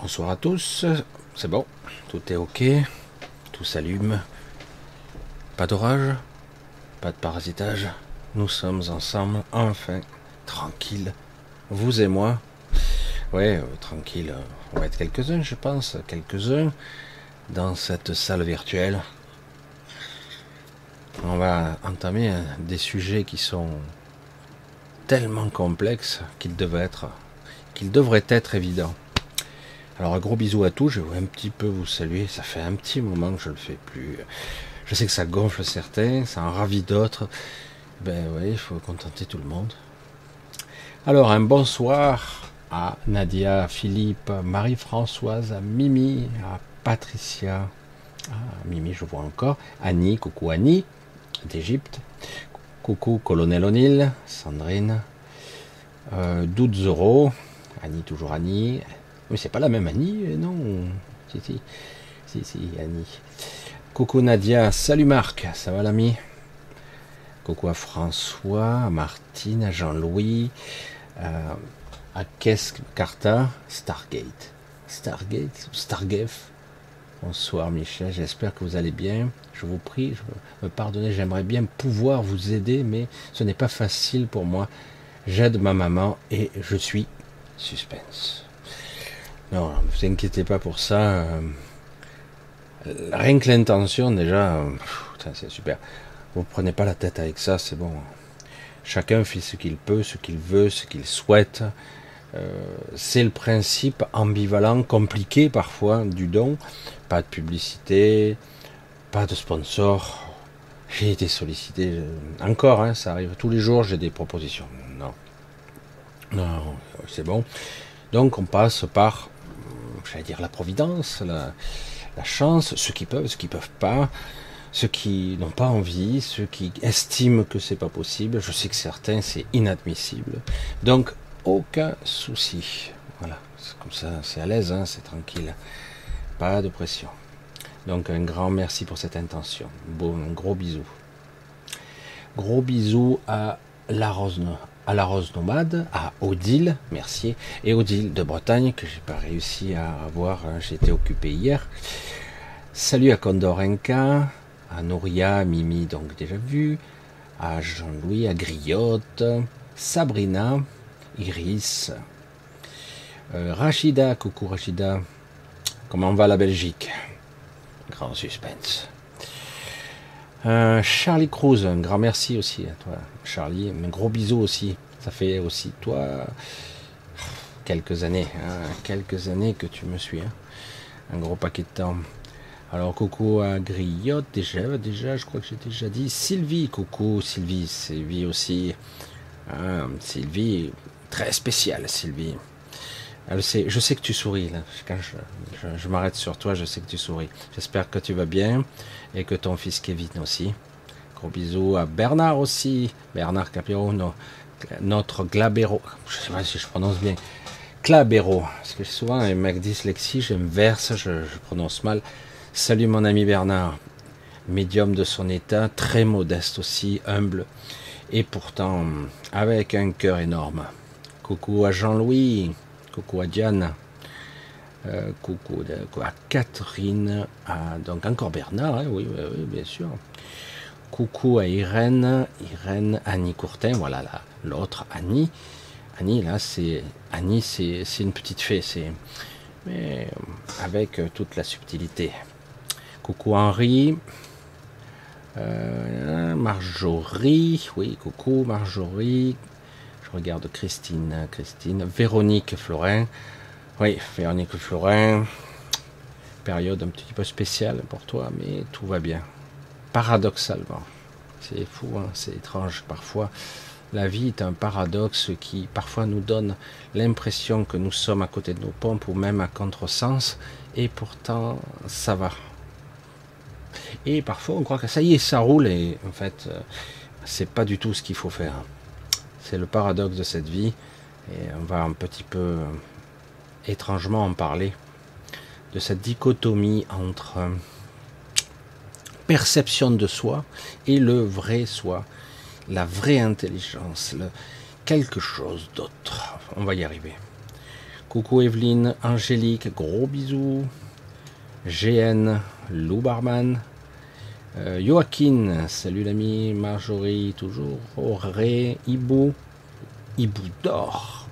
Bonsoir à tous, c'est bon, tout est ok, tout s'allume, pas d'orage, pas de parasitage, nous sommes ensemble, enfin, tranquille, vous et moi. Ouais, tranquille, on va être quelques-uns je pense, quelques-uns dans cette salle virtuelle. On va entamer des sujets qui sont tellement complexes qu'ils devraient être évidents. Alors un gros bisou à tous, je vais un petit peu vous saluer, ça fait un petit moment que je le fais plus. Je sais que ça gonfle certains, ça en ravit d'autres. Ben oui, il faut contenter tout le monde. Alors un bonsoir à Nadia, Philippe, Marie-Françoise, à Mimi, à Patricia, Mimi je vois encore, Annie, coucou Annie, d'Égypte, coucou Colonel O'Neill, Sandrine, Doud Zoro, Annie toujours Annie, mais c'est pas la même Annie, non, si, Annie. Coucou Nadia, salut Marc, ça va l'ami? Coucou à François, à Martine, à Jean-Louis, à Kesk Carta, Stargate. Bonsoir Michel, j'espère que vous allez bien. Je vous prie, me pardonnez, j'aimerais bien pouvoir vous aider, mais ce n'est pas facile pour moi. J'aide ma maman et je suis suspense. Non, ne vous inquiétez pas pour ça. Rien que l'intention, déjà, c'est super. Vous prenez pas la tête avec ça, c'est bon. Chacun fait ce qu'il peut, ce qu'il veut, ce qu'il souhaite. C'est le principe ambivalent, compliqué parfois du don. Pas de publicité, pas de sponsor. J'ai été sollicité encore, hein, ça arrive tous les jours, j'ai des propositions. Non, c'est bon. Donc on passe par, j'allais dire, la providence, la chance, ceux qui peuvent pas, ceux qui n'ont pas envie, ceux qui estiment que c'est pas possible. Je sais que certains c'est inadmissible. Donc aucun souci. Voilà, c'est comme ça, c'est à l'aise, hein, c'est tranquille, pas de pression. Donc un grand merci pour cette intention. Bon, un gros bisou. Gros bisou à la Rose Nomade, à Odile, merci, et Odile de Bretagne, que j'ai pas réussi à avoir, hein, j'étais occupé hier. Salut à Condorenka, à Nouria, à Mimi, donc déjà vu, à Jean-Louis, à Griotte, Sabrina, Iris, Rachida, coucou Rachida, comment va la Belgique? Grand suspense. Charlie Cruz, un grand merci aussi à toi, Charlie. Un gros bisou aussi. Ça fait aussi toi quelques années que tu me suis. Hein. Un gros paquet de temps. Alors coucou à Griotte, déjà, je crois que j'ai déjà dit. Sylvie, coucou Sylvie aussi. Sylvie, très spéciale Sylvie. Je sais que tu souris là. Quand je m'arrête sur toi, je sais que tu souris. J'espère que tu vas bien et que ton fils Kevin aussi. Gros bisous à Bernard aussi. Bernard Capiro, notre Glabero. Je sais pas si je prononce bien. Clabero. Parce que souvent, un mec dyslexie, j'inverse, je prononce mal. Salut mon ami Bernard. Médium de son état, très modeste aussi, humble. Et pourtant, avec un cœur énorme. Coucou à Jean-Louis. Coucou à Diane, coucou à Catherine, donc encore Bernard, hein, oui, bien sûr. Coucou à Irène, Annie Courtin, voilà l'autre Annie. Annie c'est une petite fée, mais avec toute la subtilité. Coucou Henri, Marjorie, oui, coucou Marjorie. Regarde Christine, Véronique Florin. Oui, Véronique Florin. Période un petit peu spéciale pour toi, mais tout va bien. Paradoxalement. C'est fou, hein, c'est étrange parfois. La vie est un paradoxe qui parfois nous donne l'impression que nous sommes à côté de nos pompes ou même à contresens, et pourtant ça va. Et parfois on croit que ça y est, ça roule, et en fait, c'est pas du tout ce qu'il faut faire. C'est le paradoxe de cette vie, et on va un petit peu étrangement en parler, de cette dichotomie entre perception de soi et le vrai soi, la vraie intelligence, quelque chose d'autre. On va y arriver. Coucou Evelyne, Angélique, gros bisous. GN, Lou Barman. Joaquin, salut l'ami. Marjorie, toujours. Auré, Ibou. Ibou d'or.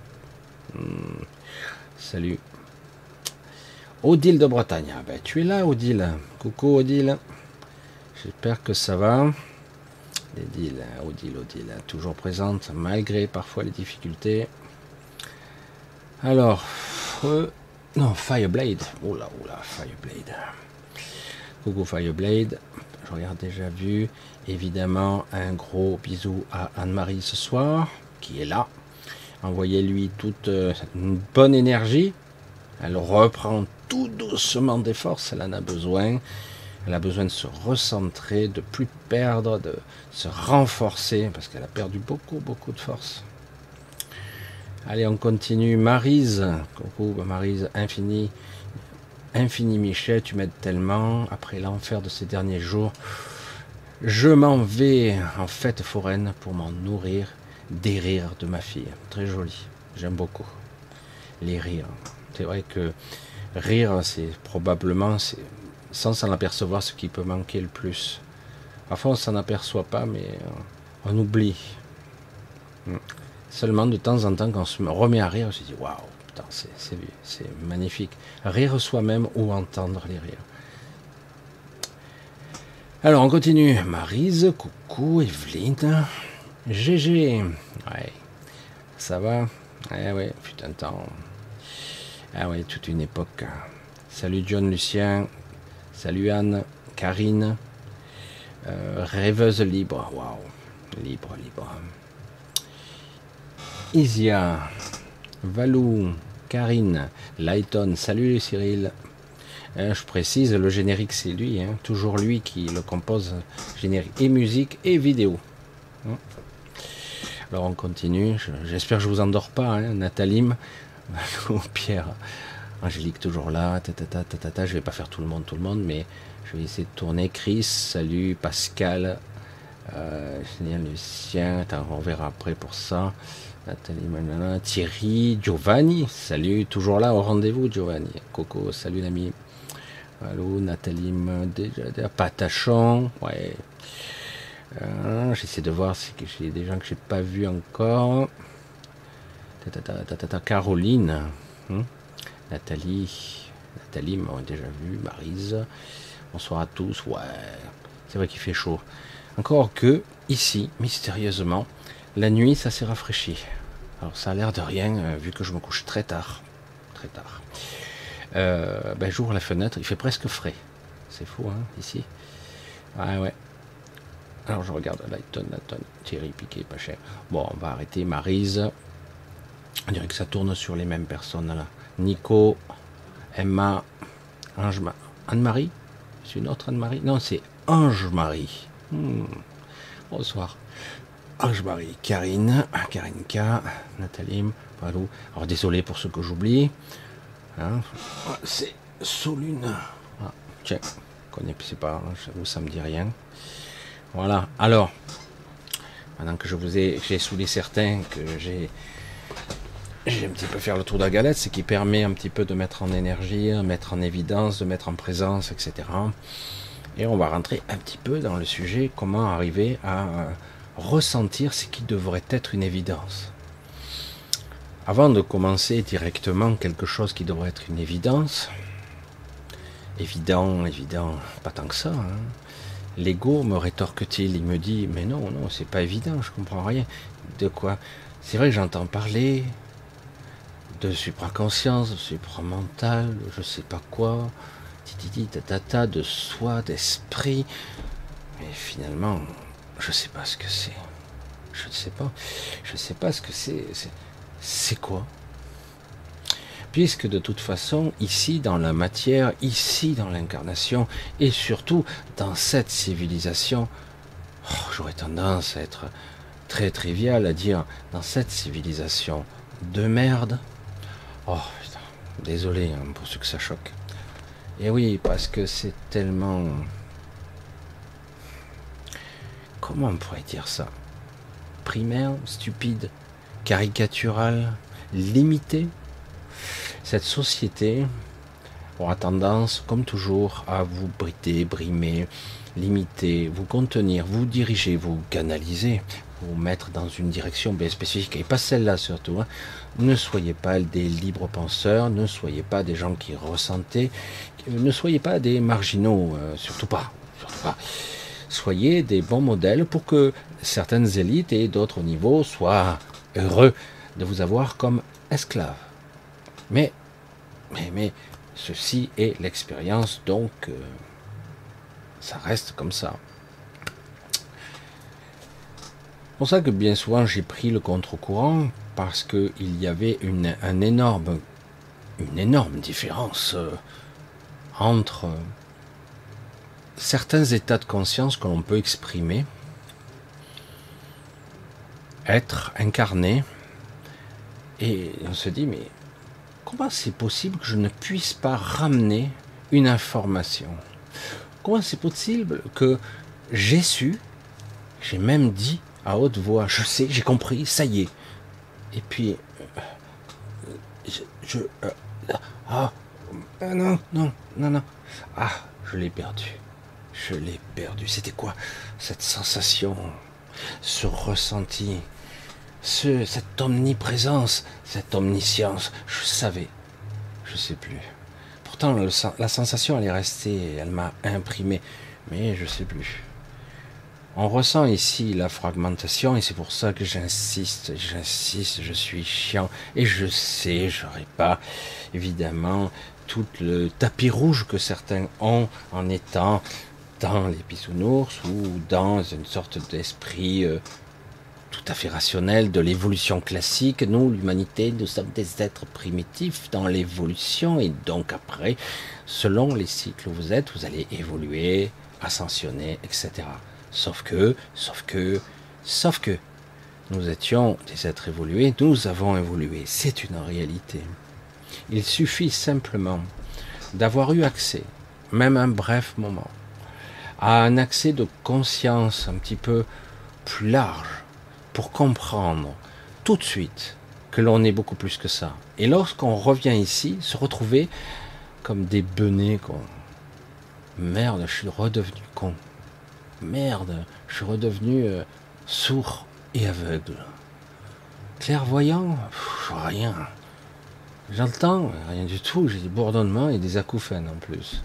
Salut. Odile de Bretagne. Ah ben, tu es là, Odile. Coucou, Odile. J'espère que ça va. Odile, toujours présente, malgré parfois les difficultés. Alors, non, Fireblade. Oula, Fireblade. Coucou Fireblade. Je regarde déjà vu. Évidemment, un gros bisou à Anne-Marie ce soir, qui est là. Envoyez-lui toute une bonne énergie. Elle reprend tout doucement des forces, elle en a besoin. Elle a besoin de se recentrer, de plus perdre, de se renforcer, parce qu'elle a perdu beaucoup de force. Allez, on continue. Maryse, coucou Maryse, Infini Michel, tu m'aides tellement. Après l'enfer de ces derniers jours, je m'en vais en fête foraine pour m'en nourrir des rires de ma fille. Très joli, j'aime beaucoup les rires. C'est vrai que rire, c'est probablement, sans s'en apercevoir, ce qui peut manquer le plus. Parfois on s'en aperçoit pas, mais on oublie. Seulement de temps en temps, quand on se remet à rire, je me dis waouh, putain, c'est magnifique. Rire soi-même ou entendre les rires. Alors on continue. Maryse, coucou, Evelyne, GG. Ouais, ça va. Ouais, putain de temps. Ah ouais, toute une époque. Salut John Lucien. Salut Anne, Karine, rêveuse libre, waouh, libre. Isia, Valou, Karine, Lighton, salut Cyril. Je précise, le générique c'est lui, toujours lui qui le compose, générique et musique et vidéo. Alors on continue, j'espère que je vous endors pas, Nathalie, Pierre. Angélique toujours là, je vais pas faire tout le monde, mais je vais essayer de tourner. Chris, salut, Pascal, Lucien, attends, on verra après pour ça. Nathalie, Thierry, Giovanni, salut, toujours là au rendez-vous, Giovanni. Coco, salut l'ami. Allô, Nathalie, déjà, Patachon, ouais. J'essaie de voir si j'ai des gens que j'ai pas vus encore. Caroline. Nathalie m'a déjà vu, Maryse, bonsoir à tous, ouais, c'est vrai qu'il fait chaud. Encore que, ici, mystérieusement, la nuit, ça s'est rafraîchi. Alors ça a l'air de rien, vu que je me couche très tard. J'ouvre la fenêtre, il fait presque frais. C'est fou, ici. Ouais. Alors je regarde, Lighton, Thierry Piquet, pas cher. Bon, on va arrêter, Maryse. On dirait que ça tourne sur les mêmes personnes, là. Nico, Emma, Anne-Marie. C'est une autre Anne-Marie? Non, c'est Ange-Marie. Bonsoir. Ange-Marie, Karine K, Nathalie, Palou. Alors désolé pour ceux que j'oublie. C'est Solune. Tiens, je sais pas, j'avoue, ça me dit rien. Voilà. Alors, maintenant que j'ai saoulé certains, que j'ai un petit peu faire le tour de la galette, c'est qui permet un petit peu de mettre en énergie, de mettre en évidence, de mettre en présence, etc. Et on va rentrer un petit peu dans le sujet, comment arriver à ressentir ce qui devrait être une évidence. Avant de commencer directement quelque chose qui devrait être une évidence, évident, pas tant que ça, l'ego me rétorque-t-il, il me dit, mais non, c'est pas évident, je comprends rien. De quoi? C'est vrai que j'entends parler de supraconscience, de supramental, je sais pas quoi, de soi, d'esprit, mais finalement, je sais pas ce que c'est. Je sais pas ce que c'est. C'est quoi? Puisque de toute façon, ici dans la matière, ici dans l'incarnation, et surtout dans cette civilisation, j'aurais tendance à être très trivial à dire dans cette civilisation de merde. Oh putain, désolé pour ceux que ça choque. Et oui, parce que c'est tellement... Comment on pourrait dire ça? Primaire, stupide, caricatural, limité. Cette société aura tendance, comme toujours, à vous brider, brimer, limiter, vous contenir, vous diriger, vous canaliser, vous mettre dans une direction bien spécifique, et pas celle-là surtout. Hein. Ne soyez pas des libres penseurs, ne soyez pas des gens qui ressentaient, ne soyez pas des marginaux, surtout pas, surtout pas. Soyez des bons modèles pour que certaines élites et d'autres niveaux soient heureux de vous avoir comme esclaves. Mais ceci est l'expérience, donc ça reste comme ça. C'est pour ça que bien souvent j'ai pris le contre-courant, parce qu'il y avait une énorme différence entre certains états de conscience que l'on peut exprimer, être incarné, et on se dit, mais comment c'est possible que je ne puisse pas ramener une information? Comment c'est possible que j'ai su, j'ai même dit à haute voix, je sais, j'ai compris, ça y est. Et puis, non. Ah, je l'ai perdu. Je l'ai perdu. C'était quoi cette sensation, ce ressenti, cette omniprésence, cette omniscience? Je savais. Je sais plus. Pourtant, la sensation, elle est restée, elle m'a imprimé, mais je sais plus. On ressent ici la fragmentation, et c'est pour ça que j'insiste, je suis chiant, et je sais, je n'aurai pas, évidemment, tout le tapis rouge que certains ont en étant dans les bisounours ou dans une sorte d'esprit tout à fait rationnel de l'évolution classique. Nous, l'humanité, nous sommes des êtres primitifs dans l'évolution, et donc après, selon les cycles où vous êtes, vous allez évoluer, ascensionner, etc. Sauf que, nous étions des êtres évolués, nous avons évolué, c'est une réalité. Il suffit simplement d'avoir eu accès, même un bref moment, à un accès de conscience un petit peu plus large, pour comprendre tout de suite que l'on est beaucoup plus que ça. Et lorsqu'on revient ici, se retrouver comme des benets, quoi. Merde, je suis redevenu con. Merde, je suis redevenu sourd et aveugle. Clairvoyant, rien. J'entends, rien du tout, j'ai des bourdonnements et des acouphènes en plus.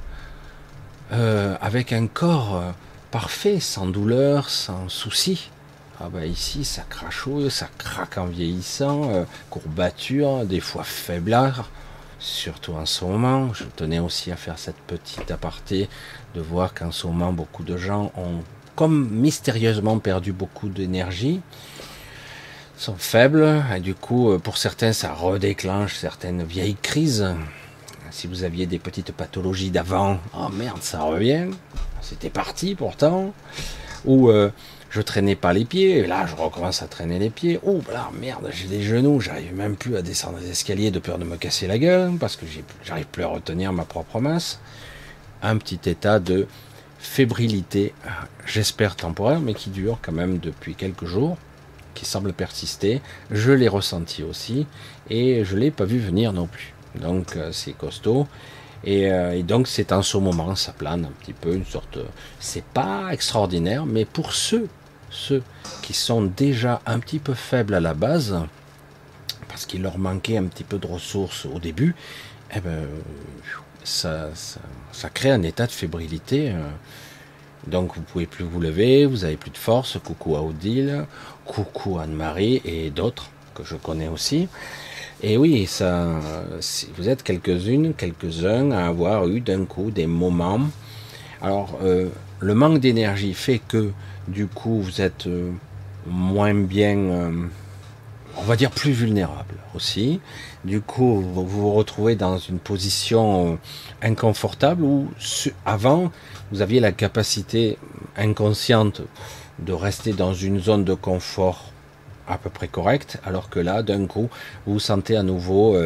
Avec un corps parfait, sans douleur, sans souci. Ah bah ici, ça crachouille, ça craque en vieillissant, courbature, des fois faiblard, surtout en ce moment. Je tenais aussi à faire cette petite aparté, de voir qu'en ce moment, beaucoup de gens ont, comme mystérieusement, perdu beaucoup d'énergie, sont faibles, et du coup, pour certains, ça redéclenche certaines vieilles crises. Si vous aviez des petites pathologies d'avant, oh merde, ça revient, c'était parti pourtant, ou je traînais pas les pieds, et là je recommence à traîner les pieds, oh là merde, j'ai des genoux, j'arrive même plus à descendre les escaliers de peur de me casser la gueule, parce que j'arrive plus à retenir ma propre masse. Un petit état de fébrilité, j'espère temporaire, mais qui dure quand même depuis quelques jours, qui semble persister. Je l'ai ressenti aussi, et je l'ai pas vu venir non plus. Donc c'est costaud, et donc c'est en ce moment, ça plane un petit peu, une sorte, c'est pas extraordinaire, mais pour ceux qui sont déjà un petit peu faibles à la base, parce qu'il leur manquait un petit peu de ressources au début, eh ben, ça crée un état de fébrilité. Donc vous pouvez plus vous lever, vous avez plus de force. Coucou à Odile, coucou à Anne-Marie et d'autres que je connais aussi. Et oui, ça, vous êtes quelques-uns à avoir eu d'un coup des moments. Alors, le manque d'énergie fait que, du coup, vous êtes moins bien, on va dire plus vulnérable aussi. Du coup, vous vous retrouvez dans une position inconfortable où, avant, vous aviez la capacité inconsciente de rester dans une zone de confort à peu près correct, alors que là, d'un coup, vous vous sentez à nouveau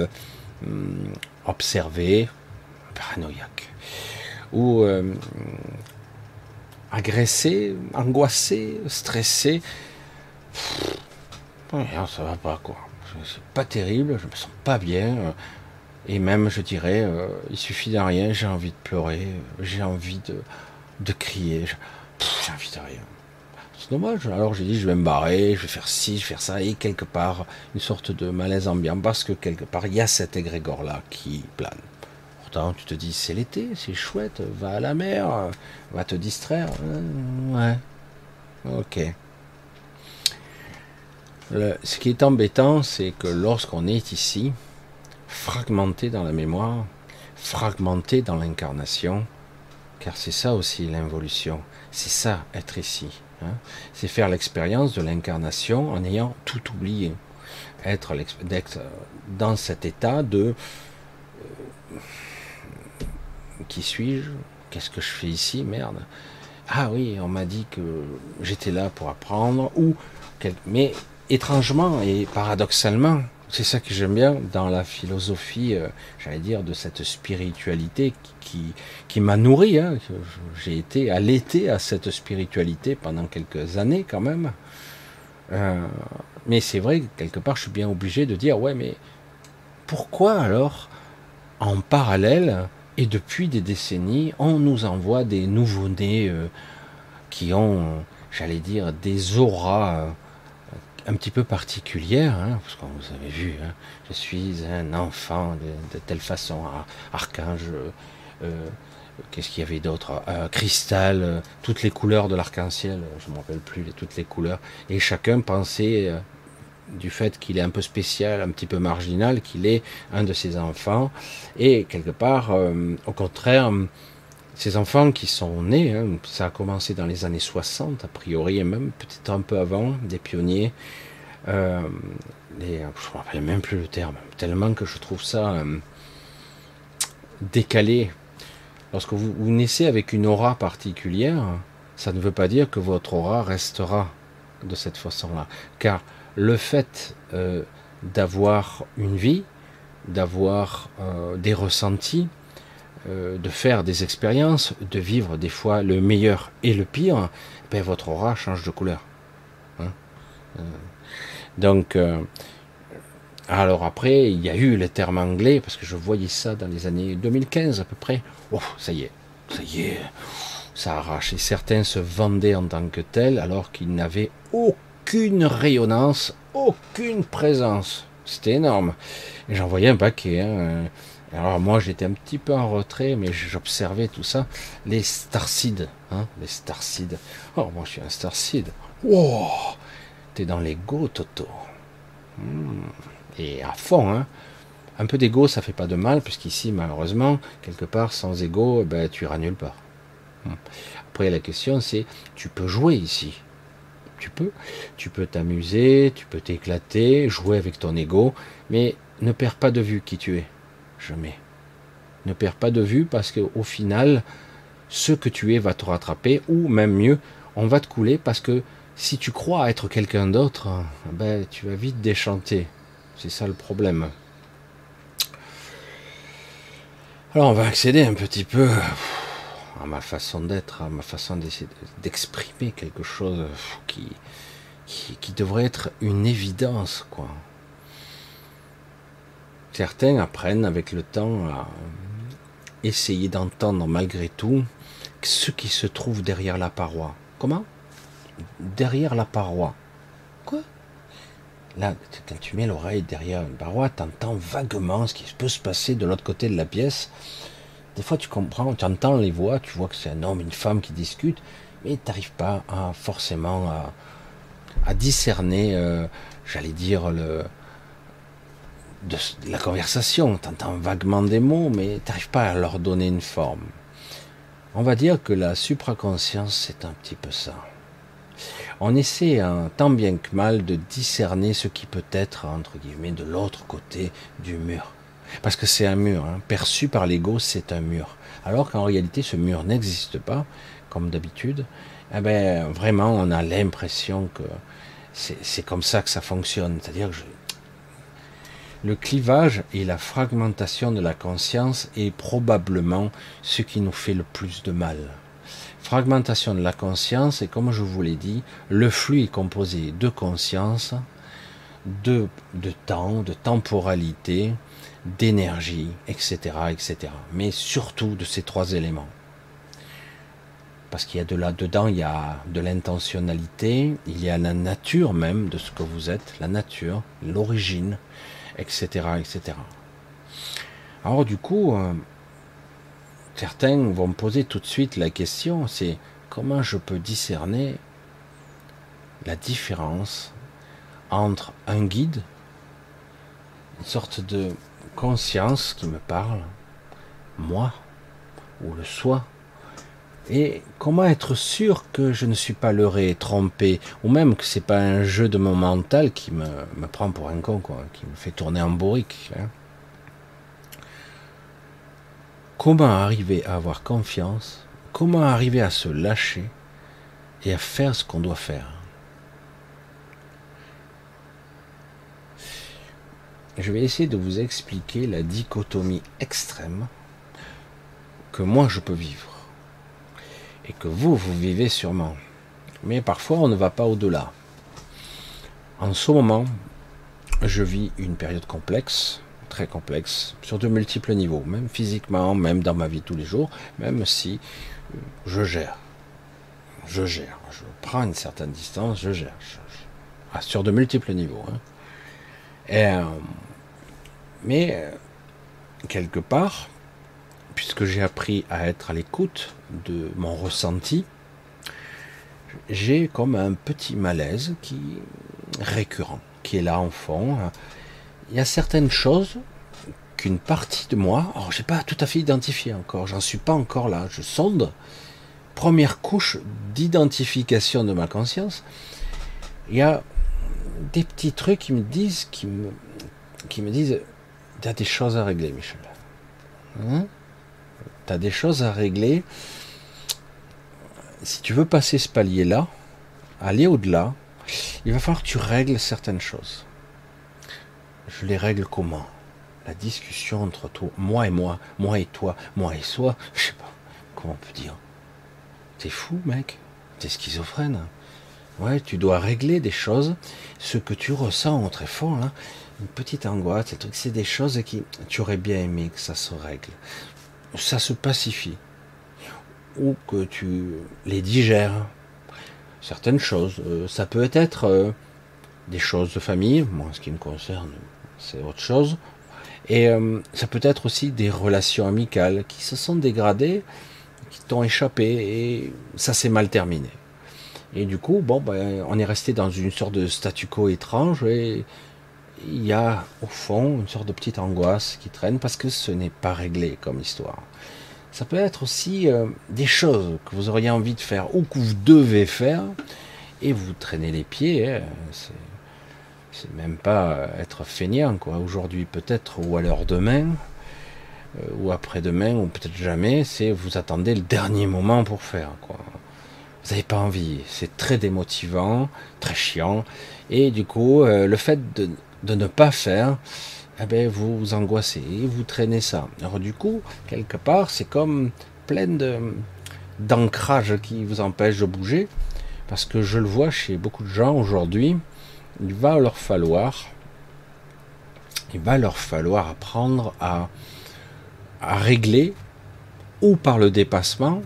observé, paranoïaque, ou agressé, angoissé, stressé. Ça va pas, quoi. C'est pas terrible, je me sens pas bien. Et même, je dirais, il suffit de rien, j'ai envie de pleurer, j'ai envie de crier, j'ai envie de rien. C'est dommage. Alors j'ai dit, je vais me barrer, je vais faire ci, je vais faire ça, et quelque part, une sorte de malaise ambiant, parce que quelque part, il y a cet égrégore-là qui plane. Pourtant, tu te dis, c'est l'été, c'est chouette, va à la mer, va te distraire. Ouais, ok. Ce qui est embêtant, c'est que lorsqu'on est ici, fragmenté dans la mémoire, fragmenté dans l'incarnation, car c'est ça aussi l'involution, c'est ça être ici, hein. C'est faire l'expérience de l'incarnation en ayant tout oublié, d'être dans cet état de qui suis-je, qu'est-ce que je fais ici, merde, ah oui, on m'a dit que j'étais là pour apprendre, mais étrangement et paradoxalement, c'est ça que j'aime bien dans la philosophie, j'allais dire, de cette spiritualité qui m'a nourri, hein. J'ai été allaité à cette spiritualité pendant quelques années quand même. Mais c'est vrai que quelque part, je suis bien obligé de dire, ouais, mais pourquoi alors, en parallèle, et depuis des décennies, on nous envoie des nouveau-nés qui ont, j'allais dire, des auras un petit peu particulière, hein, parce que vous avez vu, hein, je suis un enfant de telle façon, archange, qu'est-ce qu'il y avait d'autre, cristal, toutes les couleurs de l'arc-en-ciel, je ne me rappelle plus toutes les couleurs, et chacun pensait du fait qu'il est un peu spécial, un petit peu marginal, qu'il est un de ses enfants, et quelque part, au contraire, ces enfants qui sont nés, hein, ça a commencé dans les années 60, a priori, et même peut-être un peu avant, des pionniers, je ne me rappelle même plus le terme, tellement que je trouve ça décalé. Lorsque vous naissez avec une aura particulière, ça ne veut pas dire que votre aura restera de cette façon-là. Car le fait d'avoir une vie, d'avoir des ressentis, de faire des expériences, de vivre des fois le meilleur et le pire, ben votre aura change de couleur. Hein, donc, alors après, il y a eu le terme anglais, parce que je voyais ça dans les années 2015 à peu près. Oh, ça y est, ça arrache. Et certains se vendaient en tant que tels, alors qu'ils n'avaient aucune rayonnance, aucune présence. C'était énorme. Et j'en voyais un paquet, hein. Alors moi j'étais un petit peu en retrait, mais j'observais tout ça. Les starseeds, hein, les starseeds. Oh, moi je suis un starseed. Wow, t'es dans l'ego, Toto. Et à fond, hein. Un peu d'ego, ça fait pas de mal, puisqu'ici, malheureusement, quelque part, sans ego, ben, tu iras nulle part. Après, la question, c'est, tu peux jouer ici. Tu peux t'amuser, tu peux t'éclater, jouer avec ton ego, mais ne perds pas de vue qui tu es. Jamais. Ne perds pas de vue, parce qu'au final, ce que tu es va te rattraper, ou même mieux, on va te couler, parce que si tu crois être quelqu'un d'autre, ben, tu vas vite déchanter. C'est ça le problème. Alors on va accéder un petit peu à ma façon d'être, à ma façon d'essayer d'exprimer quelque chose qui devrait être une évidence, quoi. Certains apprennent avec le temps à essayer d'entendre malgré tout ce qui se trouve derrière la paroi. Comment? Derrière la paroi. Quoi? Là, quand tu mets l'oreille derrière une paroi, tu entends vaguement ce qui peut se passer de l'autre côté de la pièce. Des fois, tu comprends, tu entends les voix, tu vois que c'est un homme, une femme qui discutent, mais tu n'arrives pas forcément à discerner, j'allais dire, de la conversation. Tu entends vaguement des mots, mais tu n'arrives pas à leur donner une forme. On va dire que la supraconscience, c'est un petit peu ça. On essaie tant bien que mal de discerner ce qui peut être, entre guillemets, de l'autre côté du mur. Parce que c'est un mur, hein. Perçu par l'ego, c'est un mur. Alors qu'en réalité, ce mur n'existe pas, comme d'habitude. Eh ben, vraiment, on a l'impression que c'est comme ça que ça fonctionne. C'est-à-dire que le clivage et la fragmentation de la conscience est probablement ce qui nous fait le plus de mal. Fragmentation de la conscience, et comme je vous l'ai dit, le flux est composé de conscience, de temps, de temporalité, d'énergie, etc., etc. Mais surtout de ces trois éléments. Parce qu'il y a de là-dedans, il y a de l'intentionnalité, il y a la nature même de ce que vous êtes, la nature, l'origine, etc., etc. Alors du coup, certains vont me poser tout de suite la question, c'est comment je peux discerner la différence entre un guide, une sorte de conscience qui me parle, moi, ou le soi, et comment être sûr que je ne suis pas leurré, trompé, ou même que c'est pas un jeu de mon mental qui me prend pour un con, quoi, qui me fait tourner en bourrique. Hein. Comment arriver à avoir confiance, comment arriver à se lâcher et à faire ce qu'on doit faire. Je vais essayer de vous expliquer la dichotomie extrême que moi je peux vivre et que vous vivez sûrement. Mais parfois on ne va pas au-delà. En ce moment, je vis une période complexe, très complexe, sur de multiples niveaux, même physiquement, même dans ma vie de tous les jours, même si je gère, je prends une certaine distance, je gère, sur de multiples niveaux. Hein. Et, mais quelque part, puisque j'ai appris à être à l'écoute de mon ressenti, j'ai comme un petit malaise qui récurrent, qui est là en fond. Il y a certaines choses qu'une partie de moi, alors j'ai pas tout à fait identifié encore, j'en suis pas encore là, je sonde. Première couche d'identification de ma conscience, il y a des petits trucs qui me disent, qui me disent, t'as des choses à régler, Michel. Hein? T'as des choses à régler. Si tu veux passer ce palier-là, aller au-delà, il va falloir que tu règles certaines choses. Je les règle comment? La discussion entre toi, moi et toi, moi et soi, je sais pas, comment on peut dire. T'es fou, mec? T'es schizophrène? Ouais, tu dois régler des choses, ce que tu ressens très fort, là, une petite angoisse, ces trucs, c'est des choses qui, tu aurais bien aimé que ça se règle. Ça se pacifie. Ou que tu les digères. Certaines choses, ça peut être des choses de famille, moi, en ce qui me concerne, c'est autre chose. Et ça peut être aussi des relations amicales qui se sont dégradées, qui t'ont échappé, et ça s'est mal terminé. Et du coup, bon, ben, on est resté dans une sorte de statu quo étrange, et il y a au fond une sorte de petite angoisse qui traîne parce que ce n'est pas réglé comme histoire. Ça peut être aussi des choses que vous auriez envie de faire ou que vous devez faire, et vous traînez les pieds. Hein, c'est même pas être feignant, quoi. Aujourd'hui peut-être, ou alors demain, ou après-demain, ou peut-être jamais, c'est vous attendez le dernier moment pour faire, quoi. Vous n'avez pas envie, c'est très démotivant, très chiant, et du coup, le fait de ne pas faire, eh ben, vous vous angoissez, vous traînez ça. Alors du coup, quelque part, c'est comme plein d'ancrage qui vous empêche de bouger, parce que je le vois chez beaucoup de gens aujourd'hui, il va leur falloir apprendre à régler, ou par le dépassement,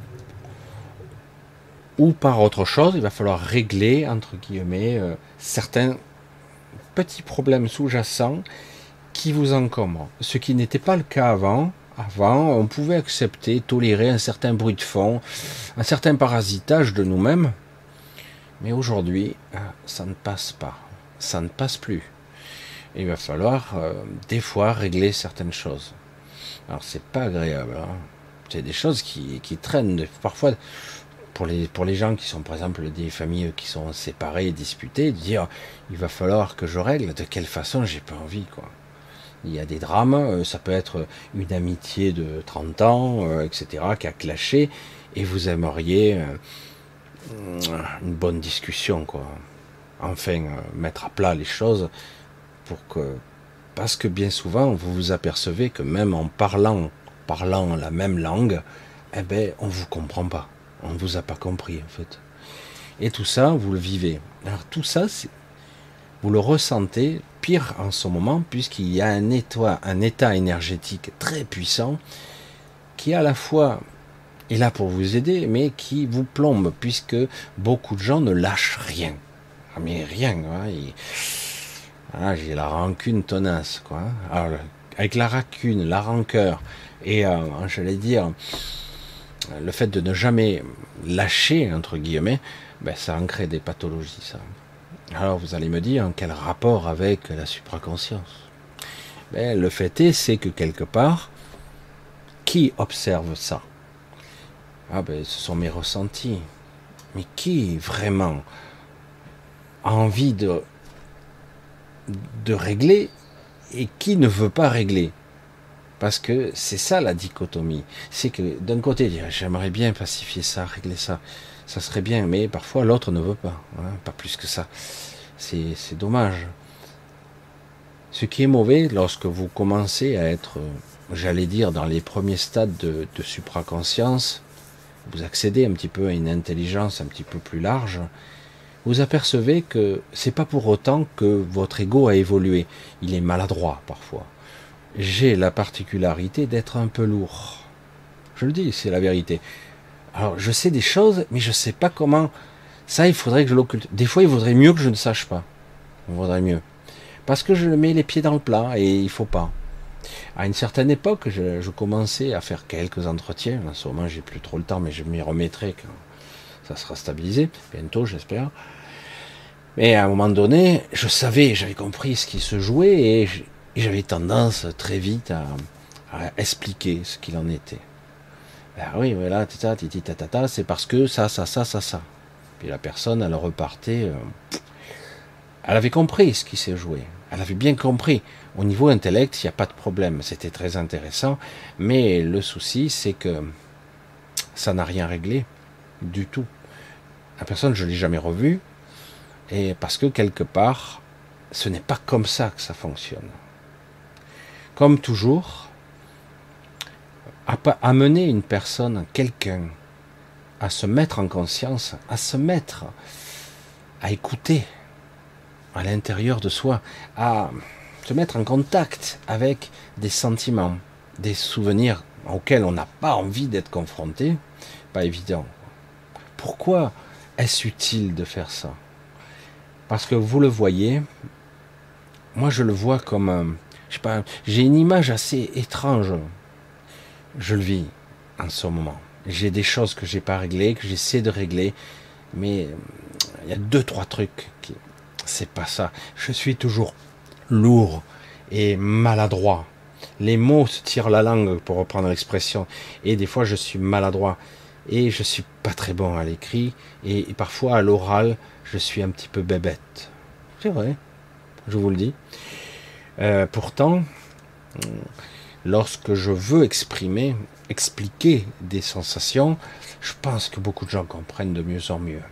ou par autre chose, il va falloir régler, entre guillemets, certains petits problèmes sous-jacents qui vous encombrent. Ce qui n'était pas le cas avant. Avant, on pouvait accepter, tolérer un certain bruit de fond, un certain parasitage de nous-mêmes. Mais aujourd'hui, ça ne passe pas. Ça ne passe plus. Il va falloir, des fois, régler certaines choses. Alors, c'est pas agréable. Hein. C'est des choses qui traînent. Parfois, pour les gens qui sont, par exemple, des familles qui sont séparées, disputées, de dire, il va falloir que je règle. De quelle façon? J'ai pas envie, quoi. Il y a des drames, ça peut être une amitié de 30 ans, etc., qui a clashé, et vous aimeriez une bonne discussion, quoi. Enfin, mettre à plat les choses, parce que bien souvent, vous vous apercevez que même en parlant la même langue, eh ben, on vous comprend pas. On ne vous a pas compris, en fait. Et tout ça, vous le vivez. Alors tout ça, vous le ressentez pire en ce moment, puisqu'il y a un état énergétique très puissant qui à la fois est là pour vous aider, mais qui vous plombe, puisque beaucoup de gens ne lâchent rien. Ah, mais rien, hein, j'ai la rancune tenace, quoi. Alors, avec la rancune, la rancœur, et j'allais dire, le fait de ne jamais lâcher, entre guillemets, ben, ça en crée des pathologies, ça. Alors vous allez me dire, quel rapport avec la supraconscience? Ben, le fait est, c'est que quelque part, qui observe ça? Ah ben, ce sont mes ressentis. Mais qui vraiment a envie de régler et qui ne veut pas régler? Parce que c'est ça la dichotomie. C'est que d'un côté, j'aimerais bien pacifier ça, régler ça, ça serait bien, mais parfois l'autre ne veut pas, hein, pas plus que ça. C'est dommage. Ce qui est mauvais lorsque vous commencez à être, j'allais dire, dans les premiers stades de supraconscience, vous accédez un petit peu à une intelligence un petit peu plus large, vous apercevez que c'est pas pour autant que votre ego a évolué. Il est maladroit parfois. J'ai la particularité d'être un peu lourd. Je le dis, c'est la vérité. Alors, je sais des choses, mais je sais pas comment. Ça, il faudrait que je l'occulte. Des fois, il vaudrait mieux que je ne sache pas. Il vaudrait mieux. Parce que je mets les pieds dans le plat et il faut pas. À une certaine époque, je commençais à faire quelques entretiens. En ce moment, j'ai plus trop le temps, mais je m'y remettrai quand ça sera stabilisé. Bientôt, j'espère. Mais à un moment donné, je savais, j'avais compris ce qui se jouait et j'avais tendance très vite à expliquer ce qu'il en était. Ben oui, voilà, c'est parce que ça. Puis la personne, elle repartait. Elle avait compris ce qui s'est joué. Elle avait bien compris. Au niveau intellect, il n'y a pas de problème. C'était très intéressant. Mais le souci, c'est que ça n'a rien réglé du tout. La personne, je ne l'ai jamais revue. Et parce que quelque part, ce n'est pas comme ça que ça fonctionne. Comme toujours, amener une personne, quelqu'un, à se mettre en conscience, à se mettre, à écouter à l'intérieur de soi, à se mettre en contact avec des sentiments, des souvenirs auxquels on n'a pas envie d'être confronté, pas évident. Pourquoi est-ce utile de faire ça? Parce que vous le voyez, moi je le vois comme, je sais pas, j'ai une image assez étrange. Je le vis en ce moment. J'ai des choses que j'ai pas réglées, que j'essaie de régler, mais il y a 2-3 trucs qui, c'est pas ça. Je suis toujours lourd et maladroit. Les mots se tirent la langue, pour reprendre l'expression, et des fois je suis maladroit et je suis pas très bon à l'écrit et parfois à l'oral je suis un petit peu bébête. C'est vrai, je vous le dis. Pourtant, lorsque je veux expliquer des sensations, je pense que beaucoup de gens comprennent de mieux en mieux.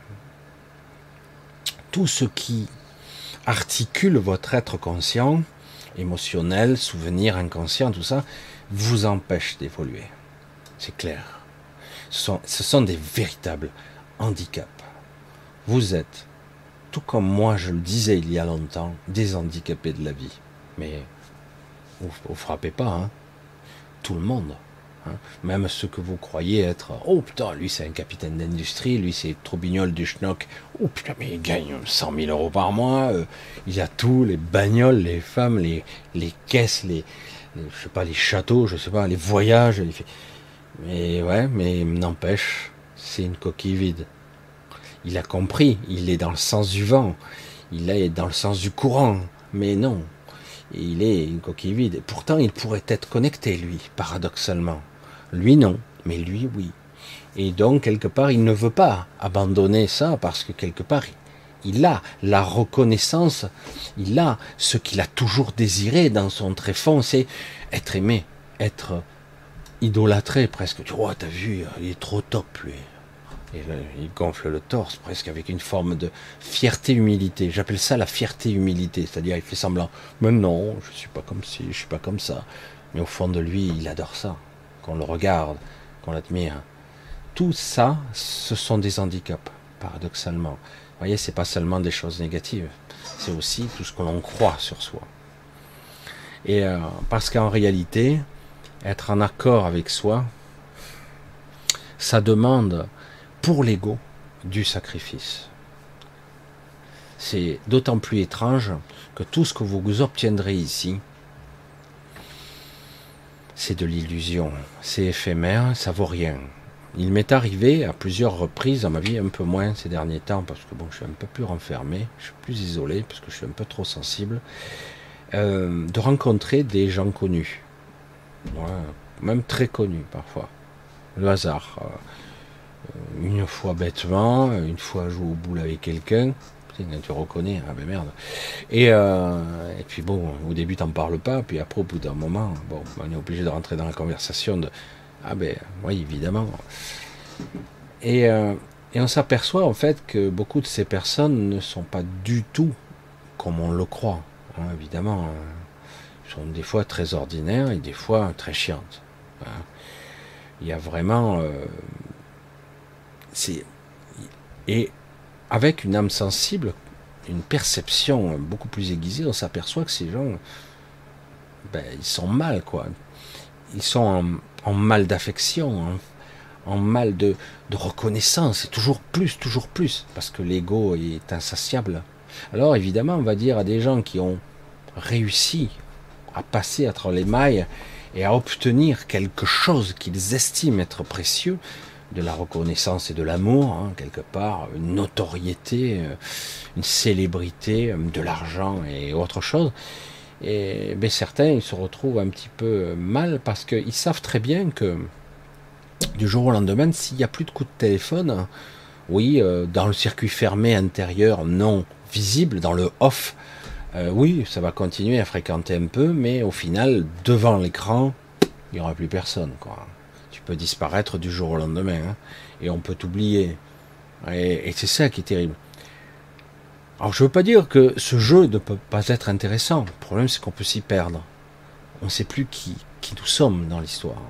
Tout ce qui articule votre être conscient, émotionnel, souvenir, inconscient, tout ça, vous empêche d'évoluer. C'est clair. Ce sont des véritables handicaps. Vous êtes, tout comme moi je le disais il y a longtemps, des handicapés de la vie. Mais vous frappez pas, hein. Tout le monde. Hein. Même ceux que vous croyez être, oh putain, lui c'est un capitaine d'industrie, lui c'est Troubignol du Schnock, oh putain, mais il gagne 100 000 euros par mois, il a tout, les bagnoles, les femmes, les caisses, je sais pas, les châteaux, je sais pas, les voyages, mais ouais, mais n'empêche, c'est une coquille vide. Il a compris, il est dans le sens du vent, il est dans le sens du courant, mais non, il est une coquille vide. Pourtant, il pourrait être connecté, lui, paradoxalement. Lui, non, mais lui, oui. Et donc, quelque part, il ne veut pas abandonner ça, parce que quelque part, il a la reconnaissance, il a ce qu'il a toujours désiré dans son tréfonds, c'est être aimé, être idolâtré presque. Tu vois, t'as vu, il est trop top, lui. Et là, il gonfle le torse presque avec une forme de fierté-humilité. J'appelle ça la fierté-humilité, c'est-à-dire il fait semblant. Mais non, je suis pas comme ci, je suis pas comme ça. Mais au fond de lui, il adore ça, qu'on le regarde, qu'on l'admire. Tout ça, ce sont des handicaps, paradoxalement. voyez, c'est pas seulement des choses négatives, c'est aussi tout ce que l'on croit sur soi. Et parce qu'en réalité, être en accord avec soi, ça demande pour l'ego du sacrifice. C'est d'autant plus étrange que tout ce que vous obtiendrez ici, c'est de l'illusion, c'est éphémère, ça vaut rien. Il m'est arrivé à plusieurs reprises dans ma vie, un peu moins ces derniers temps, parce que bon, je suis un peu plus renfermé, je suis plus isolé, parce que je suis un peu trop sensible, de rencontrer des gens connus, ouais, même très connus parfois. Le hasard. Une fois bêtement, une fois jouer au boule avec quelqu'un, tu reconnais, ah ben merde. Et puis bon, au début t'en parles pas, puis après au bout d'un moment, bon, on est obligé de rentrer dans la conversation de ah ben oui évidemment. Et on s'aperçoit en fait que beaucoup de ces personnes ne sont pas du tout comme on le croit, hein, évidemment. Sont des fois très ordinaires et des fois très chiantes. Hein. Il y a vraiment et avec une âme sensible, une perception beaucoup plus aiguisée, on s'aperçoit que ces gens, ben, ils sont mal, quoi. Ils sont en mal d'affection, en mal de reconnaissance, et toujours plus, parce que l'ego est insatiable. Alors évidemment, on va dire à des gens qui ont réussi à passer à travers les mailles et à obtenir quelque chose qu'ils estiment être précieux, de la reconnaissance et de l'amour, hein, quelque part, une notoriété, une célébrité, de l'argent et autre chose. Et ben, certains ils se retrouvent un petit peu mal parce qu'ils savent très bien que du jour au lendemain, s'il n'y a plus de coups de téléphone, oui, dans le circuit fermé intérieur non visible, dans le off, oui, ça va continuer à fréquenter un peu, mais au final, devant l'écran, il n'y aura plus personne, quoi. Tu peux disparaître du jour au lendemain, hein, et on peut t'oublier. Et c'est ça qui est terrible. Alors je veux pas dire que ce jeu ne peut pas être intéressant. Le problème c'est qu'on peut s'y perdre. On ne sait plus qui nous sommes dans l'histoire.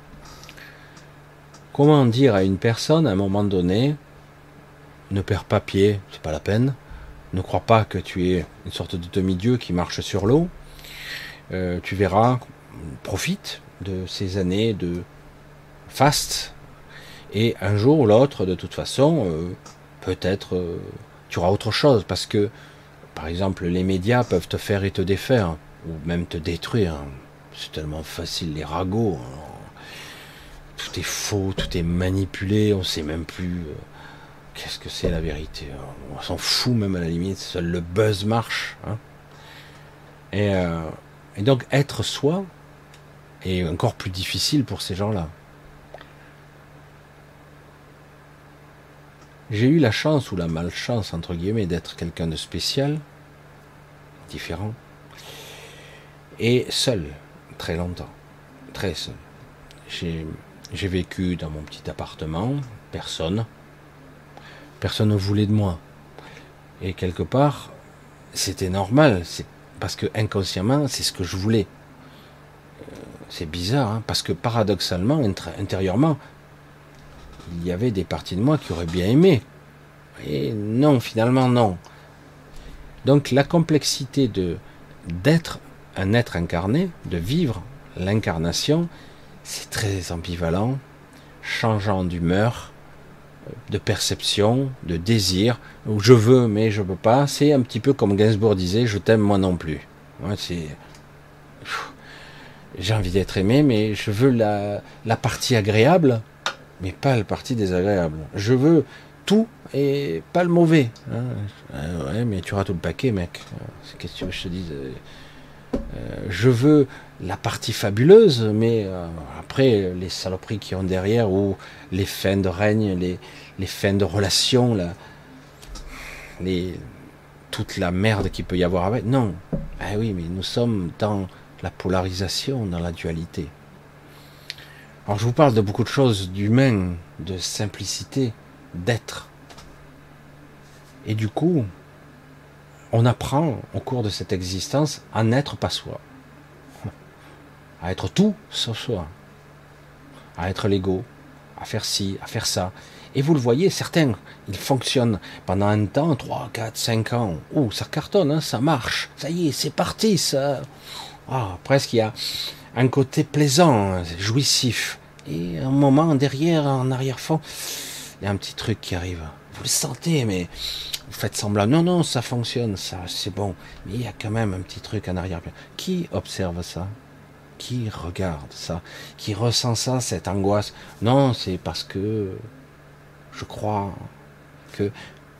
Comment dire à une personne à un moment donné, ne perds pas pied, c'est pas la peine. Ne crois pas que tu es une sorte de demi-dieu qui marche sur l'eau. Tu verras, profite de ces années de faste, et un jour ou l'autre, de toute façon, peut-être tu auras autre chose, parce que, par exemple, les médias peuvent te faire et te défaire, ou même te détruire. C'est tellement facile, les ragots. Tout est faux, tout est manipulé, on sait même plus qu'est-ce que c'est la vérité. On s'en fout même à la limite, seul le buzz marche. Hein. Et donc, être soi est encore plus difficile pour ces gens-là. J'ai eu la chance ou la malchance, entre guillemets, d'être quelqu'un de spécial, différent, et seul, très longtemps, très seul. J'ai vécu dans mon petit appartement, personne ne voulait de moi. Et quelque part, c'était normal, c'est parce que inconsciemment, c'est ce que je voulais. C'est bizarre, hein, parce que paradoxalement, intérieurement, il y avait des parties de moi qui auraient bien aimé. Et non, finalement, non. Donc la complexité d'être un être incarné, de vivre l'incarnation, c'est très ambivalent, changeant d'humeur, de perception, de désir, où je veux mais je peux pas. C'est un petit peu comme Gainsbourg disait, je t'aime moi non plus. Ouais, j'ai envie d'être aimé, mais je veux la partie agréable, mais pas la partie désagréable. Je veux tout et pas le mauvais. Hein. Ouais, mais tu auras tout le paquet, mec. Qu'est-ce que tu veux que je te dise? Je veux la partie fabuleuse, mais après, les saloperies qui ont derrière, ou les fins de règne, les fins de relations, toute la merde qu'il peut y avoir avec. Non. Ah oui, mais nous sommes dans la polarisation, dans la dualité. Alors je vous parle de beaucoup de choses, d'humain, de simplicité, d'être. Et du coup, on apprend au cours de cette existence à n'être pas soi. À être tout sauf soi. À être l'ego, à faire ci, à faire ça. Et vous le voyez, certains, ils fonctionnent pendant un temps, 3, 4, 5 ans. Oh, ça cartonne, hein, ça marche. Ça y est, c'est parti, ça. Ah, presque il y a un côté plaisant, jouissif. Et un moment derrière, en arrière-fond, il y a un petit truc qui arrive. Vous le sentez, mais vous faites semblant. Non, non, ça fonctionne, ça, c'est bon. Mais il y a quand même un petit truc en arrière-plan. Qui observe ça? Qui regarde ça? Qui ressent ça, cette angoisse? Non, c'est parce que je crois que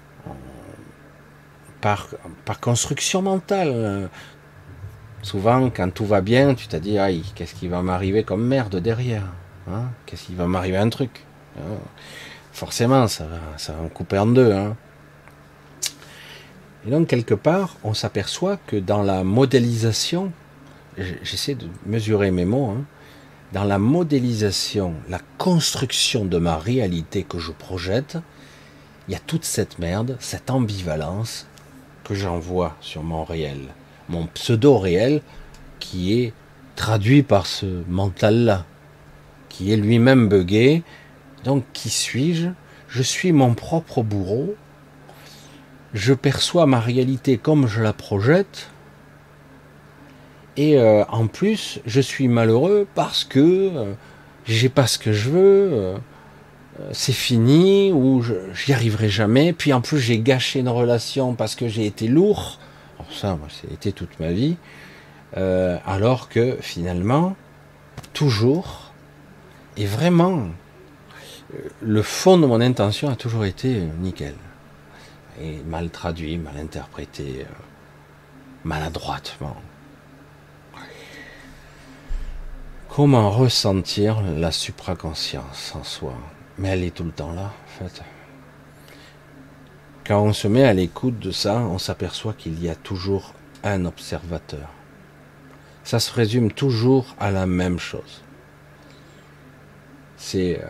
par, par construction mentale, souvent quand tout va bien, tu t'as dit, aïe, qu'est-ce qui va m'arriver comme merde derrière, hein? Qu'est-ce qui va m'arriver un truc, hein? Forcément, ça va me couper en deux, hein. Et donc quelque part, on s'aperçoit que dans la modélisation, j'essaie de mesurer mes mots, hein, dans la modélisation, la construction de ma réalité que je projette, il y a toute cette merde, cette ambivalence que j'envoie sur mon réel, mon pseudo-réel qui est traduit par ce mental-là, qui est lui-même buggé. Donc qui suis-je? Je suis mon propre bourreau, je perçois ma réalité comme je la projette, et en plus je suis malheureux parce que j'ai pas ce que je veux, c'est fini, ou j'y arriverai jamais, puis en plus j'ai gâché une relation parce que j'ai été lourd. Alors ça, moi, ça a été toute ma vie, alors que finalement toujours, et vraiment le fond de mon intention a toujours été nickel, et mal traduit, mal interprété, maladroitement. Comment ressentir la supraconscience en soi? Mais elle est tout le temps là, en fait. Quand on se met à l'écoute de ça, on s'aperçoit qu'il y a toujours un observateur. Ça se résume toujours à la même chose. C'est...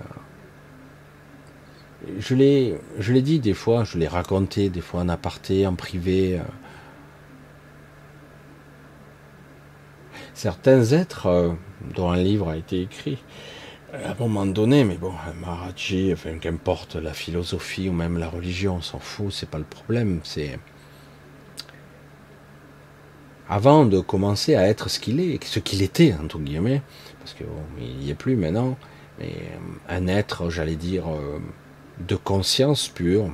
je l'ai dit des fois, je l'ai raconté des fois en aparté, en privé. Certains êtres dont un livre a été écrit à un moment donné, mais bon, Maharaji, enfin, qu'importe la philosophie ou même la religion, on s'en fout, c'est pas le problème. C'est avant de commencer à être ce qu'il est, ce qu'il était entre guillemets, parce que bon, il n'y est plus maintenant, mais un être, j'allais dire, de conscience pure.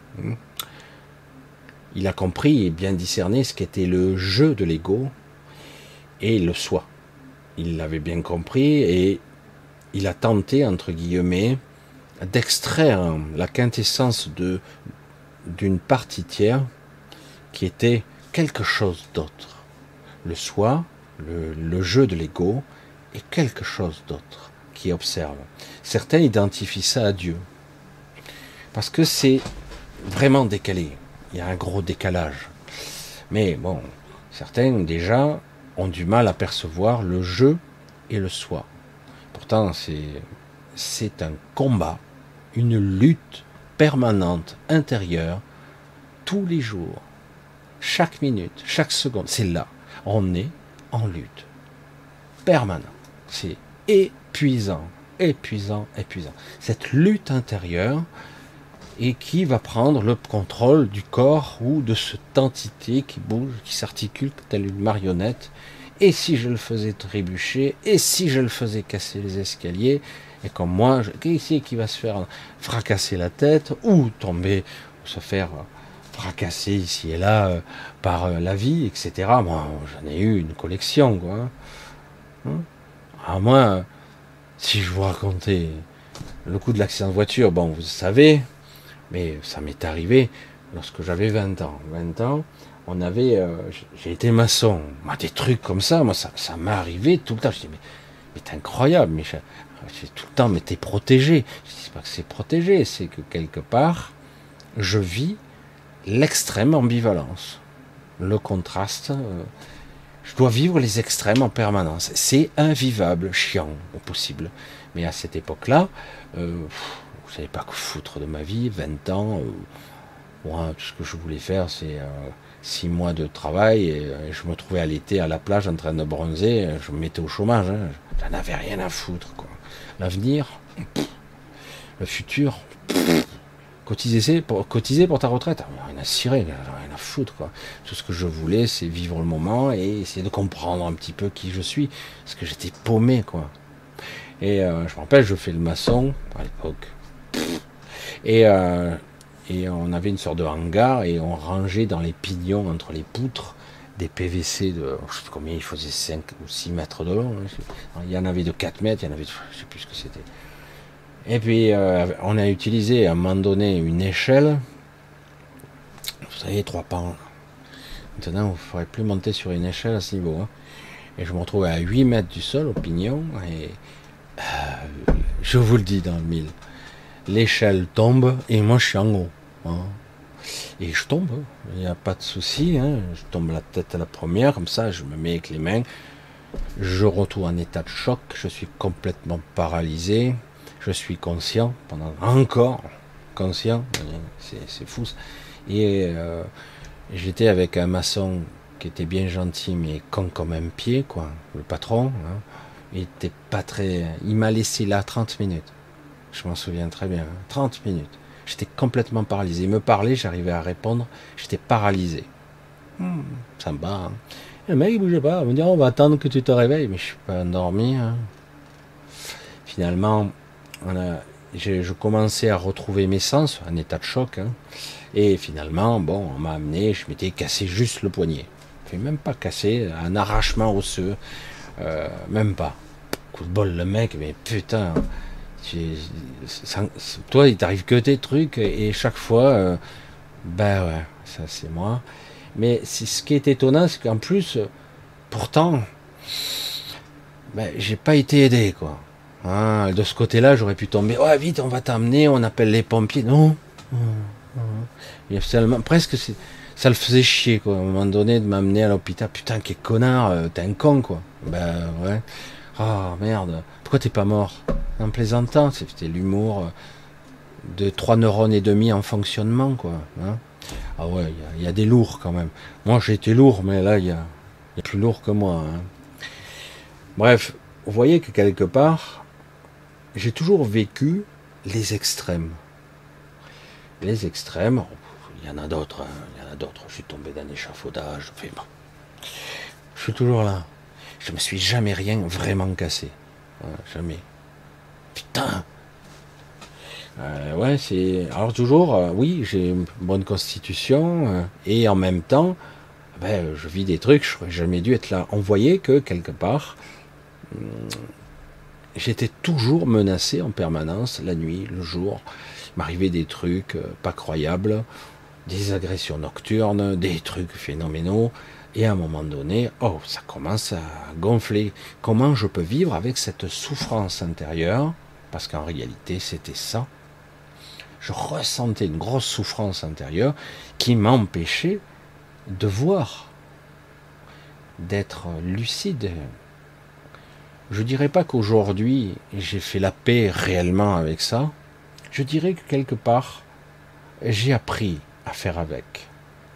Il a compris et bien discerné ce qu'était le jeu de l'ego et le soi. Il l'avait bien compris et il a tenté, entre guillemets, d'extraire la quintessence d'une partie tiers qui était quelque chose d'autre. Le soi, le jeu de l'ego, est quelque chose d'autre qui observe. Certains identifient ça à Dieu, parce que c'est vraiment décalé. Il y a un gros décalage. Mais bon, certains déjà ont du mal à percevoir le jeu et le soi. Pourtant, c'est un combat, une lutte permanente, intérieure, tous les jours, chaque minute, chaque seconde. C'est là, on est en lutte permanente. C'est épuisant, épuisant, épuisant. Cette lutte intérieure, et qui va prendre le contrôle du corps ou de cette entité qui bouge, qui s'articule telle une marionnette. Et si je le faisais trébucher, et si je le faisais casser les escaliers, et comme moi, qui c'est qui va se faire fracasser la tête, ou tomber, ou se faire fracasser ici et là par la vie, etc. Moi, j'en ai eu une collection, quoi. À moi, si je vous racontais le coup de l'accident de voiture, bon, vous savez, mais ça m'est arrivé lorsque j'avais 20 ans. 20 ans, on avait, j'ai été maçon. Moi, des trucs comme ça, moi, ça m'est arrivé tout le temps. Je dis, mais t'es incroyable, mais tout le temps, mais t'es protégé. Je dis, c'est pas que c'est protégé, c'est que quelque part, je vis l'extrême ambivalence, le contraste. Je dois vivre les extrêmes en permanence. C'est invivable, chiant au possible. Mais à cette époque-là, je savais pas quoi foutre de ma vie, 20 ans. Moi, tout ce que je voulais faire, c'est 6 mois de travail et je me trouvais à l'été à la plage en train de bronzer. Je me mettais au chômage. Hein. J'en avais rien à foutre, quoi. L'avenir, Le futur, cotiser pour ta retraite, rien à cirer, rien à foutre, quoi. Tout ce que je voulais, c'est vivre le moment et essayer de comprendre un petit peu qui je suis, parce que j'étais paumé, quoi. Et je me rappelle, je fais le maçon à l'époque, et, et on avait une sorte de hangar et on rangeait dans les pignons entre les poutres des PVC de, je sais plus combien, il faisait 5 ou 6 mètres de long. Il y en avait de 4 mètres, il y en avait de, je sais plus ce que c'était. Et puis on a utilisé à un moment donné une échelle, vous savez, 3 pans. Maintenant, il ne faudrait plus monter sur une échelle à ce niveau. Hein. Et je me retrouvais à 8 mètres du sol, au pignon, et je vous le dis dans le mille, l'échelle tombe et moi je suis en haut. Hein. Et je tombe, il n'y a pas de souci, hein. Je tombe la tête à la première, comme ça, je me mets avec les mains, je retourne en état de choc, je suis complètement paralysé, je suis conscient, pendant encore conscient, c'est fou. Et j'étais avec un maçon qui était bien gentil, mais con comme un pied, quoi, le patron, hein. Il était pas très, il m'a laissé là 30 minutes, je m'en souviens très bien, hein. 30 minutes. J'étais complètement paralysé. Il me parlait, j'arrivais à répondre, j'étais paralysé. Ça me bat. Hein. Et le mec, il bougeait pas. Il me dit, on va attendre que tu te réveilles. Mais je suis pas endormi. Hein. Finalement, je commençais à retrouver mes sens, un état de choc. Hein. Et finalement, bon, on m'a amené, je m'étais cassé juste le poignet. Enfin, même pas cassé, un arrachement osseux. Même pas. Coup de bol, le mec, mais putain. Toi, il t'arrive que tes trucs et chaque fois, ben ouais, ça c'est moi. Mais ce qui est étonnant, c'est qu'en plus, pourtant, ben, j'ai pas été aidé, quoi. Hein, de ce côté-là, j'aurais pu tomber. Ouais, vite, on va t'amener, on appelle les pompiers. Non. Il seulement, presque, ça le faisait chier, quoi. À un moment donné, de m'amener à l'hôpital. Putain, quel connard, t'es un con, quoi. Ben ouais. Oh merde, pourquoi t'es pas mort? En plaisantant, c'était l'humour de 3 neurones et demi en fonctionnement, quoi. Hein, ah ouais, il y a des lourds quand même. Moi j'ai été lourd, mais là il y a plus lourd que moi. Hein. Bref, vous voyez que quelque part, j'ai toujours vécu les extrêmes. Les extrêmes, il y en a d'autres, hein, il y en a d'autres. Je suis tombé d'un échafaudage, enfin bon. Je suis toujours là. Je me suis jamais rien vraiment cassé. Jamais. Putain. Ouais, c'est. Alors toujours, oui, j'ai une bonne constitution et en même temps, ben, je vis des trucs. Je n'aurais jamais dû être là. On voyait que quelque part, j'étais toujours menacé en permanence, la nuit, le jour. Il m'arrivait des trucs pas croyables, des agressions nocturnes, des trucs phénoménaux. Et à un moment donné, oh, ça commence à gonfler. Comment je peux vivre avec cette souffrance intérieure? Parce qu'en réalité, c'était ça. Je ressentais une grosse souffrance intérieure qui m'empêchait de voir, d'être lucide. Je dirais pas qu'aujourd'hui, j'ai fait la paix réellement avec ça. Je dirais que quelque part, j'ai appris à faire avec.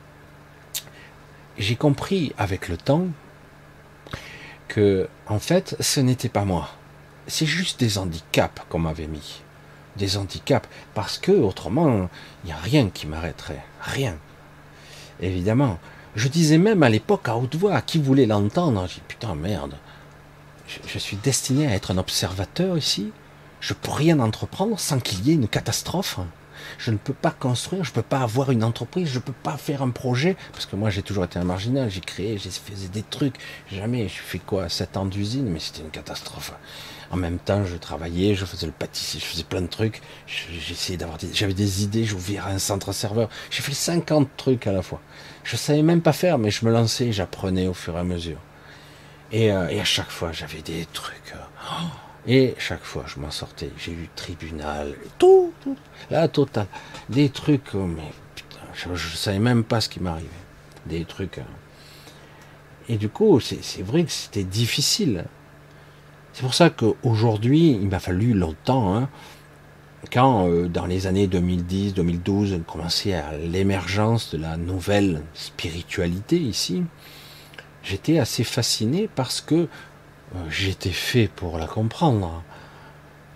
J'ai compris avec le temps que, en fait, ce n'était pas moi. C'est juste des handicaps qu'on m'avait mis. Des handicaps. Parce que, autrement, il n'y a rien qui m'arrêterait. Rien. Évidemment. Je disais même à l'époque à haute voix, à qui voulait l'entendre, je dis, putain, merde. Je suis destiné à être un observateur ici. Je ne peux rien entreprendre sans qu'il y ait une catastrophe. Je ne peux pas construire, je ne peux pas avoir une entreprise, je ne peux pas faire un projet, parce que moi j'ai toujours été un marginal, j'ai créé, j'ai fait des trucs, jamais, je fais quoi, 7 ans d'usine, mais c'était une catastrophe. En même temps, je travaillais, je faisais le pâtissier, je faisais plein de trucs, j'essayais d'avoir j'avais des idées, j'ouvrais un centre serveur, j'ai fait 50 trucs à la fois. Je savais même pas faire, mais je me lançais, j'apprenais au fur et à mesure. Et à chaque fois, j'avais des trucs. Et chaque fois, je m'en sortais. J'ai eu tribunal, tout, la totale. Des trucs, mais putain, je savais même pas ce qui m'arrivait. Des trucs. Et du coup, c'est vrai que c'était difficile. C'est pour ça qu'aujourd'hui, il m'a fallu longtemps, hein, quand dans les années 2010, 2012, on commençait à l'émergence de la nouvelle spiritualité ici, j'étais assez fasciné parce que j'étais fait pour la comprendre.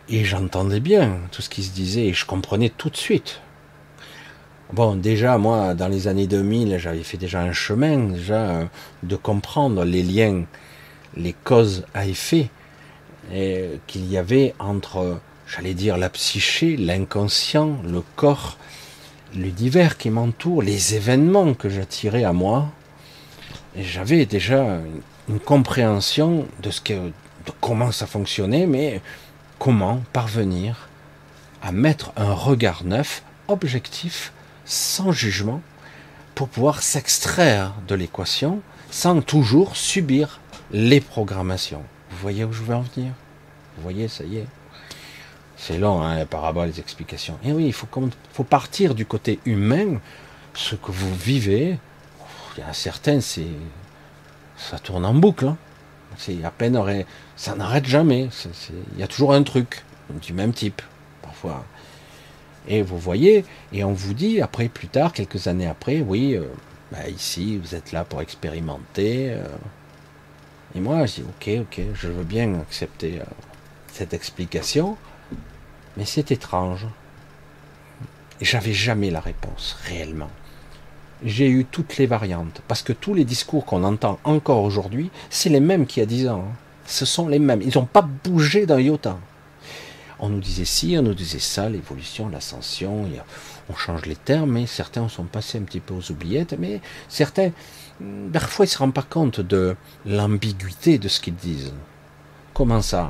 Et j'entendais bien tout ce qui se disait et je comprenais tout de suite. Bon, déjà, moi, dans les années 2000, j'avais fait déjà un chemin, déjà, de comprendre les liens, les causes à effet qu'il y avait entre, j'allais dire, la psyché, l'inconscient, le corps, l'univers qui m'entoure, les événements que j'attirais à moi. Et j'avais déjà une compréhension de comment ça fonctionnait, mais comment parvenir à mettre un regard neuf, objectif, sans jugement, pour pouvoir s'extraire de l'équation sans toujours subir les programmations. Vous voyez où je veux en venir? Vous voyez, ça y est. C'est long, hein, les paraboles, les explications. Et oui, faut partir du côté humain, ce que vous vivez. Il y a certains, ça tourne en boucle. Hein. C'est à peine, ça n'arrête jamais. Il y a toujours un truc du même type, parfois. Et vous voyez, et on vous dit après, plus tard, quelques années après, oui, ici, vous êtes là pour expérimenter. Et moi, je dis, ok, je veux bien accepter cette explication, mais c'est étrange. Et j'avais jamais la réponse, réellement. J'ai eu toutes les variantes, parce que tous les discours qu'on entend encore aujourd'hui, c'est les mêmes qu'il y a 10 ans. Hein. Ce sont les mêmes. Ils n'ont pas bougé d'un iota. On nous disait ci, on nous disait ça, l'évolution, l'ascension, on change les termes, mais certains sont passés un petit peu aux oubliettes, mais certains, parfois, ils ne se rendent pas compte de l'ambiguïté de ce qu'ils disent. Comment ça?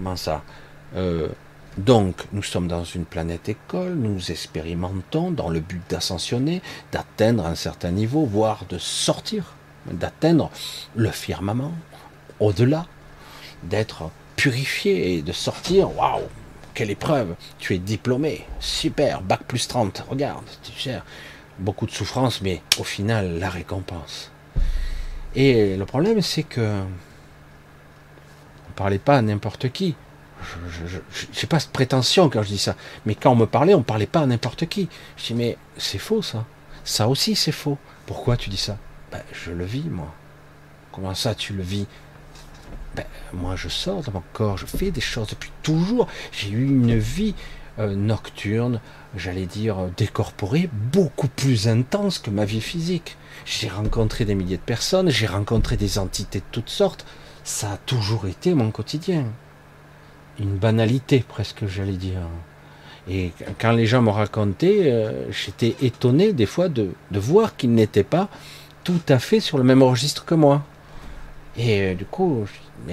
Donc, nous sommes dans une planète école, nous expérimentons dans le but d'ascensionner, d'atteindre un certain niveau, voire de sortir, d'atteindre le firmament, au-delà, d'être purifié et de sortir, waouh, quelle épreuve, tu es diplômé, super, bac plus 30, regarde, tu sais, beaucoup de souffrance, mais au final, la récompense. Et le problème, c'est que on ne parlait pas à n'importe qui. Je n'ai pas de prétention quand je dis ça, mais quand on me parlait, on ne parlait pas à n'importe qui. Je dis, mais c'est faux ça. Ça aussi, c'est faux. Pourquoi tu dis ça? Je le vis, moi. Comment ça, tu le vis? Moi, je sors de mon corps, je fais des choses depuis toujours. J'ai eu une vie nocturne, j'allais dire décorporée, beaucoup plus intense que ma vie physique. J'ai rencontré des milliers de personnes, j'ai rencontré des entités de toutes sortes. Ça a toujours été mon quotidien. Une banalité presque, j'allais dire. Et quand les gens me racontaient, j'étais étonné des fois de voir qu'ils n'étaient pas tout à fait sur le même registre que moi. Et du coup,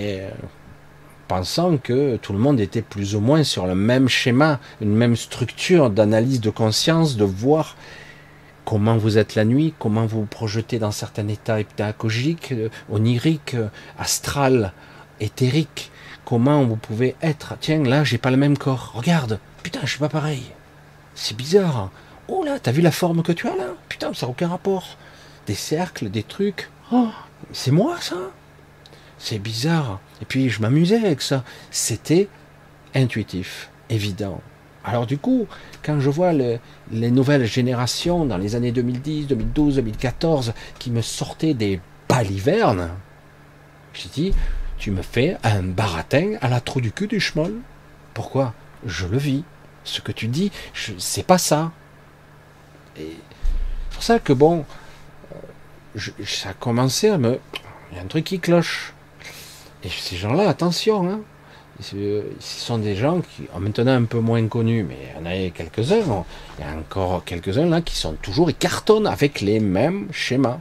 pensant que tout le monde était plus ou moins sur le même schéma, une même structure d'analyse de conscience, de voir comment vous êtes la nuit, comment vous vous projetez dans certains états hypnagogiques, oniriques, astral, éthériques, comment vous pouvez être. Tiens, là, j'ai pas le même corps. Regarde, putain, je suis pas pareil. C'est bizarre. Oh là, t'as vu la forme que tu as là? Putain, ça n'a aucun rapport. Des cercles, des trucs. Oh, c'est moi ça? C'est bizarre. Et puis je m'amusais avec ça. C'était intuitif, évident. Alors du coup, quand je vois les nouvelles générations dans les années 2010, 2012, 2014 qui me sortaient des balivernes, j'ai dit, tu me fais un baratin à la trou du cul du schmoll. Pourquoi? Je le vis. Ce que tu dis, c'est pas ça. Et c'est pour ça que bon, ça a commencé à me... Il y a un truc qui cloche. Et ces gens-là, attention, hein, ce sont des gens qui sont maintenant un peu moins connus, mais il y en a quelques-uns, il y a encore quelques-uns là qui sont toujours, ils cartonnent avec les mêmes schémas.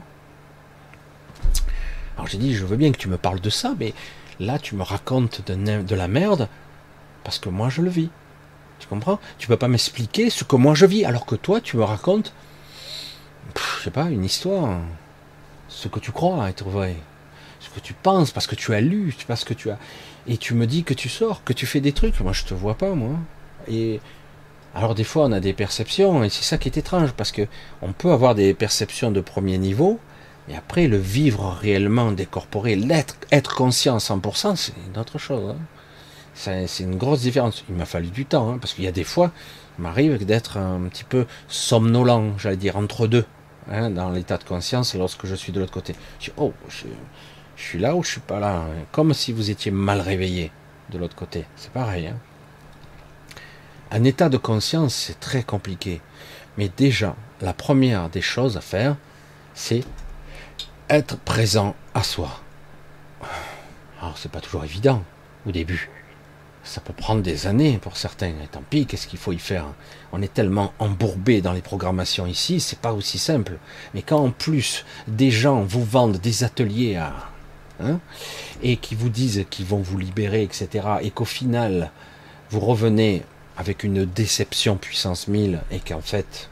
Alors j'ai dit, je veux bien que tu me parles de ça, mais là tu me racontes de la merde, parce que moi je le vis. Tu comprends? Tu peux pas m'expliquer ce que moi je vis, alors que toi tu me racontes, je sais pas, une histoire, ce que tu crois être vrai. Ce que tu penses, parce que tu as lu, parce que tu as... Et tu me dis que tu sors, que tu fais des trucs. Moi, je te vois pas, moi. Et alors, des fois, on a des perceptions, et c'est ça qui est étrange, parce que on peut avoir des perceptions de premier niveau, mais après, le vivre réellement, décorporer, être conscient à 100%, c'est une autre chose. Hein. C'est une grosse différence. Il m'a fallu du temps, hein, parce qu'il y a des fois, il m'arrive d'être un petit peu somnolent, j'allais dire, entre deux, hein, dans l'état de conscience, et lorsque je suis de l'autre côté. Je dis, oh, je suis là ou je suis pas là, hein. Comme si vous étiez mal réveillé de l'autre côté. C'est pareil. Hein. Un état de conscience, c'est très compliqué. Mais déjà, la première des choses à faire, c'est être présent à soi. Alors, c'est pas toujours évident au début. Ça peut prendre des années pour certains. Et tant pis, qu'est-ce qu'il faut y faire? On est tellement embourbé dans les programmations ici, c'est pas aussi simple. Mais quand en plus des gens vous vendent des ateliers hein, et qui vous disent qu'ils vont vous libérer, etc., et qu'au final vous revenez avec une déception puissance 1000 et qu'en fait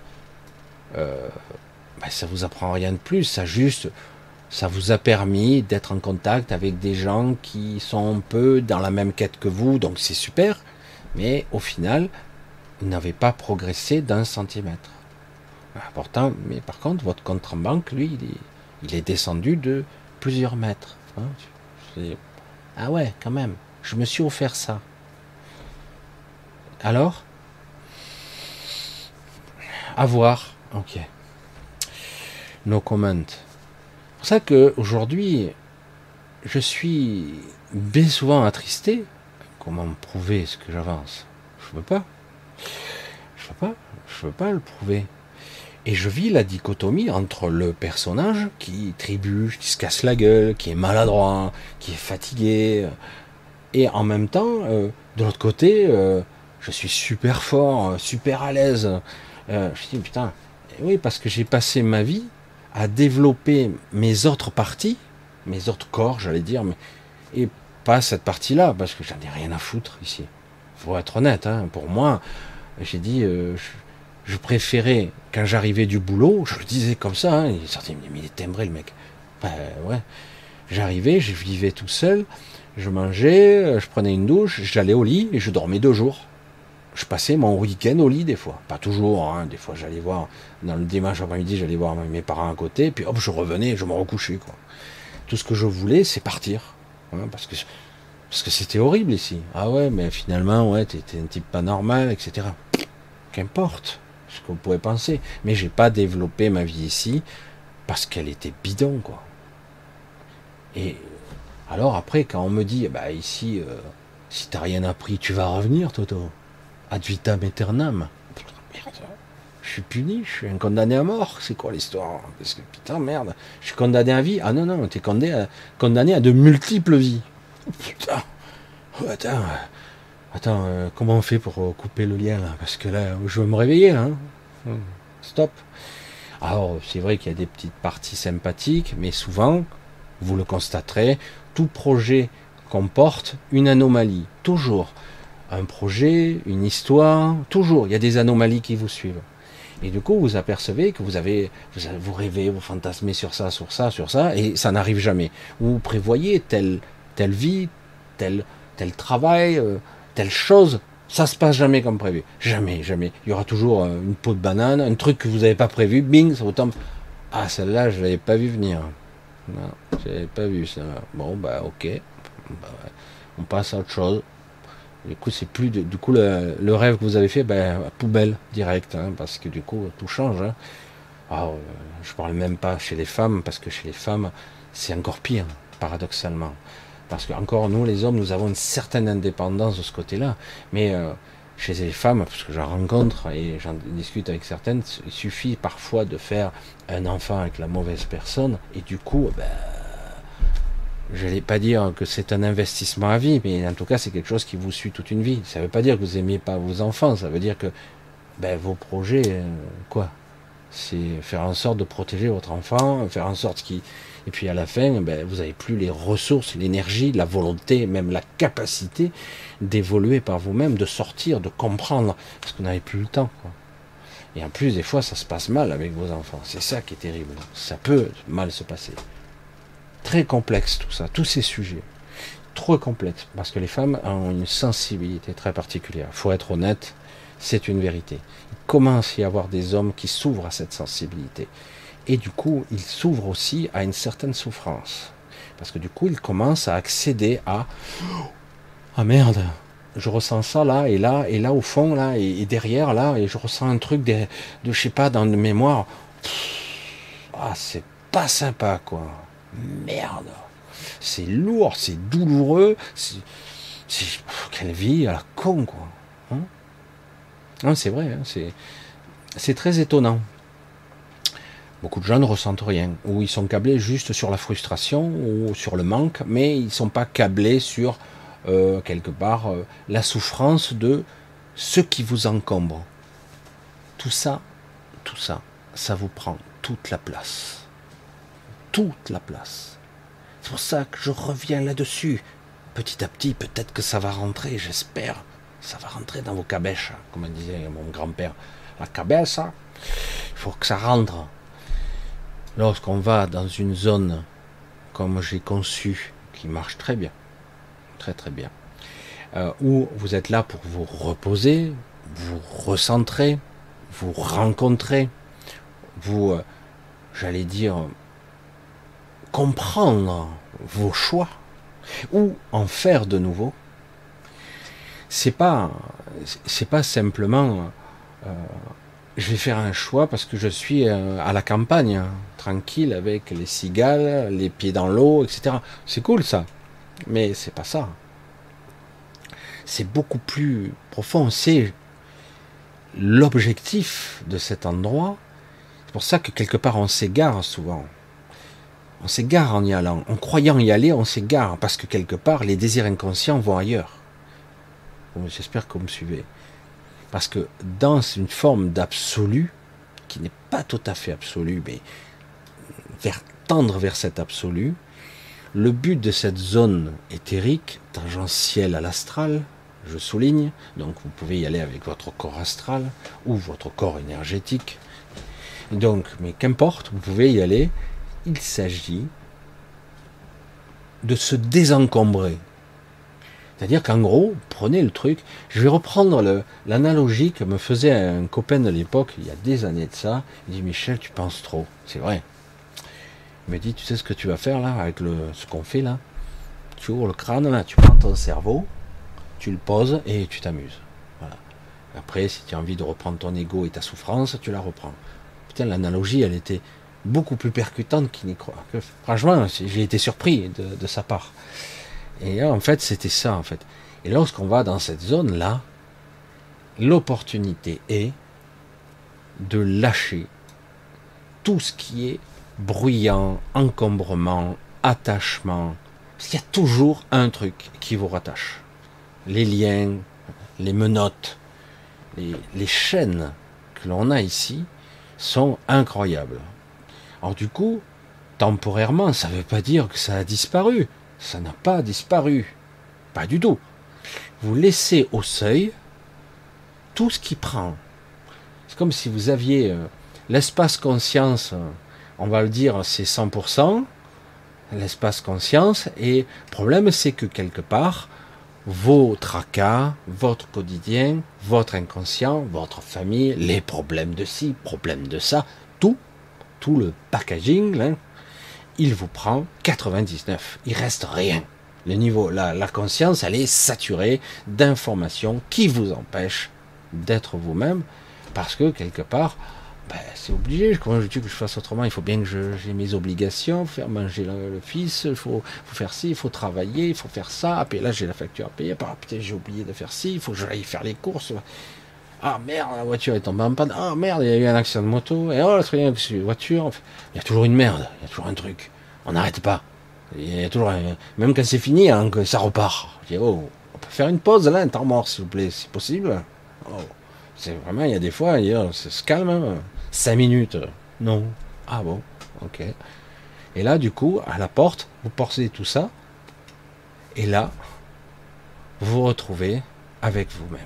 ça vous apprend rien de plus, ça vous a permis d'être en contact avec des gens qui sont un peu dans la même quête que vous, donc c'est super, mais au final, vous n'avez pas progressé d'un centimètre. Important, mais par contre, votre compte en banque, lui, il est descendu de plusieurs mètres. Ah ouais, quand même, je me suis offert ça. Alors, à voir. Ok. No comment. C'est pour ça qu'aujourd'hui, je suis bien souvent attristé. Comment me prouver ce que j'avance? Je veux pas. Je veux pas le prouver. Et je vis la dichotomie entre le personnage qui trébuche, qui se casse la gueule, qui est maladroit, qui est fatigué, et en même temps, de l'autre côté, je suis super fort, super à l'aise. Je dis putain, oui, parce que j'ai passé ma vie à développer mes autres parties, mes autres corps, j'allais dire, et pas cette partie-là, parce que j'en ai rien à foutre ici. Faut être honnête, hein. Pour moi, j'ai dit, je préférais, quand j'arrivais du boulot, je le disais comme ça, hein, il est sorti, mais il est timbré le mec. Ouais. J'arrivais, je vivais tout seul, je mangeais, je prenais une douche, j'allais au lit et je dormais 2 jours. Je passais mon week-end au lit des fois, pas toujours, hein. Des fois j'allais voir, dans le dimanche après-midi, j'allais voir mes parents à côté, puis hop, je revenais et je me recouchais, quoi. Tout ce que je voulais, c'est partir, hein, parce que c'était horrible ici. Ah ouais, mais finalement, ouais, t'étais un type pas normal, etc. Qu'importe ce que vous pouvez penser, mais j'ai pas développé ma vie ici parce qu'elle était bidon, quoi. Et alors après, quand on me dit, bah ici, si t'as rien appris, tu vas revenir, Toto. Ad vitam aeternam. Putain, merde. Je suis puni, je suis un condamné à mort. C'est quoi l'histoire? Parce que putain, merde. Je suis condamné à vie. Ah non, non, t'es condamné à de multiples vies. Putain. Oh, attends, comment on fait pour couper le lien là? Parce que là, je veux me réveiller là. Hein. Stop. Alors, c'est vrai qu'il y a des petites parties sympathiques, mais souvent, vous le constaterez, tout projet comporte une anomalie. Toujours. Un projet, une histoire, toujours, il y a des anomalies qui vous suivent. Et du coup, vous apercevez que vous rêvez, vous fantasmez sur ça, et ça n'arrive jamais. Vous prévoyez telle vie, tel travail, telle chose, ça se passe jamais comme prévu. Jamais. Il y aura toujours une peau de banane, un truc que vous n'avez pas prévu, bing, ça vous tombe. Ah, celle-là, je l'avais pas vu venir. Non, je l'avais pas vu ça. Bon, bah ok. Bah, ouais. On passe à autre chose. Du coup, c'est plus du coup le rêve que vous avez fait, poubelle direct, hein, parce que du coup tout change. Hein. Alors, je parle même pas chez les femmes, parce que chez les femmes c'est encore pire, paradoxalement, parce que encore nous les hommes, nous avons une certaine indépendance de ce côté-là, mais chez les femmes, parce que j'en rencontre et j'en discute avec certaines, il suffit parfois de faire un enfant avec la mauvaise personne, et du coup, je n'allais pas dire que c'est un investissement à vie, mais en tout cas c'est quelque chose qui vous suit toute une vie. Ça ne veut pas dire que vous n'aimiez pas vos enfants, ça veut dire que vos projets, c'est faire en sorte de protéger votre enfant, faire en sorte qu'il... Et puis à la fin, vous n'avez plus les ressources, l'énergie, la volonté, même la capacité d'évoluer par vous-même, de sortir, de comprendre, parce que vous n'avez plus le temps, quoi. Et en plus, des fois, ça se passe mal avec vos enfants. C'est ça qui est terrible. Ça peut mal se passer. Très complexe tout ça, tous ces sujets. Trop complexe, parce que les femmes ont une sensibilité très particulière. Il faut être honnête, c'est une vérité. Il commence à y avoir des hommes qui s'ouvrent à cette sensibilité. Et du coup, ils s'ouvrent aussi à une certaine souffrance. Parce que du coup, ils commencent à accéder à... Ah merde, je ressens ça là, et là au fond, là, et derrière, là, et je ressens un truc de je sais pas, dans de mémoire. Ah, c'est pas sympa, quoi. Merde, c'est lourd, c'est douloureux, quelle vie à la con, quoi. Hein, Non, c'est vrai, hein, c'est très étonnant. Beaucoup de gens ne ressentent rien, ou ils sont câblés juste sur la frustration ou sur le manque, mais ils ne sont pas câblés sur, quelque part, la souffrance de ce qui vous encombre. Tout ça, tout ça, ça vous prend toute la place. Toute la place. C'est pour ça que je reviens là-dessus. Petit à petit, peut-être que ça va rentrer, j'espère. Ça va rentrer dans vos cabèches, comme disait mon grand-père. La cabèche, il faut que ça rentre. Lorsqu'on va dans une zone comme j'ai conçu, qui marche très bien, très très bien, où vous êtes là pour vous reposer, vous recentrer, vous rencontrer, vous, j'allais dire, comprendre vos choix, ou en faire de nouveau, c'est pas simplement je vais faire un choix parce que je suis à la campagne, hein, tranquille, avec les cigales, les pieds dans l'eau, etc. C'est cool ça, mais c'est pas ça. C'est beaucoup plus profond. C'est l'objectif de cet endroit. C'est pour ça que quelque part on s'égare souvent. On s'égare en y allant. En croyant y aller, on s'égare parce que quelque part les désirs inconscients vont ailleurs. Bon, j'espère que vous me suivez. Parce que dans une forme d'absolu, qui n'est pas tout à fait absolu, mais tendre vers cet absolu, le but de cette zone éthérique, tangentielle à l'astral, je souligne, donc vous pouvez y aller avec votre corps astral ou votre corps énergétique. Donc, mais qu'importe, vous pouvez y aller. Il s'agit de se désencombrer. C'est-à-dire qu'en gros, prenez le truc, je vais reprendre l'analogie que me faisait un copain de l'époque, il y a des années de ça. Il dit: Michel, tu penses trop. C'est vrai. Il me dit: tu sais ce que tu vas faire là, avec ce qu'on fait là? Tu ouvres le crâne là, tu prends ton cerveau, tu le poses et tu t'amuses. Voilà. Après, si tu as envie de reprendre ton ego et ta souffrance, tu la reprends. Putain, l'analogie, elle était beaucoup plus percutante qu'il n'y croit. Franchement, j'ai été surpris de sa part. Et en fait, c'était ça, en fait. Et lorsqu'on va dans cette zone-là, l'opportunité est de lâcher tout ce qui est bruyant, encombrement, attachement. Parce qu'il y a toujours un truc qui vous rattache. Les liens, les menottes, les chaînes que l'on a ici sont incroyables. Alors du coup, temporairement, ça ne veut pas dire que ça a disparu. Ça n'a pas disparu. Pas du tout. Vous laissez au seuil tout ce qui prend. C'est comme si vous aviez l'espace conscience, on va le dire, c'est 100%, l'espace conscience, et le problème c'est que quelque part, vos tracas, votre quotidien, votre inconscient, votre famille, les problèmes de ci, problèmes de ça, tout le packaging, là, il vous prend 99. Il reste rien. Le niveau, la conscience, elle est saturée d'informations qui vous empêchent d'être vous-même, parce que quelque part, ben, c'est obligé. Comment je dis que je fasse autrement? Il faut bien que j'ai mes obligations, faire manger le fils, il faut faire ci, il faut travailler, il faut faire ça. Et là, j'ai la facture à payer. Ah, putain, j'ai oublié de faire ci, il faut que j'aille faire les courses. Ah merde, la voiture est tombée en panne. Ah merde, il y a eu un accident de moto. Et oh, la voiture. Il y a toujours une merde, il y a toujours un truc. On n'arrête pas. Il y a toujours même quand c'est fini, hein, que ça repart. Je dis: oh, on peut faire une pause là, un temps mort, s'il vous plaît, si possible. Oh, c'est vraiment, il y a des fois, ça se calme. Hein. 5 minutes. Non. Ah bon, ok. Et là, du coup, à la porte, vous portez tout ça. Et là, vous vous retrouvez avec vous-même.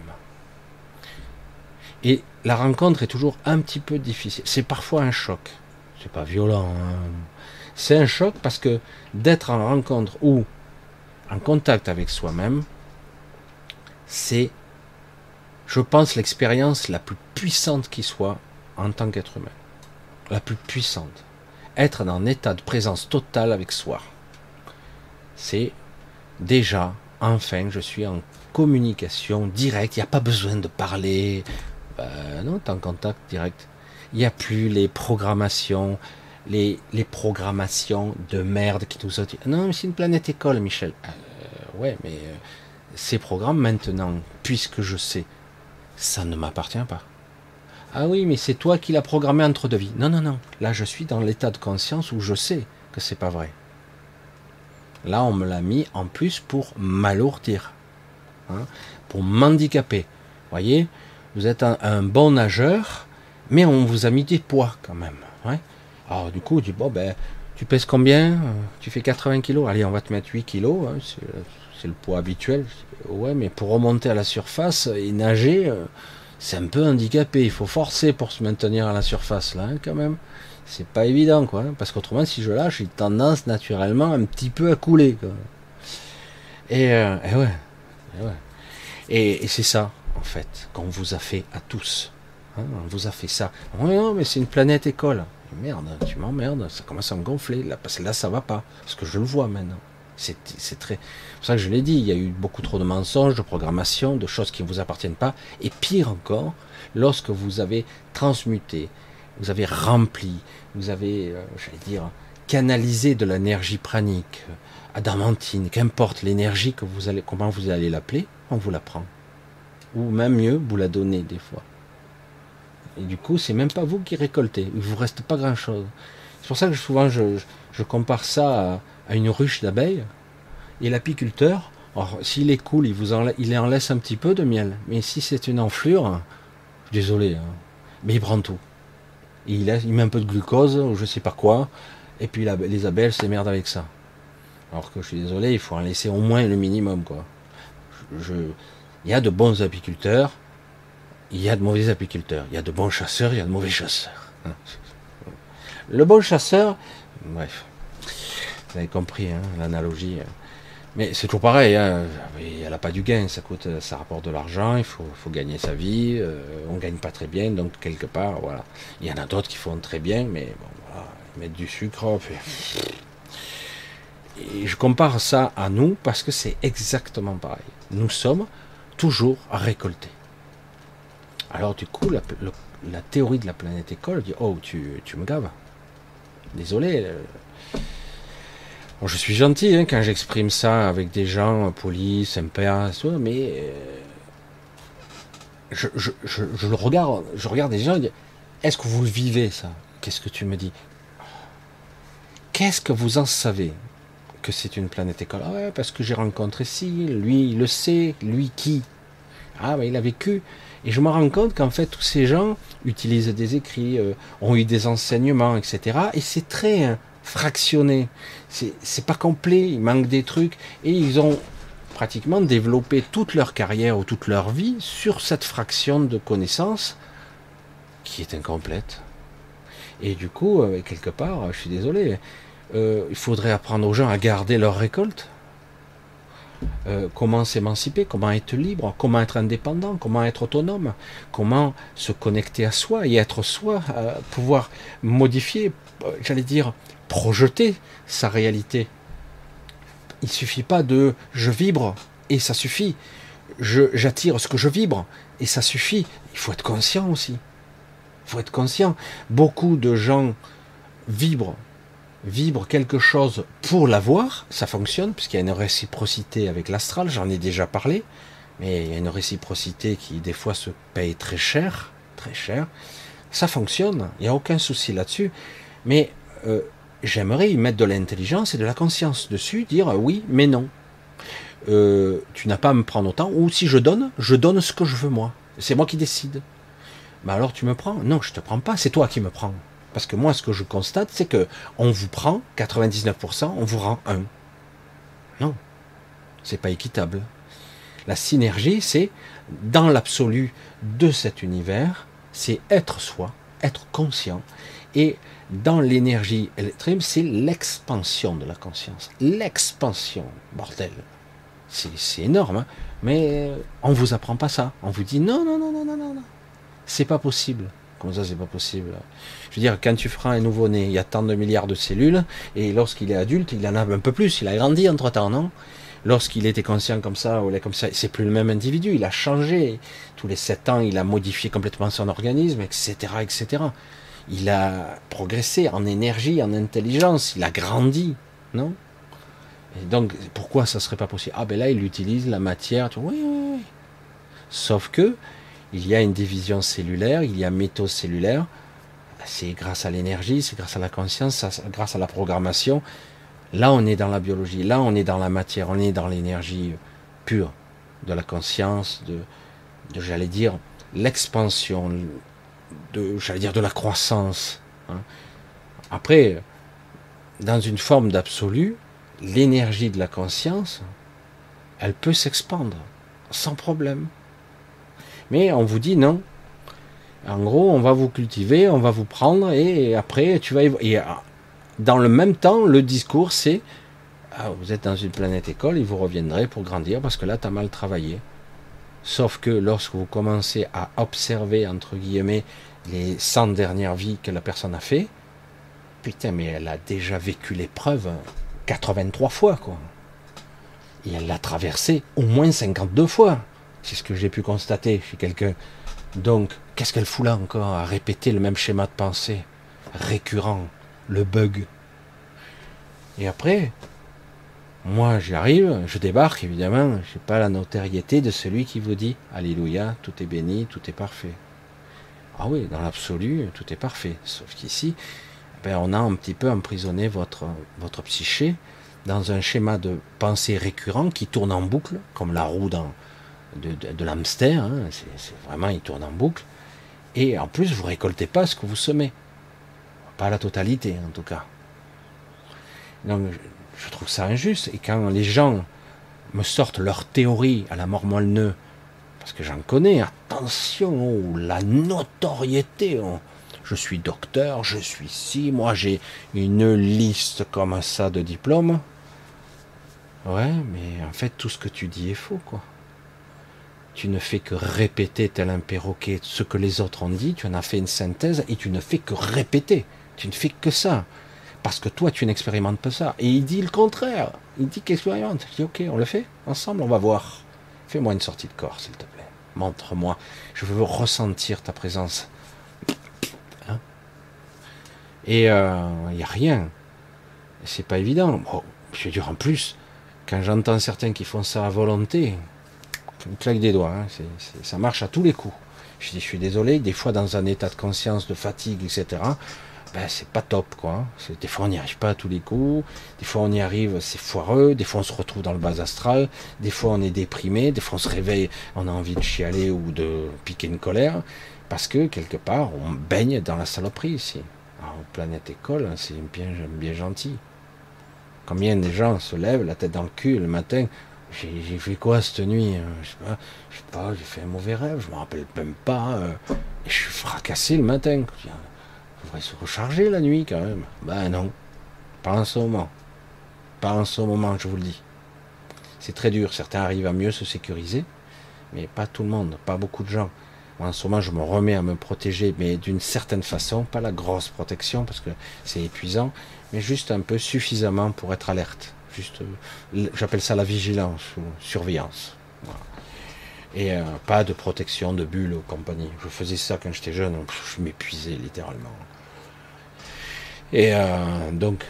Et la rencontre est toujours un petit peu difficile. C'est parfois un choc. C'est pas violent. Hein. C'est un choc parce que d'être en rencontre ou en contact avec soi-même, c'est, je pense, l'expérience la plus puissante qui soit en tant qu'être humain. La plus puissante. Être dans un état de présence totale avec soi. C'est déjà, enfin, je suis en communication directe. Il n'y a pas besoin de parler. Non, tu es en contact direct. Il n'y a plus les programmations, les programmations de merde qui nous sortent. Non, mais c'est une planète école, Michel. Ouais, mais ces programmes maintenant, puisque je sais, Ça ne m'appartient pas. Ah oui, mais c'est toi qui l'as programmé entre deux vies. Non, non, non. Là, je suis dans l'état de conscience où je sais que c'est pas vrai. Là, on me l'a mis en plus pour m'alourdir, hein, pour m'handicaper. Vous voyez, vous êtes un bon nageur, mais on vous a mis des poids quand même. Ouais. Alors du coup, on dit, bon, ben, tu pèses combien? Tu fais 80 kilos. Allez, on va te mettre 8 kilos. Hein, c'est le poids habituel. Ouais, mais pour remonter à la surface et nager, c'est un peu handicapé. Il faut forcer pour se maintenir à la surface, là, hein, quand même. C'est pas évident, quoi. Hein, parce qu'autrement, si je lâche, j'ai tendance naturellement un petit peu à couler, quoi. Et ouais, et ouais. Et c'est ça, en fait, qu'on vous a fait à tous. Hein, on vous a fait ça. Oui, non, mais c'est une planète école. Merde, tu m'emmerdes, ça commence à me gonfler. Là, parce que là, ça va pas. Parce que je le vois maintenant. C'est très. C'est pour ça que je l'ai dit, il y a eu beaucoup trop de mensonges, de programmation, de choses qui ne vous appartiennent pas. Et pire encore, lorsque vous avez transmuté, vous avez rempli, vous avez, j'allais dire, canalisé de l'énergie pranique, adamantine, qu'importe l'énergie que vous allez, comment vous allez l'appeler, on vous la prend. Ou même mieux, vous la donnez des fois. Et du coup, c'est même pas vous qui récoltez. Il vous reste pas grand chose. C'est pour ça que souvent je compare ça à une ruche d'abeilles. Et l'apiculteur, alors s'il est cool, il en laisse un petit peu de miel. Mais si c'est une enflure, désolé, hein, mais il prend tout. Il met un peu de glucose, ou je sais pas quoi. Et puis les abeilles s'émerdent avec ça. Alors que je suis désolé, il faut en laisser au moins le minimum, quoi. Il y a de bons apiculteurs, il y a de mauvais apiculteurs, il y a de bons chasseurs, il y a de mauvais chasseurs. Le bon chasseur, bref, vous avez compris, hein, l'analogie. Mais c'est toujours pareil, hein, elle n'a pas du gain, ça rapporte de l'argent, il faut gagner sa vie, on gagne pas très bien, donc quelque part, voilà. Il y en a d'autres qui font très bien, mais bon, voilà, ils mettent du sucre. Et je compare ça à nous parce que c'est exactement pareil. Nous sommes toujours à récolter. Alors du coup, la théorie de la planète école dit, oh, tu me gaves. Désolé. Bon, je suis gentil, hein, quand j'exprime ça avec des gens polis, sympas, mais je le regarde, je regarde des gens et dis, est-ce que vous le vivez ça? Qu'est-ce que tu me dis? Qu'est-ce que vous en savez que c'est une planète école? Ah ouais, parce que j'ai rencontré lui il le sait, lui qui? Ah ben il a vécu. Et je me rends compte qu'en fait tous ces gens utilisent des écrits, ont eu des enseignements, etc. Et c'est très fractionné. C'est pas complet, il manque des trucs. Et ils ont pratiquement développé toute leur carrière ou toute leur vie sur cette fraction de connaissances qui est incomplète. Et du coup, quelque part, je suis désolé, il faudrait apprendre aux gens à garder leur récolte. Comment s'émanciper, comment être libre, comment être indépendant, comment être autonome, comment se connecter à soi et être soi, pouvoir modifier, j'allais dire, projeter sa réalité. Il suffit pas de je vibre et ça suffit. J'attire ce que je vibre et ça suffit. Il faut être conscient aussi. Il faut être conscient. Beaucoup de gens vibrent quelque chose pour l'avoir, ça fonctionne, puisqu'il y a une réciprocité avec l'astral, j'en ai déjà parlé, mais il y a une réciprocité qui des fois se paye très cher, ça fonctionne, il n'y a aucun souci là-dessus, mais j'aimerais y mettre de l'intelligence et de la conscience dessus, dire oui, mais non. Tu n'as pas à me prendre autant, ou si je donne ce que je veux moi, c'est moi qui décide. Mais alors tu me prends? Non, je te prends pas, c'est toi qui me prends. Parce que moi, ce que je constate, c'est que on vous prend 99%, on vous rend 1. Non, c'est pas équitable. La synergie, c'est dans l'absolu de cet univers, c'est être soi, être conscient. Et dans l'énergie électrique, c'est l'expansion de la conscience. L'expansion, bordel. C'est énorme, hein, mais on vous apprend pas ça. On vous dit non, non, non, non, non, non, non. C'est pas possible. Comme ça, c'est pas possible. Je veux dire, quand tu feras un nouveau-né, il y a tant de milliards de cellules, et lorsqu'il est adulte, il en a un peu plus, il a grandi entre-temps, non? Lorsqu'il était conscient comme ça, ou comme ça, c'est plus le même individu, il a changé. Tous les 7 ans, il a modifié complètement son organisme, etc., etc. Il a progressé en énergie, en intelligence, il a grandi, non? Et donc, pourquoi ça serait pas possible? Ah ben là, il utilise la matière, oui, oui, oui. Sauf que, il y a une division cellulaire, il y a métocellulaire. C'est grâce à l'énergie, c'est grâce à la conscience, grâce à la programmation. Là, on est dans la biologie, là, on est dans la matière, on est dans l'énergie pure de la conscience, j'allais dire, l'expansion, j'allais dire, de la croissance. Hein. Après, dans une forme d'absolu, l'énergie de la conscience, elle peut s'expandre sans problème. Mais on vous dit non. En gros, on va vous cultiver, on va vous prendre, et après, tu vas... Et dans le même temps, le discours, c'est vous êtes dans une planète école, et vous reviendrez pour grandir, parce que là, tu as mal travaillé. Sauf que lorsque vous commencez à observer, entre guillemets, les 100 dernières vies que la personne a fait, putain, mais elle a déjà vécu l'épreuve 83 fois, quoi. Et elle l'a traversée au moins 52 fois. C'est ce que j'ai pu constater chez quelqu'un. Donc, qu'est-ce qu'elle fout là encore à répéter le même schéma de pensée récurrent, le bug. Et après, moi j'arrive, je débarque évidemment, je n'ai pas la notoriété de celui qui vous dit Alléluia, tout est béni, tout est parfait. Ah oui, dans l'absolu, tout est parfait. Sauf qu'ici, on a un petit peu emprisonné votre psyché dans un schéma de pensée récurrent qui tourne en boucle, comme la roue de l'hamster, hein. C'est vraiment, il tourne en boucle. Et en plus, vous récoltez pas ce que vous semez. Pas la totalité, en tout cas. Donc, je trouve ça injuste. Et quand les gens me sortent leur théorie à la mort moelle-neu, parce que j'en connais, attention, oh, la notoriété, oh. Je suis docteur, je suis ci, moi j'ai une liste comme ça de diplômes. Ouais, mais en fait, tout ce que tu dis est faux, quoi. Tu ne fais que répéter tel un perroquet ce que les autres ont dit, tu en as fait une synthèse et tu ne fais que répéter. Tu ne fais que ça. Parce que toi, tu n'expérimentes pas ça. Et il dit le contraire. Il dit qu'il expérimente. Je dis, ok, on le fait ensemble, on va voir. Fais-moi une sortie de corps, s'il te plaît. Montre-moi. Je veux ressentir ta présence. Hein, et il n'y a rien. C'est pas évident. Bon, je veux dire, en plus, quand j'entends certains qui font ça à volonté, une claque des doigts, hein, ça marche à tous les coups. Je dis, je suis désolé, des fois dans un état de conscience, de fatigue, etc., c'est pas top, quoi. Des fois on n'y arrive pas à tous les coups, des fois on y arrive, c'est foireux, des fois on se retrouve dans le bas astral, des fois on est déprimé, des fois on se réveille, on a envie de chialer ou de piquer une colère, parce que quelque part on baigne dans la saloperie ici. Alors, planète école, c'est bien gentil. Combien de gens se lèvent la tête dans le cul le matin? J'ai fait quoi cette nuit? Je sais pas, j'ai fait un mauvais rêve, je me rappelle même pas. Et je suis fracassé le matin. Je devrais se recharger la nuit quand même. Ben non, pas en ce moment. Pas en ce moment, je vous le dis. C'est très dur, certains arrivent à mieux se sécuriser, mais pas tout le monde, pas beaucoup de gens. Moi, en ce moment, je me remets à me protéger, mais d'une certaine façon, pas la grosse protection, parce que c'est épuisant, mais juste un peu suffisamment pour être alerte. Juste, j'appelle ça la vigilance ou surveillance. Voilà. Et pas de protection de bulles ou compagnie. Je faisais ça quand j'étais jeune, je m'épuisais littéralement. Et donc,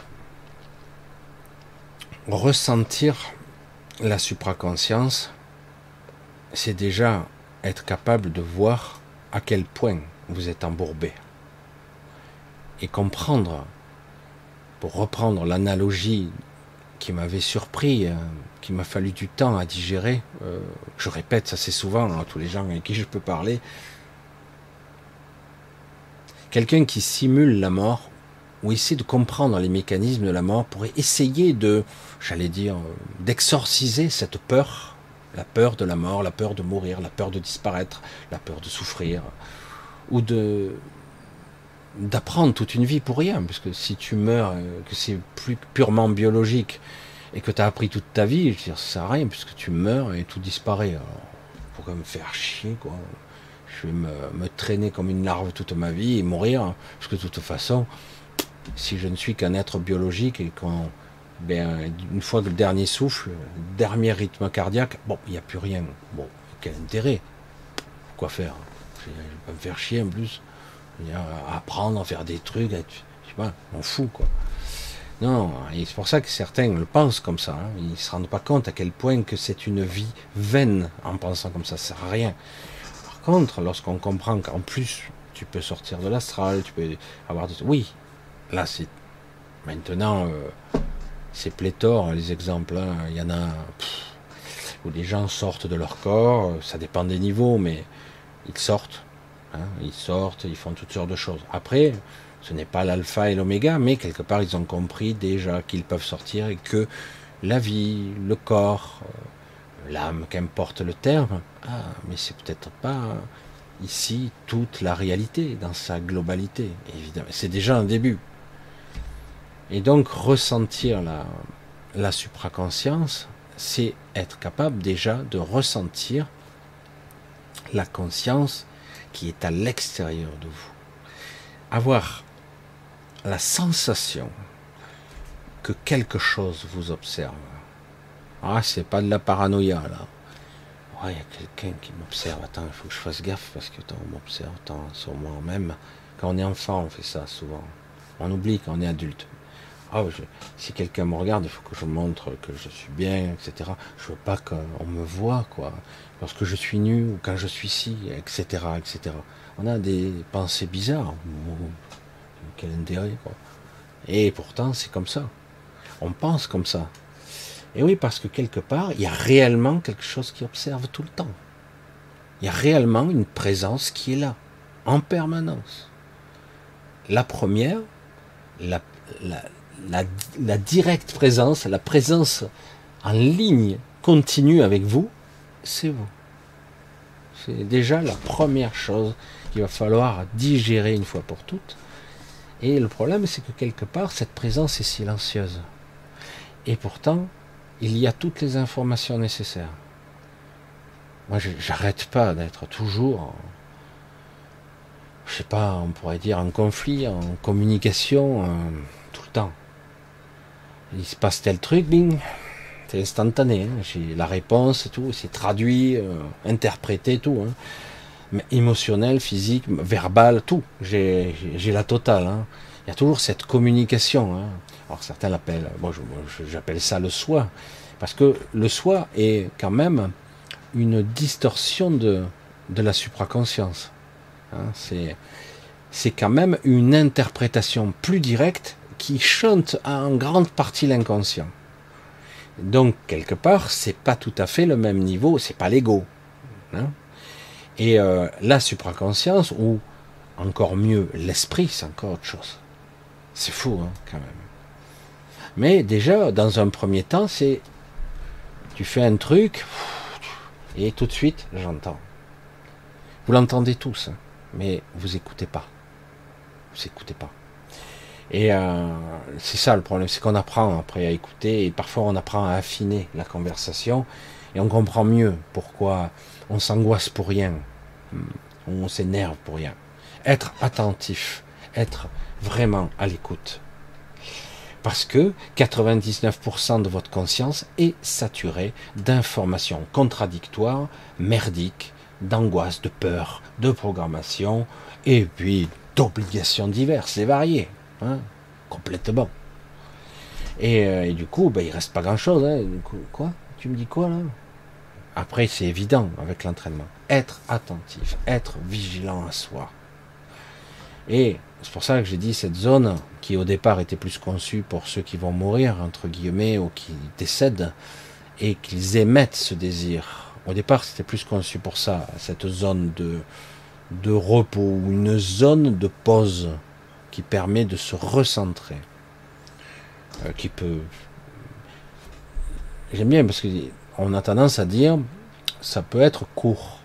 ressentir la supraconscience, c'est déjà être capable de voir à quel point vous êtes embourbé. Et comprendre, pour reprendre l'analogie qui m'avait surpris, qui m'a fallu du temps à digérer, je répète ça assez souvent à tous les gens avec qui je peux parler, quelqu'un qui simule la mort, ou essaie de comprendre les mécanismes de la mort, pourrait essayer de, j'allais dire, d'exorciser cette peur, la peur de la mort, la peur de mourir, la peur de disparaître, la peur de souffrir, ou d'apprendre toute une vie pour rien, parce que si tu meurs, que c'est plus purement biologique, et que tu as appris toute ta vie, je veux dire, ça sert à rien, puisque tu meurs et tout disparaît. Alors, faut quand même faire chier, quoi. Je vais me traîner comme une larve toute ma vie et mourir, parce que de toute façon, si je ne suis qu'un être biologique, et quand, une fois que le dernier souffle, le dernier rythme cardiaque, bon, il n'y a plus rien. Bon, quel intérêt? Quoi faire? Je vais pas me faire chier en plus. Apprendre à faire des trucs, je sais pas, on fout, quoi. Non, et c'est pour ça que certains le pensent comme ça, hein. Ils ne se rendent pas compte à quel point que c'est une vie vaine en pensant comme ça sert à rien. Alors Par contre, lorsqu'on comprend qu'en plus, tu peux sortir de l'astral, tu peux avoir des... Oui, là, c'est... Maintenant, c'est pléthore, les exemples. Hein. Il y en a où les gens sortent de leur corps, ça dépend des niveaux, mais ils sortent. Hein, ils sortent, ils font toutes sortes de choses. Après, ce n'est pas l'alpha et l'oméga, mais quelque part, ils ont compris déjà qu'ils peuvent sortir et que la vie, le corps, l'âme, qu'importe le terme, mais c'est peut-être pas ici toute la réalité, dans sa globalité, évidemment. C'est déjà un début. Et donc, ressentir la supraconscience, c'est être capable déjà de ressentir la conscience qui est à l'extérieur de vous. Avoir la sensation que quelque chose vous observe. C'est pas de la paranoïa, là. Il y a quelqu'un qui m'observe. Attends, il faut que je fasse gaffe parce que on m'observe. Sur moi-même. Quand on est enfant, on fait ça souvent. On oublie quand on est adulte. Si quelqu'un me regarde, il faut que je montre que je suis bien, etc. Je veux pas qu'on me voie, quoi. Lorsque je suis nu ou quand je suis ci, etc., etc. On a des pensées bizarres. Quel intérêt, quoi. Et pourtant, c'est comme ça. On pense comme ça. Et oui, parce que quelque part, il y a réellement quelque chose qui observe tout le temps. Il y a réellement une présence qui est là, en permanence. La première, la directe présence, la présence en ligne continue avec vous, c'est vous. C'est déjà la première chose qu'il va falloir digérer une fois pour toutes. Et le problème, c'est que quelque part, cette présence est silencieuse. Et pourtant, il y a toutes les informations nécessaires. Moi, j'arrête pas d'être toujours, je sais pas, on pourrait dire en conflit, en communication, tout le temps. Il se passe tel truc, bing, c'est instantané. Hein. J'ai la réponse et tout, c'est traduit, interprété, tout. Hein. Mais émotionnel, physique, verbal, tout. J'ai la totale. Hein. Il y a toujours cette communication. Hein. Alors certains l'appellent, j'appelle ça le soi, parce que le soi est quand même une distorsion de la supraconscience. Hein. C'est quand même une interprétation plus directe qui chante en grande partie l'inconscient. Donc quelque part, c'est pas tout à fait le même niveau, c'est pas l'ego. Hein. Et la supraconscience, ou encore mieux l'esprit, c'est encore autre chose. C'est fou, hein, quand même. Mais déjà, dans un premier temps, c'est tu fais un truc et tout de suite, j'entends. Vous l'entendez tous, hein, mais vous écoutez pas. Vous écoutez pas. Et c'est ça le problème, c'est qu'on apprend après à écouter et parfois on apprend à affiner la conversation et on comprend mieux pourquoi on s'angoisse pour rien, on s'énerve pour rien. Être attentif, être vraiment à l'écoute. Parce que 99% de votre conscience est saturée d'informations contradictoires, merdiques, d'angoisse, de peur, de programmation, et puis d'obligations diverses et variées. Hein, complètement. Et du coup, il reste pas grand-chose. Hein. Quoi? Tu me dis quoi, là? Après, c'est évident avec l'entraînement. Être attentif, être vigilant à soi. Et c'est pour ça que j'ai dit cette zone qui au départ était plus conçue pour ceux qui vont mourir, entre guillemets, ou qui décèdent, et qu'ils émettent ce désir. Au départ, c'était plus conçu pour ça, cette zone de repos, une zone de pause qui permet de se recentrer. Qui peut... J'aime bien parce qu'on a tendance à dire ça peut être court.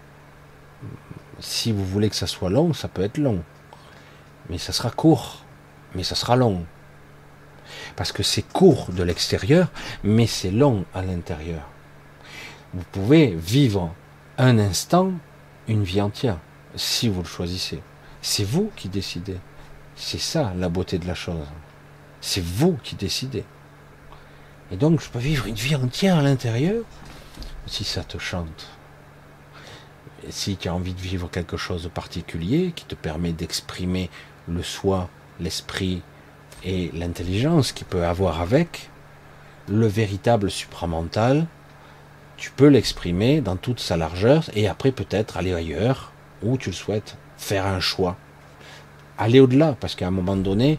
Si vous voulez que ça soit long, ça peut être long. Mais ça sera court, mais ça sera long. Parce que c'est court de l'extérieur, mais c'est long à l'intérieur. Vous pouvez vivre un instant, une vie entière, si vous le choisissez. C'est vous qui décidez. C'est ça la beauté de la chose. C'est vous qui décidez. Et donc je peux vivre une vie entière à l'intérieur, si ça te chante. Et si tu as envie de vivre quelque chose de particulier, qui te permet d'exprimer le soi, l'esprit et l'intelligence qu'il peut avoir avec, le véritable supramental, tu peux l'exprimer dans toute sa largeur et après peut-être aller ailleurs où tu le souhaites, faire un choix, aller au-delà, parce qu'à un moment donné,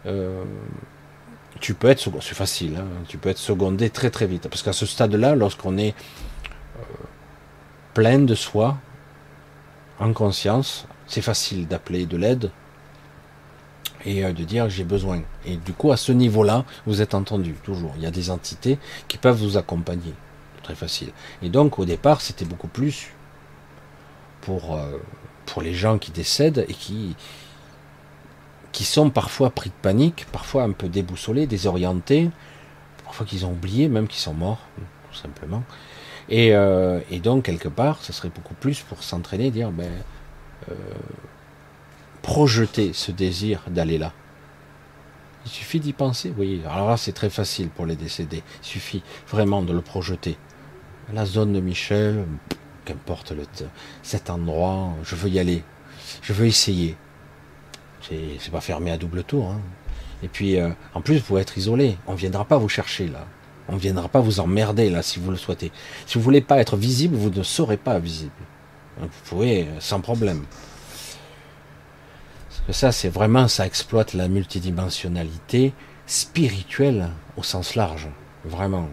tu peux être, c'est facile, hein, tu peux être secondé très très vite, parce qu'à ce stade-là, lorsqu'on est plein de soi, en conscience, c'est facile d'appeler de l'aide et de dire j'ai besoin. Et du coup, à ce niveau-là, vous êtes entendu, toujours. Il y a des entités qui peuvent vous accompagner. Très facile. Et donc, au départ, c'était beaucoup plus pour les gens qui décèdent et qui sont parfois pris de panique, parfois un peu déboussolés, désorientés, parfois qu'ils ont oublié, même qu'ils sont morts, tout simplement. Et donc, quelque part, ce serait beaucoup plus pour s'entraîner, dire, projeter ce désir d'aller là. Il suffit d'y penser, vous voyez. Alors là, c'est très facile pour les décédés. Il suffit vraiment de le projeter. La zone de Michel, qu'importe cet endroit, je veux y aller. Je veux essayer. C'est pas fermé à double tour. Hein. Et puis, en plus, vous pouvez être isolé. On ne viendra pas vous chercher, là. On ne viendra pas vous emmerder, là, si vous le souhaitez. Si vous ne voulez pas être visible, vous ne serez pas visible. Donc, vous pouvez, sans problème. Parce que ça, c'est vraiment, ça exploite la multidimensionnalité spirituelle au sens large. Vraiment.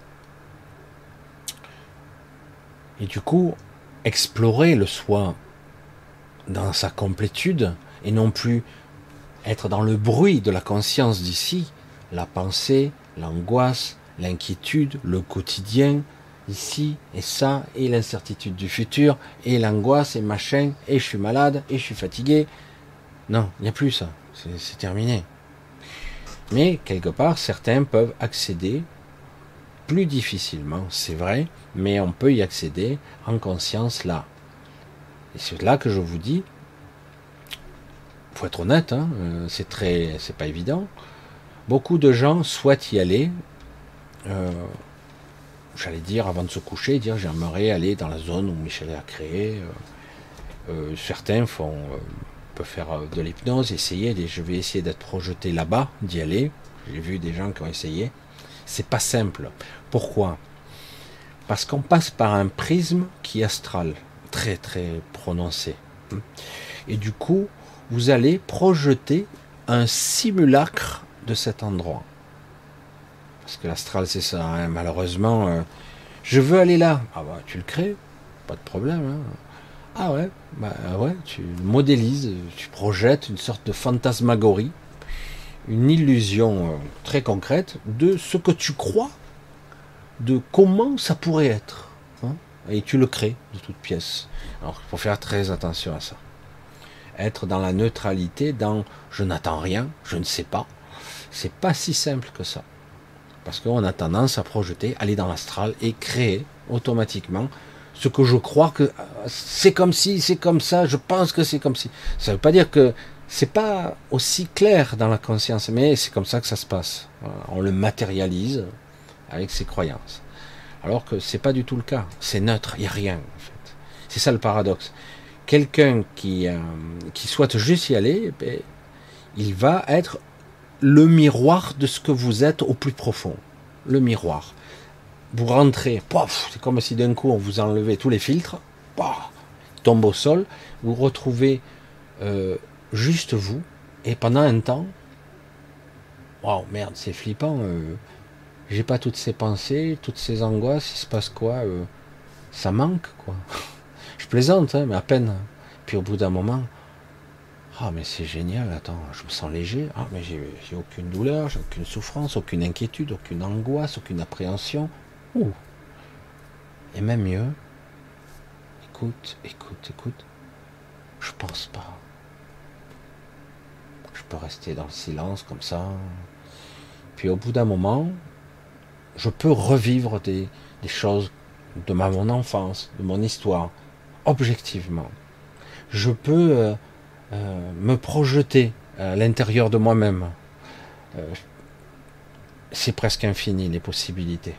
Et du coup, explorer le soi dans sa complétude, et non plus être dans le bruit de la conscience d'ici, la pensée, l'angoisse, l'inquiétude, le quotidien, ici et ça, et l'incertitude du futur, et l'angoisse, et machin, et je suis malade, et je suis fatigué. Non, il n'y a plus ça, c'est terminé. Mais quelque part, certains peuvent accéder plus difficilement, c'est vrai, mais on peut y accéder en conscience là. Et c'est là que je vous dis, faut être honnête, hein, c'est pas évident. Beaucoup de gens souhaitent y aller, j'allais dire avant de se coucher, dire j'aimerais aller dans la zone où Michel a créé. Certains peuvent faire de l'hypnose, essayer, je vais essayer d'être projeté là-bas, d'y aller. J'ai vu des gens qui ont essayé. C'est pas simple. Pourquoi? Parce qu'on passe par un prisme qui est astral, très très prononcé. Et du coup, vous allez projeter un simulacre de cet endroit. Parce que l'astral, c'est ça, hein. Malheureusement, je veux aller là. Ah bah, tu le crées, pas de problème. Hein. Ah ouais, bah ouais, tu modélises, tu projettes une sorte de fantasmagorie, une illusion très concrète de ce que tu crois, de comment ça pourrait être. Hein, et tu le crées de toutes pièces. Alors, il faut faire très attention à ça. Être dans la neutralité, dans je n'attends rien, je ne sais pas. C'est pas si simple que ça. Parce qu'on a tendance à projeter, aller dans l'astral et créer automatiquement ce que je crois que c'est comme si, c'est comme ça, je pense que c'est comme si. Ça ne veut pas dire que c'est pas aussi clair dans la conscience, mais c'est comme ça que ça se passe. Voilà, on le matérialise avec ses croyances. Alors que c'est pas du tout le cas. C'est neutre, il n'y a rien en fait. C'est ça le paradoxe. Quelqu'un qui souhaite juste y aller, ben, il va être le miroir de ce que vous êtes au plus profond. Le miroir. Vous rentrez, pof, c'est comme si d'un coup on vous enlevait tous les filtres, pof, tombe au sol, vous retrouvez juste vous, et pendant un temps, waouh, merde, c'est flippant, j'ai pas toutes ces pensées, toutes ces angoisses, il se passe quoi, ça manque, quoi. Je plaisante, hein, mais à peine. Puis au bout d'un moment, ah mais c'est génial, attends, je me sens léger, ah mais j'ai aucune douleur, j'ai aucune souffrance, aucune inquiétude, aucune angoisse, aucune appréhension. Ouh. Et même mieux, écoute, je pense pas. Je peux rester dans le silence comme ça. Puis au bout d'un moment, je peux revivre des choses de mon enfance, de mon histoire, objectivement. Je peux me projeter à l'intérieur de moi-même. C'est presque infini les possibilités.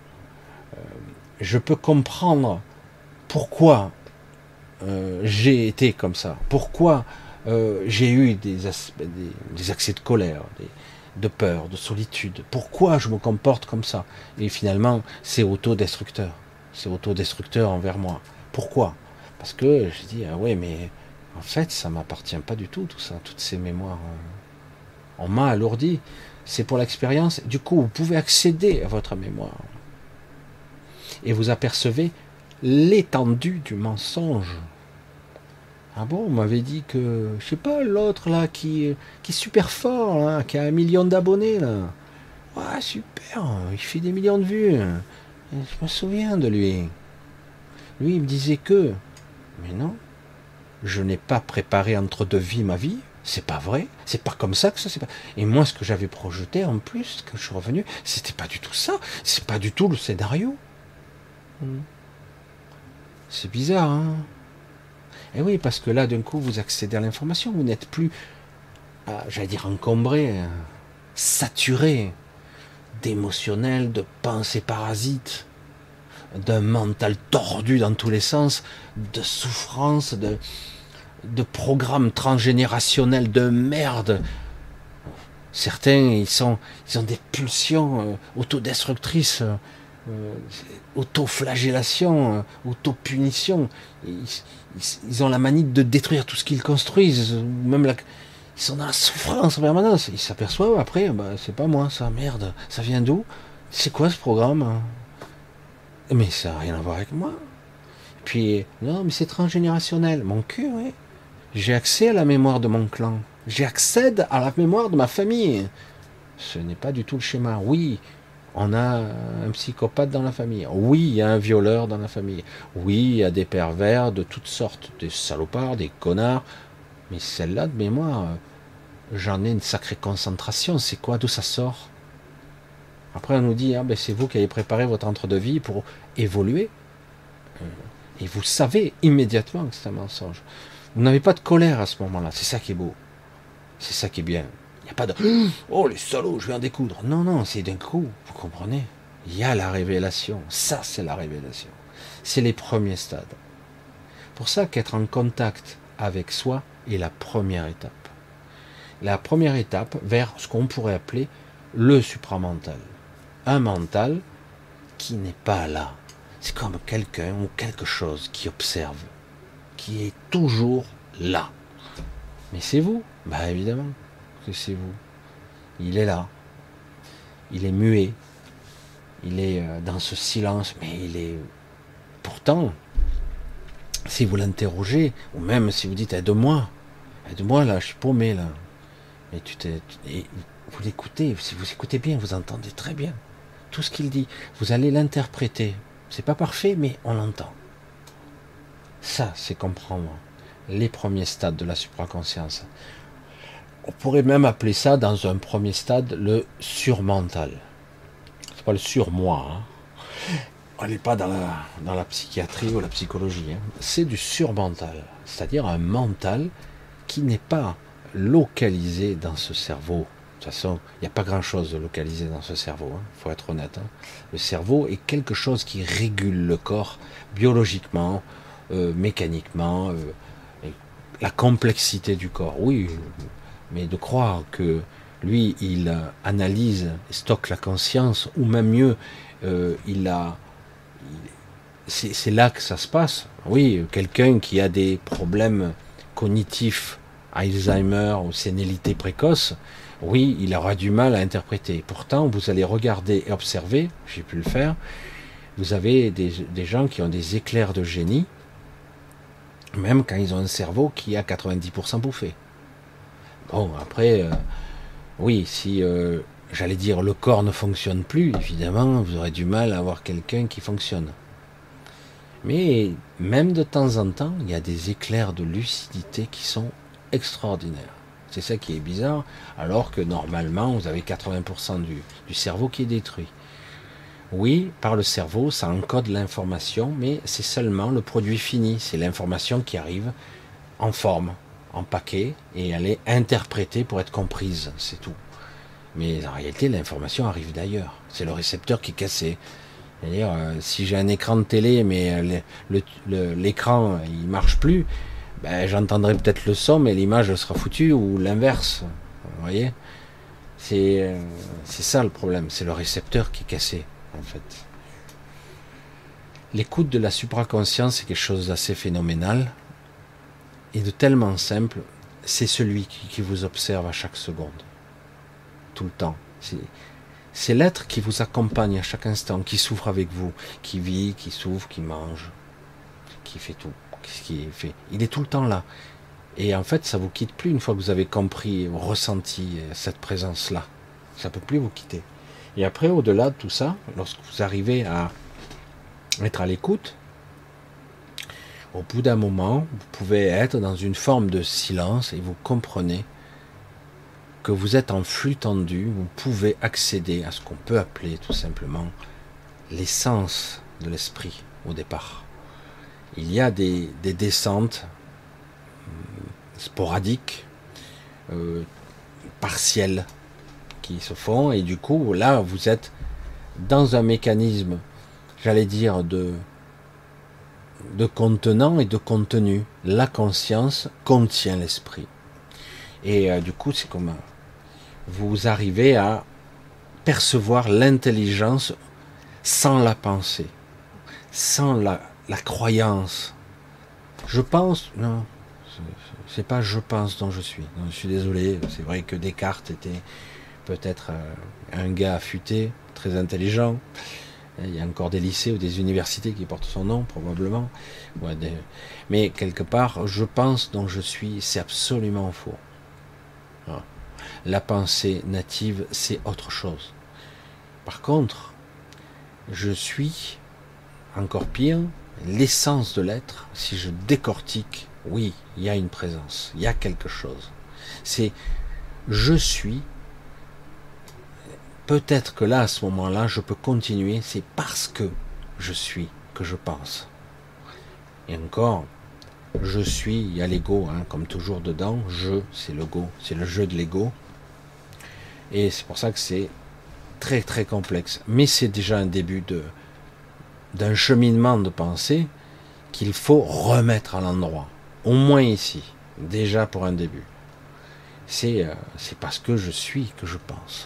Je peux comprendre pourquoi j'ai été comme ça, pourquoi j'ai eu des accès de colère, de peur, de solitude, pourquoi je me comporte comme ça. Et finalement, c'est autodestructeur. C'est autodestructeur envers moi. Pourquoi? Parce que je dis, ah ouais, mais en fait, ça m'appartient pas du tout, tout ça, toutes ces mémoires. On m'a alourdi. C'est pour l'expérience. Du coup, vous pouvez accéder à votre mémoire. Et vous apercevez l'étendue du mensonge. Ah bon, on m'avait dit que, je sais pas, l'autre là, qui est super fort, là, qui a 1 million d'abonnés, là. Ouais, super, il fait des millions de vues. Je me souviens de lui. Lui, il me disait que, mais non, je n'ai pas préparé entre deux vies ma vie. C'est pas vrai. C'est pas comme ça que ça s'est pas. Et moi, ce que j'avais projeté en plus, quand je suis revenu, c'était pas du tout ça. C'est pas du tout le scénario. C'est bizarre, hein. Et oui, parce que là, d'un coup, vous accédez à l'information. Vous n'êtes plus, j'allais dire, encombré, saturé d'émotionnel, de pensées parasites, d'un mental tordu dans tous les sens, de souffrance, de programmes transgénérationnels de merde. Certains, ils ont des pulsions autodestructrices, autoflagellation, autopunition. Ils ont la manie de détruire tout ce qu'ils construisent, même ils sont dans la souffrance en permanence. Ils s'aperçoivent après, bah, c'est pas moi ça, merde, ça vient d'où? C'est quoi ce programme? Mais ça n'a rien à voir avec moi. Puis, non, mais c'est transgénérationnel. Mon cul, oui. J'ai accès à la mémoire de mon clan. J'accède à la mémoire de ma famille. Ce n'est pas du tout le schéma. Oui, on a un psychopathe dans la famille. Oui, il y a un violeur dans la famille. Oui, il y a des pervers de toutes sortes, des salopards, des connards. Mais celle-là de mémoire, j'en ai une sacrée concentration. C'est quoi? D'où ça sort? Après, on nous dit, ah, ben, c'est vous qui avez préparé votre entre-deux-vie pour évoluer. Et vous savez immédiatement que c'est un mensonge. Vous n'avez pas de colère à ce moment-là. C'est ça qui est beau. C'est ça qui est bien. Il n'y a pas de oh les salauds, je vais en découdre. Non, non, c'est d'un coup, vous comprenez. Il y a la révélation. Ça, c'est la révélation. C'est les premiers stades. Pour ça qu'être en contact avec soi est la première étape. La première étape vers ce qu'on pourrait appeler le supramental. Un mental qui n'est pas là. C'est comme quelqu'un ou quelque chose qui observe, qui est toujours là. Mais c'est vous? Bah évidemment que c'est vous. Il est là. Il est muet. Il est dans ce silence, mais il est... Pourtant, si vous l'interrogez, ou même si vous dites aide-moi là, je suis paumé là. Mais et vous l'écoutez, si vous écoutez bien, vous entendez très bien tout ce qu'il dit. Vous allez l'interpréter. C'est pas parfait, mais on l'entend. Ça, c'est comprendre les premiers stades de la supraconscience. On pourrait même appeler ça, dans un premier stade, le surmental. C'est pas le surmoi. Hein. On n'est pas dans la psychiatrie ou la psychologie. Hein. C'est du surmental. C'est-à-dire un mental qui n'est pas localisé dans ce cerveau. De toute façon, il n'y a pas grand-chose de localisé dans ce cerveau, il faut être honnête. Hein. Le cerveau est quelque chose qui régule le corps biologiquement, mécaniquement, la complexité du corps. Oui, mais de croire que lui, il analyse, stocke la conscience, ou même mieux, c'est là que ça se passe. Oui, quelqu'un qui a des problèmes cognitifs, Alzheimer ou sénilité précoce, oui, il aura du mal à interpréter. Pourtant, vous allez regarder et observer, j'ai pu le faire, vous avez des gens qui ont des éclairs de génie, même quand ils ont un cerveau qui a 90% bouffé. Bon, après, oui, si, j'allais dire, le corps ne fonctionne plus, évidemment, vous aurez du mal à avoir quelqu'un qui fonctionne. Mais même de temps en temps, il y a des éclairs de lucidité qui sont extraordinaires. C'est ça qui est bizarre, alors que normalement, vous avez 80% du cerveau qui est détruit. Oui, par le cerveau, ça encode l'information, mais c'est seulement le produit fini. C'est l'information qui arrive en forme, en paquet, et elle est interprétée pour être comprise, c'est tout. Mais en réalité, l'information arrive d'ailleurs. C'est le récepteur qui est cassé. C'est-à-dire, si j'ai un écran de télé, mais l'écran, il marche plus, ben, j'entendrai peut-être le son, mais l'image sera foutue, ou l'inverse. Vous voyez, c'est ça le problème, c'est le récepteur qui est cassé, en fait. L'écoute de la supraconscience, c'est quelque chose d'assez phénoménal et de tellement simple. C'est celui qui vous observe à chaque seconde, tout le temps. C'est l'être qui vous accompagne à chaque instant, qui souffre avec vous, qui vit, qui souffre, qui mange, qui fait tout, qui fait. Il est tout le temps là. Et en fait, ça vous quitte plus une fois que vous avez compris, ressenti cette présence-là. Ça peut plus vous quitter. Et après, au-delà de tout ça, lorsque vous arrivez à être à l'écoute, au bout d'un moment, vous pouvez être dans une forme de silence et vous comprenez que vous êtes en flux tendu, vous pouvez accéder à ce qu'on peut appeler tout simplement l'essence de l'esprit au départ. Il y a des descentes sporadiques, partielles, qui se font, et du coup, là, vous êtes dans un mécanisme, j'allais dire, de contenant et de contenu. La conscience contient l'esprit. Et du coup, c'est comme vous arrivez à percevoir l'intelligence sans la pensée, sans la croyance. Je pense, non, c'est pas je pense dont je suis. Non, je suis désolé, c'est vrai que Descartes était peut-être un gars affûté, très intelligent. Il y a encore des lycées ou des universités qui portent son nom, probablement. Ouais, mais quelque part, je pense dont je suis, c'est absolument faux. Voilà. La pensée native, c'est autre chose. Par contre, je suis, encore pire, l'essence de l'être. Si je décortique, oui, il y a une présence, il y a quelque chose. C'est je suis. Peut-être que là, à ce moment-là, je peux continuer. C'est parce que je suis que je pense. Et encore, je suis, il y a l'ego, hein, comme toujours dedans. Je, c'est l'ego, c'est le jeu de l'ego. Et c'est pour ça que c'est très très complexe. Mais c'est déjà un début d'un cheminement de pensée qu'il faut remettre à l'endroit. Au moins ici, déjà pour un début. C'est parce que je suis que je pense.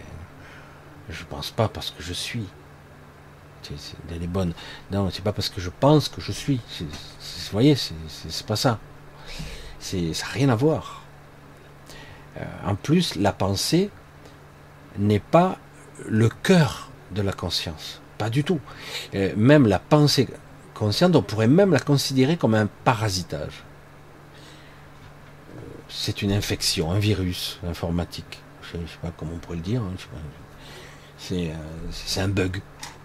Je pense pas parce que je suis. C'est les bonnes. Non, c'est pas parce que je pense que je suis. Vous voyez, c'est pas ça. Ça n'a rien à voir. En plus, la pensée n'est pas le cœur de la conscience. Pas du tout. Même la pensée consciente, on pourrait même la considérer comme un parasitage. C'est une infection, un virus informatique. Je ne sais pas comment on pourrait le dire. C'est un bug.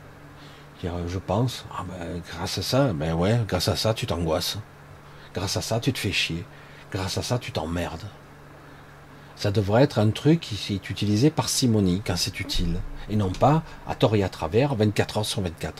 Je pense, grâce à ça, ben ouais, grâce à ça, tu t'angoisses. Grâce à ça, tu te fais chier. Grâce à ça, tu t'emmerdes. Ça devrait être un truc qui est utilisé par simonie quand c'est utile. Et non pas à tort et à travers, 24 heures sur 24.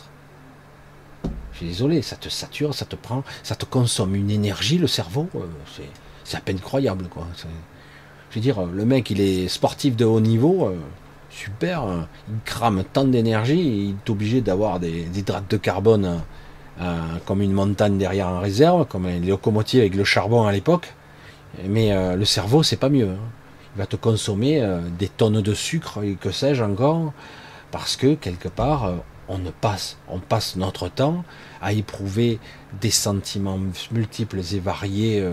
Je suis désolé, ça te sature, ça te prend, ça te consomme une énergie, le cerveau, c'est à peine croyable, quoi. Je veux dire, le mec, il est sportif de haut niveau, super, il crame tant d'énergie, il est obligé d'avoir des hydrates de carbone comme une montagne derrière en réserve, comme une locomotive avec le charbon à l'époque. Mais le cerveau, c'est pas mieux. Hein. Il va te consommer des tonnes de sucre et que sais-je encore, parce que quelque part, on passe notre temps à éprouver des sentiments multiples et variés,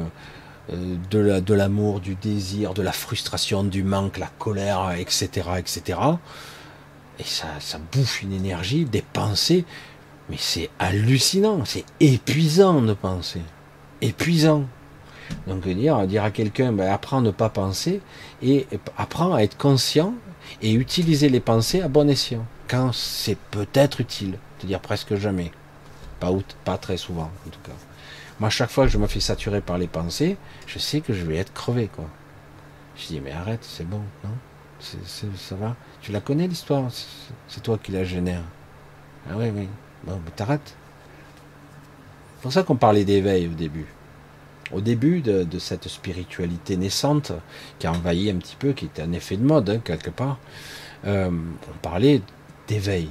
de l'amour, du désir, de la frustration, du manque, la colère, etc., etc. Et ça bouffe une énergie, des pensées, mais c'est hallucinant, c'est épuisant de penser, épuisant. Donc dire à quelqu'un, apprends à ne pas penser et apprends à être conscient et utiliser les pensées à bon escient, quand c'est peut-être utile, c'est-à-dire presque jamais, pas très souvent en tout cas. Moi, chaque fois que je me fais saturer par les pensées, je sais que je vais être crevé, quoi. Je dis, mais arrête, c'est bon, non, ça va. Tu la connais l'histoire, c'est toi qui la génère. Ah oui, oui, bon, t'arrêtes. C'est pour ça qu'on parlait d'éveil au début. Au début de cette spiritualité naissante qui a envahi un petit peu, qui était un effet de mode, hein, quelque part, on parlait d'éveil.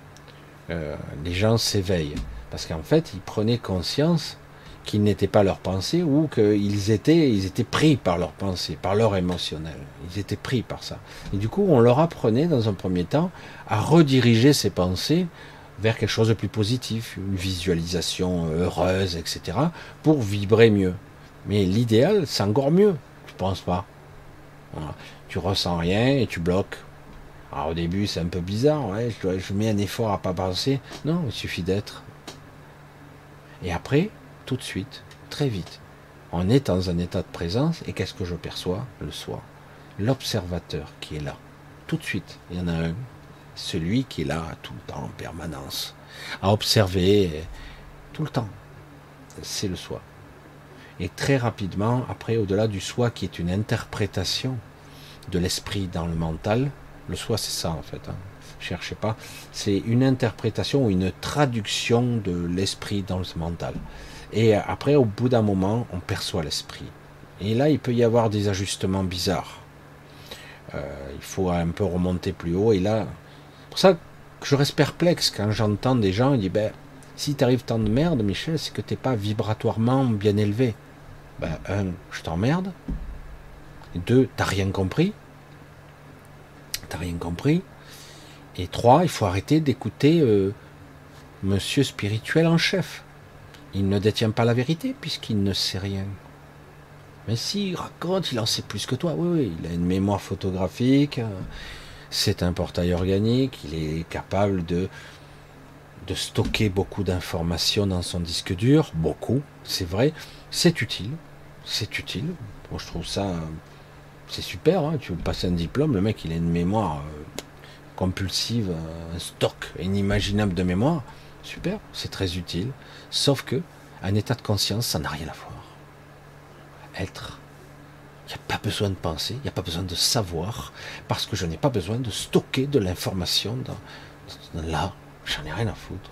Les gens s'éveillent. Parce qu'en fait, ils prenaient conscience qu'ils n'étaient pas leurs pensées ou qu'ils étaient pris par leurs pensées, par leur émotionnel. Ils étaient pris par ça. Et du coup, on leur apprenait, dans un premier temps, à rediriger ces pensées vers quelque chose de plus positif, une visualisation heureuse, etc., pour vibrer mieux. Mais l'idéal, c'est encore mieux, tu penses pas? Voilà. Tu ressens rien et tu bloques. Alors au début, c'est un peu bizarre, ouais, je mets un effort à pas penser. Non, il suffit d'être. Et après, tout de suite, très vite, on est dans un état de présence, et qu'est-ce que je perçois? Le soi. L'observateur qui est là. Tout de suite, il y en a un. Celui qui est là tout le temps, en permanence, à observer tout le temps. C'est le soi. Et très rapidement, après, au-delà du soi qui est une interprétation de l'esprit dans le mental, le soi c'est ça en fait, hein. Cherchez pas, c'est une interprétation ou une traduction de l'esprit dans le mental. Et après, au bout d'un moment, on perçoit l'esprit. Et là, il peut y avoir des ajustements bizarres. Il faut un peu remonter plus haut. Et là, pour ça que je reste perplexe quand j'entends des gens, ils disent, ben, si t'arrives tant de merde, Michel, c'est que t'es pas vibratoirement bien élevé. Ben, un, je t'emmerde. Deux, t'as rien compris. T'as rien compris. Et trois, il faut arrêter d'écouter Monsieur spirituel en chef. Il ne détient pas la vérité puisqu'il ne sait rien. Mais si, il raconte, il en sait plus que toi. Oui, oui, il a une mémoire photographique, c'est un portail organique, il est capable de stocker beaucoup d'informations dans son disque dur, beaucoup, c'est vrai, c'est utile, c'est utile. Moi, je trouve ça, c'est super, hein. Tu veux passer un diplôme, le mec, il a une mémoire compulsive, un stock inimaginable de mémoire, super, c'est très utile, sauf que un état de conscience, ça n'a rien à voir. Être, il n'y a pas besoin de penser, il n'y a pas besoin de savoir, parce que je n'ai pas besoin de stocker de l'information là, j'en ai rien à foutre.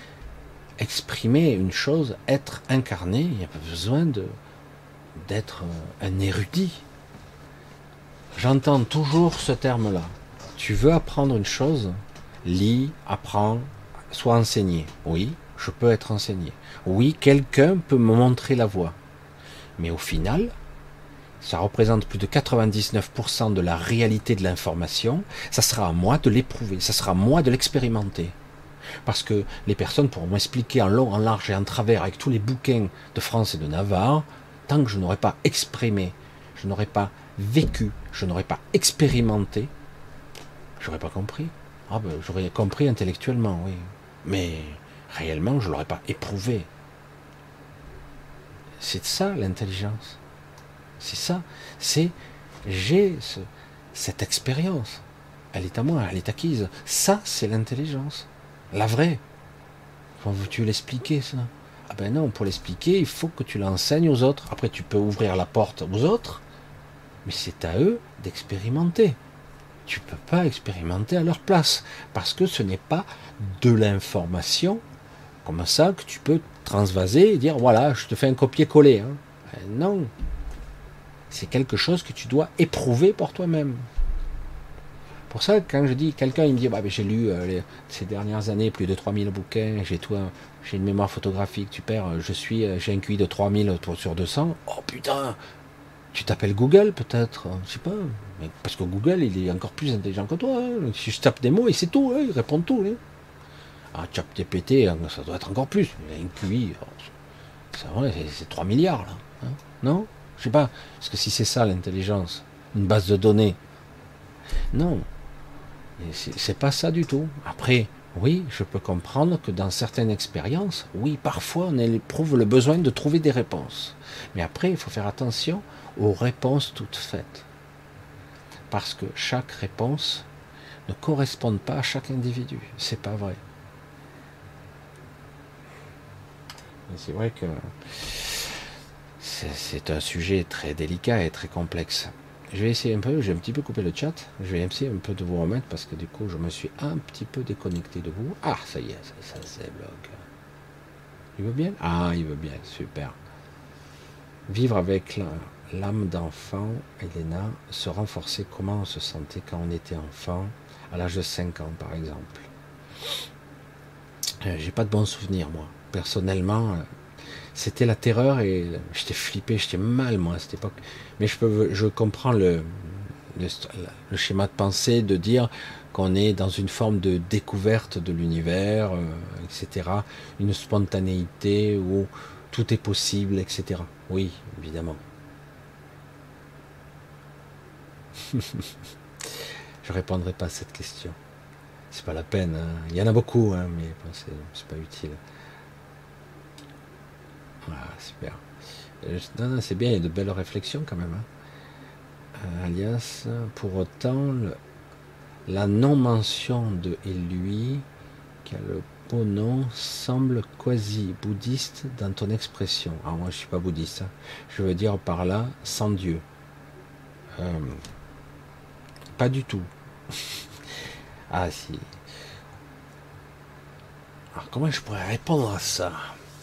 Exprimer une chose, être incarné, il n'y a pas besoin d'être un érudit. J'entends toujours ce terme-là. Tu veux apprendre une chose, lis, apprends, sois enseigné. Oui, je peux être enseigné. Oui, quelqu'un peut me montrer la voie. Mais au final, ça représente plus de 99% de la réalité de l'information. Ça sera à moi de l'éprouver, ça sera à moi de l'expérimenter. Parce que les personnes pourront m'expliquer en long, en large et en travers avec tous les bouquins de France et de Navarre, tant que je n'aurai pas exprimé, je n'aurai pas vécu, je n'aurai pas expérimenté, j'aurais pas compris. Ah ben, j'aurais compris intellectuellement, oui. Mais réellement, je ne l'aurais pas éprouvé. C'est ça l'intelligence. C'est ça. C'est j'ai cette expérience. Elle est à moi, elle est acquise. Ça, c'est l'intelligence. La vraie. Comment veux-tu l'expliquer, ça? Ah ben non, pour l'expliquer, il faut que tu l'enseignes aux autres. Après, tu peux ouvrir la porte aux autres, mais c'est à eux d'expérimenter. Tu ne peux pas expérimenter à leur place, parce que ce n'est pas de l'information comme ça que tu peux transvaser et dire, voilà, je te fais un copier-coller. Hein. Non. C'est quelque chose que tu dois éprouver pour toi-même. Pour ça, quand je dis, quelqu'un il me dit, bah, j'ai lu ces dernières années plus de 3000 bouquins, j'ai une mémoire photographique, super, j'ai un QI de 3000 sur 200. Oh putain, tu t'appelles Google peut-être, je sais pas, mais parce que Google il est encore plus intelligent que toi. Hein. Si je tape des mots, il sait tout, hein, il répond tout. Hein. Ah, ChatGPT, ça doit être encore plus. Il a un QI, c'est 3 milliards là. Hein. Non, je sais pas, parce que si c'est ça l'intelligence, une base de données, non. C'est pas ça du tout. Après, oui, je peux comprendre que dans certaines expériences, oui, parfois on éprouve le besoin de trouver des réponses. Mais après, il faut faire attention aux réponses toutes faites. Parce que chaque réponse ne correspond pas à chaque individu. C'est pas vrai. C'est vrai que c'est un sujet très délicat et très complexe. Je vais essayer un peu, j'ai un petit peu coupé le chat, je vais essayer un peu de vous remettre parce que du coup je me suis un petit peu déconnecté de vous. Ah, ça y est, ça c'est bloqué. Il veut bien? Ah, il veut bien, super. Vivre avec l'âme d'enfant, Elena, se renforcer, comment on se sentait quand on était enfant, à l'âge de 5 ans par exemple. J'ai pas de bons souvenirs moi. Personnellement, c'était la terreur et j'étais flippé, j'étais mal moi à cette époque. Mais je comprends le schéma de pensée de dire qu'on est dans une forme de découverte de l'univers, etc. Une spontanéité où tout est possible, etc. Oui, évidemment. Je répondrai pas à cette question. C'est pas la peine. Hein. Il y en a beaucoup, hein, mais bon, c'est pas utile. Voilà, super. Non, non, c'est bien, il y a de belles réflexions quand même. Hein. Alias, pour autant, la non-mention de et lui, qui a le beau nom, semble quasi-bouddhiste dans ton expression. Alors moi, je suis pas bouddhiste. Hein. Je veux dire par là, sans Dieu. Pas du tout. Ah si. Alors comment je pourrais répondre à ça,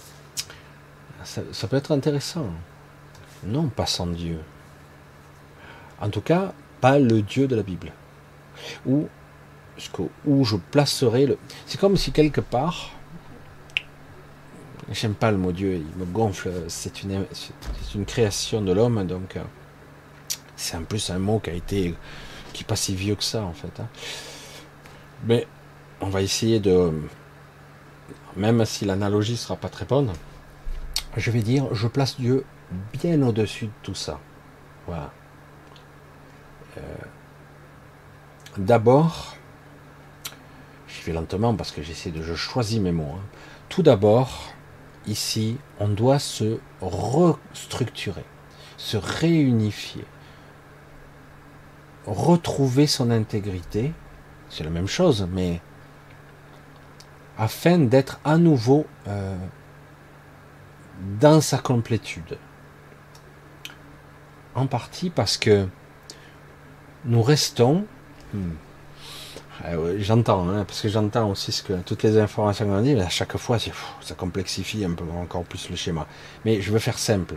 ça peut être intéressant. Non, pas sans Dieu. En tout cas, pas le Dieu de la Bible. Où je placerai le... C'est comme si quelque part... J'aime pas le mot Dieu, il me gonfle. C'est une création de l'homme, donc... C'est en plus un mot qui est pas si vieux que ça, en fait. Hein. Mais on va essayer de... Même si l'analogie sera pas très bonne, je vais dire, je place Dieu bien au-dessus de tout ça. Voilà. D'abord, j'y vais lentement parce que je choisis mes mots. Hein. Tout d'abord, ici, on doit se restructurer, se réunifier, retrouver son intégrité. C'est la même chose, mais afin d'être à nouveau dans sa complétude. En partie parce que nous restons... J'entends, hein, parce que j'entends aussi toutes les informations qu'on dit, mais à chaque fois, ça complexifie un peu encore plus le schéma. Mais je veux faire simple.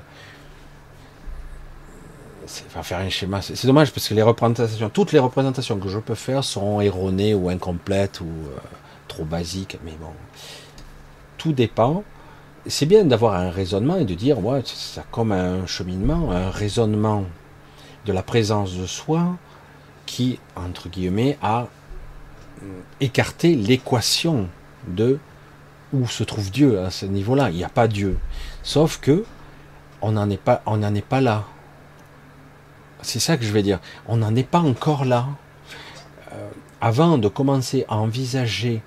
Enfin, faire un schéma, c'est dommage parce que toutes les représentations que je peux faire seront erronées ou incomplètes ou trop basiques. Mais bon, tout dépend. C'est bien d'avoir un raisonnement et de dire, ouais, c'est comme un cheminement, un raisonnement de la présence de soi qui, entre guillemets, a écarté l'équation de où se trouve Dieu à ce niveau-là. Il n'y a pas Dieu. Sauf que on n'en est pas là. C'est ça que je vais dire. On n'en est pas encore là. Avant de commencer à envisager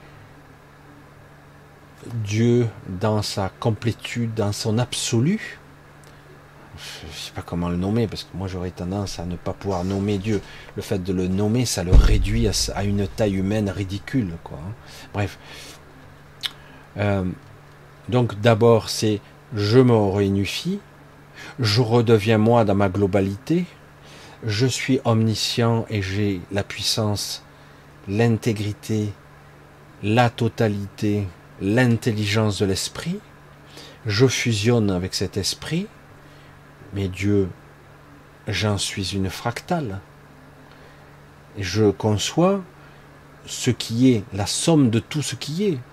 Dieu dans sa complétude, dans son absolu, je ne sais pas comment le nommer, parce que moi j'aurais tendance à ne pas pouvoir nommer Dieu. Le fait de le nommer, ça le réduit à une taille humaine ridicule, quoi. Bref. Donc d'abord, c'est je me réunifie, je redeviens moi dans ma globalité, je suis omniscient et j'ai la puissance, l'intégrité, la totalité, l'intelligence de l'esprit. Je fusionne avec cet esprit, mais Dieu, j'en suis une fractale. Et je conçois ce qui est, la somme de tout ce qui est.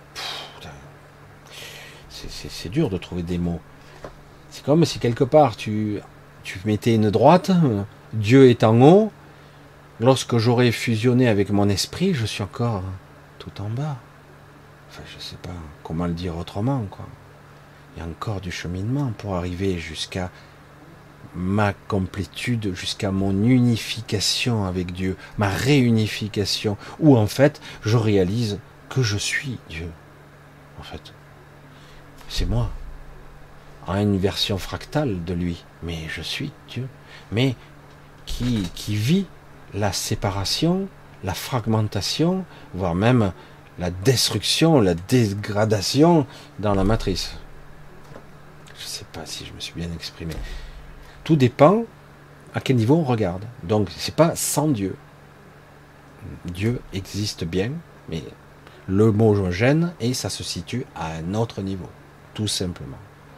C'est dur de trouver des mots. C'est comme si quelque part tu mettais une droite, Dieu est en haut, lorsque j'aurai fusionné avec mon esprit, je suis encore tout en bas. Enfin, je sais pas comment le dire autrement, quoi. Il y a encore du cheminement pour arriver jusqu'à ma complétude, jusqu'à mon unification avec Dieu, ma réunification, où en fait, je réalise que je suis Dieu. En fait, c'est moi, en une version fractale de lui, mais je suis Dieu, mais qui vit la séparation, la fragmentation, voire même la destruction, la dégradation dans la matrice. Je ne sais pas si je me suis bien exprimé. Tout dépend à quel niveau on regarde. Donc, c'est pas sans Dieu. Dieu existe bien, mais le mot me gêne et ça se situe à un autre niveau, tout simplement.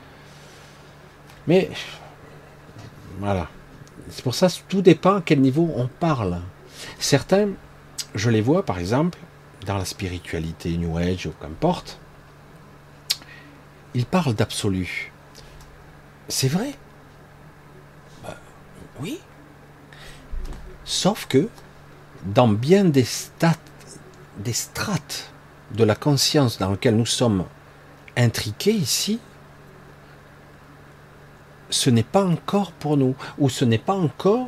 Mais voilà. C'est pour ça que tout dépend à quel niveau on parle. Certains, je les vois par exemple, dans la spiritualité New Age ou qu'importe, ils parlent d'absolu. C'est vrai. Oui. Sauf que, dans bien des des strates de la conscience dans lesquelles nous sommes intriqués ici, ce n'est pas encore pour nous, ou ce n'est pas encore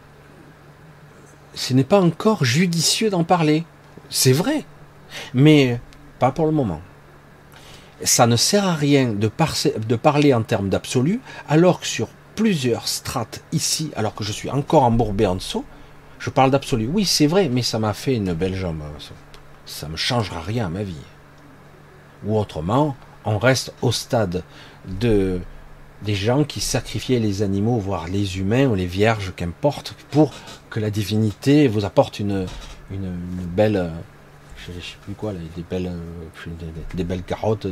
judicieux d'en parler. C'est vrai, mais pas pour le moment. Ça ne sert à rien de parler en termes d'absolu, alors que sur plusieurs strates ici, alors que je suis encore embourbé en dessous, je parle d'absolu. Oui, c'est vrai, mais ça m'a fait une belle jambe. Ça ne me changera rien à ma vie. Ou autrement, on reste au stade des gens qui sacrifiaient les animaux, voire les humains ou les vierges, qu'importe, pour que la divinité vous apporte une belle, je sais plus quoi, là, des belles carottes,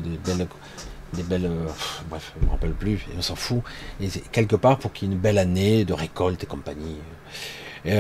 bref, je me rappelle plus, on s'en fout. Et quelque part pour qu'il y ait une belle année de récolte et compagnie. Et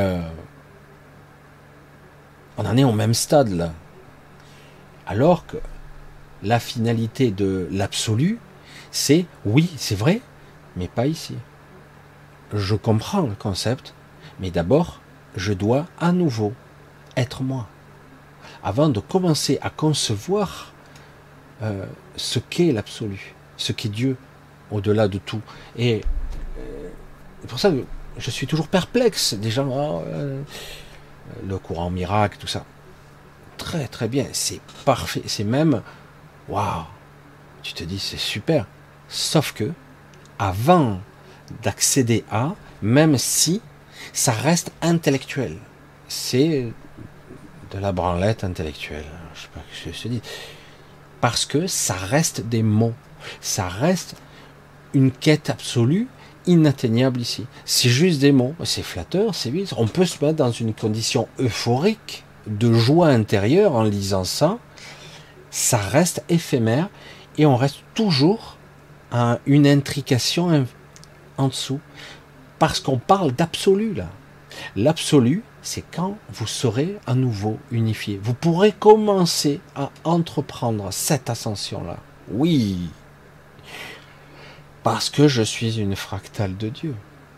on en est au même stade là. Alors que la finalité de l'absolu, c'est oui, c'est vrai, mais pas ici. Je comprends le concept, mais d'abord, je dois à nouveau être moi, avant de commencer à concevoir ce qu'est l'absolu, ce qu'est Dieu, au-delà de tout. Et c'est pour ça que je suis toujours perplexe. Des gens, le courant miracle, tout ça. Très très bien, c'est parfait, c'est même, waouh, tu te dis c'est super. Sauf que, avant d'accéder à, même si ça reste intellectuel, c'est de la branlette intellectuelle, je sais pas ce que je te dis, parce que ça reste des mots, ça reste une quête absolue, inatteignable ici. C'est juste des mots, c'est flatteur, c'est vite, on peut se mettre dans une condition euphorique, de joie intérieure en lisant ça, ça reste éphémère, et on reste toujours à une intrication en dessous, parce qu'on parle d'absolu là. L'absolu, c'est quand vous serez à nouveau unifié. Vous pourrez commencer à entreprendre cette ascension-là. Oui, parce que je suis une fractale de Dieu.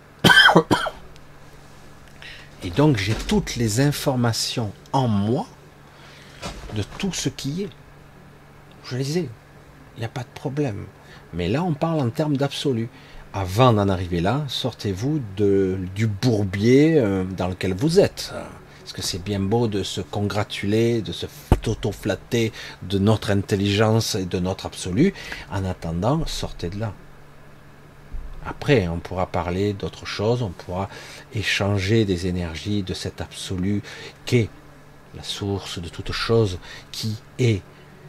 Et donc j'ai toutes les informations en moi de tout ce qui est. Je les ai. Il n'y a pas de problème. Mais là, on parle en termes d'absolu. Avant d'en arriver là, sortez-vous du bourbier dans lequel vous êtes. Parce que c'est bien beau de se congratuler, de se auto-flatter de notre intelligence et de notre absolu. En attendant, sortez de là. Après, on pourra parler d'autre chose, on pourra échanger des énergies de cet absolu qu'est la source de toute chose, qui est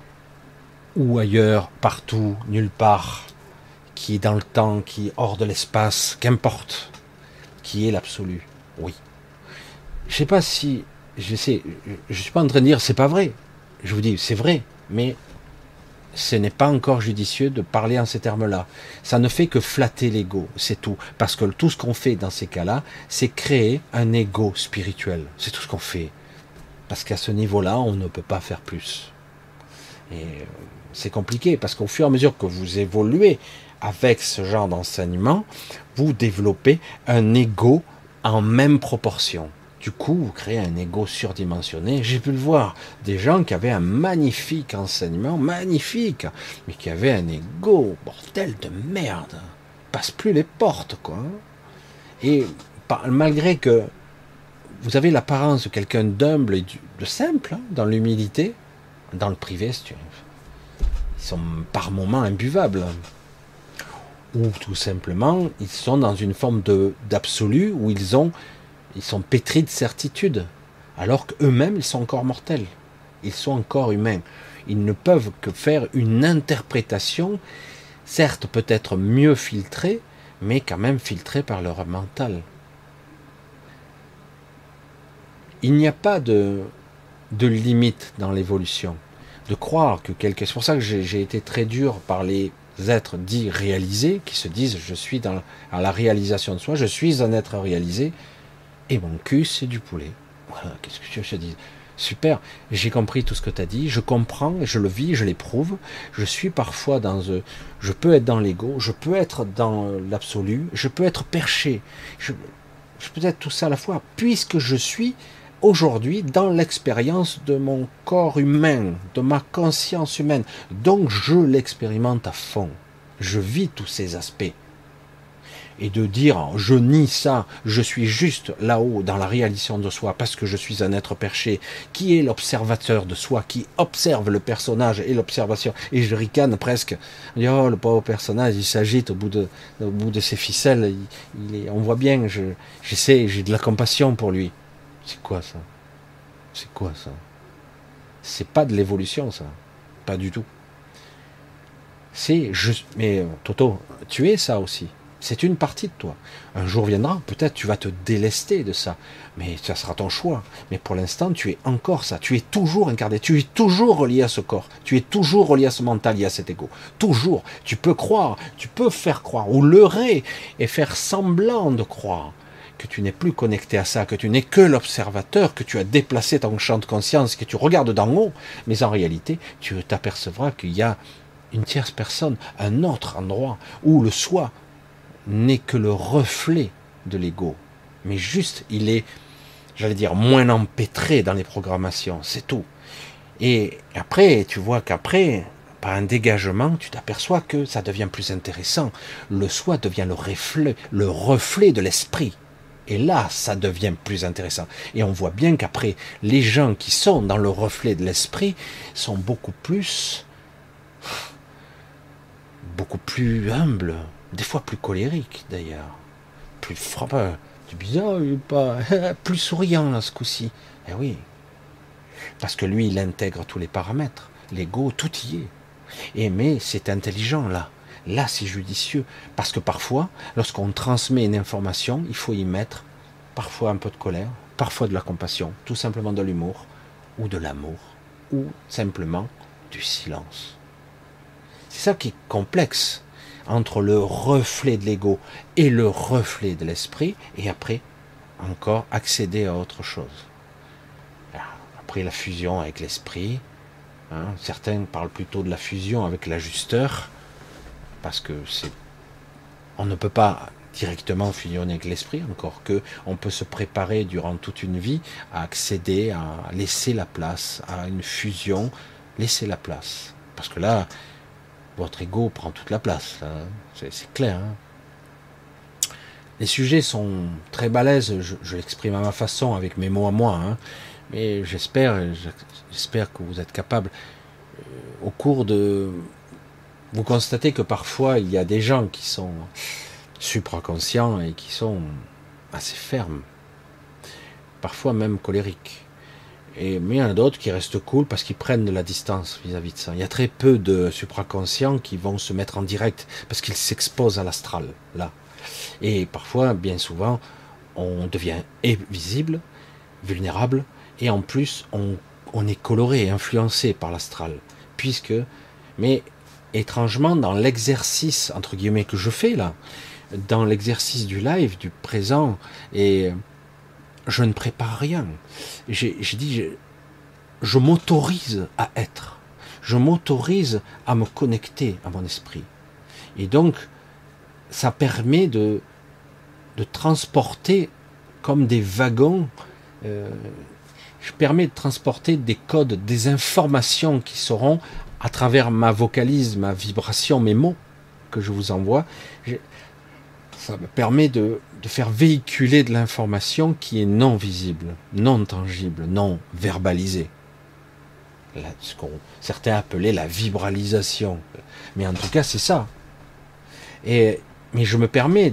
ou ailleurs, partout, nulle part, qui est dans le temps, qui est hors de l'espace, qu'importe, qui est l'absolu. Oui. Je sais pas si, je suis pas en train de dire c'est pas vrai. Je vous dis c'est vrai, mais ce n'est pas encore judicieux de parler en ces termes-là. Ça ne fait que flatter l'ego, c'est tout. Parce que tout ce qu'on fait dans ces cas-là, c'est créer un ego spirituel. C'est tout ce qu'on fait. Parce qu'à ce niveau-là, on ne peut pas faire plus. Et c'est compliqué, parce qu'au fur et à mesure que vous évoluez avec ce genre d'enseignement, vous développez un ego en même proportion. Du coup, vous créez un ego surdimensionné. J'ai pu le voir. Des gens qui avaient un magnifique enseignement, magnifique, mais qui avaient un ego, bordel de merde. Passe plus les portes, quoi. Et malgré que vous avez l'apparence de quelqu'un d'humble et de simple, hein, dans l'humilité, dans le privé, ils sont par moments imbuvables. Ou tout simplement, ils sont dans une forme d'absolu où ils sont pétris de certitude, alors qu'eux-mêmes, ils sont encore mortels. Ils sont encore humains. Ils ne peuvent que faire une interprétation, certes peut-être mieux filtrée, mais quand même filtrée par leur mental. Il n'y a pas de limite dans l'évolution. De croire que c'est pour ça que j'ai été très dur par les êtres dits réalisés, qui se disent je suis dans la réalisation de soi, je suis un être réalisé, et mon cul c'est du poulet. Voilà, qu'est-ce que tu veux que je te dise? Super, j'ai compris tout ce que tu as dit, je comprends, je le vis, je l'éprouve, je suis parfois je peux être dans l'ego, je peux être dans l'absolu, je peux être perché, je peux être tout ça à la fois, puisque je suis aujourd'hui dans l'expérience de mon corps humain, de ma conscience humaine. Donc je l'expérimente à fond. Je vis tous ces aspects. Et de dire je nie ça, je suis juste là-haut dans la réalisation de soi parce que je suis un être perché qui est l'observateur de soi, qui observe le personnage et l'observation. Et je ricane presque. On dit oh le pauvre personnage, il s'agite au bout de ses ficelles. On voit bien, j'essaie, j'ai de la compassion pour lui. C'est quoi ça? C'est quoi ça? C'est pas de l'évolution ça, pas du tout. C'est juste, mais Toto, tu es ça aussi. C'est une partie de toi. Un jour viendra, peut-être tu vas te délester de ça, mais ça sera ton choix. Mais pour l'instant, tu es encore ça. Tu es toujours incarné. Tu es toujours relié à ce corps. Tu es toujours relié à ce mental et à cet ego. Toujours. Tu peux croire, tu peux faire croire ou leurrer et faire semblant de croire que tu n'es plus connecté à ça, que tu n'es que l'observateur, que tu as déplacé ton champ de conscience, que tu regardes d'en haut. Mais en réalité, tu t'apercevras qu'il y a une tierce personne, un autre endroit où le soi n'est que le reflet de l'ego. Mais juste, il est, j'allais dire, moins empêtré dans les programmations, c'est tout. Et après, tu vois qu'après, par un dégagement, tu t'aperçois que ça devient plus intéressant. Le soi devient le reflet de l'esprit. Et là, ça devient plus intéressant. Et on voit bien qu'après, les gens qui sont dans le reflet de l'esprit sont beaucoup plus humbles, des fois plus colériques d'ailleurs, plus frappeur, du bizarre, il est pas plus souriant là ce coup-ci. Eh oui, parce que lui il intègre tous les paramètres, l'ego tout y est. Et mais c'est intelligent là. Là c'est judicieux parce que parfois, lorsqu'on transmet une information, il faut y mettre parfois un peu de colère, parfois de la compassion, tout simplement de l'humour ou de l'amour ou simplement du silence. C'est ça qui est complexe entre le reflet de l'ego et le reflet de l'esprit, et après, encore accéder à autre chose. Après la fusion avec l'esprit, certains parlent plutôt de la fusion avec l'ajusteur, parce que on ne peut pas directement fusionner avec l'esprit, encore que on peut se préparer durant toute une vie à accéder, à laisser la place à une fusion, laisser la place. Parce que là, votre ego prend toute la place, c'est clair. Les sujets sont très balèzes, je l'exprime à ma façon, avec mes mots à moi, mais j'espère que vous êtes capable, au cours de... Vous constatez que parfois, il y a des gens qui sont supraconscients et qui sont assez fermes, parfois même colériques. Mais il y en a d'autres qui restent cool parce qu'ils prennent de la distance vis-à-vis de ça. Il y a très peu de supraconscients qui vont se mettre en direct parce qu'ils s'exposent à l'astral, là. Et parfois, bien souvent, on devient visible, vulnérable, et en plus, on est coloré, influencé par l'astral. Mais étrangement, dans l'exercice, entre guillemets, que je fais là, dans l'exercice du live, du présent, et je ne prépare rien. J'ai dit, je m'autorise à être. Je m'autorise à me connecter à mon esprit. Et donc, ça permet de transporter comme des wagons. Je permets de transporter des codes, des informations qui seront, à travers ma vocalise, ma vibration, mes mots que je vous envoie, ça me permet de faire véhiculer de l'information qui est non visible, non tangible, non verbalisée. Ce que certains appelaient la vibralisation. Mais en tout cas, c'est ça. Mais je me permets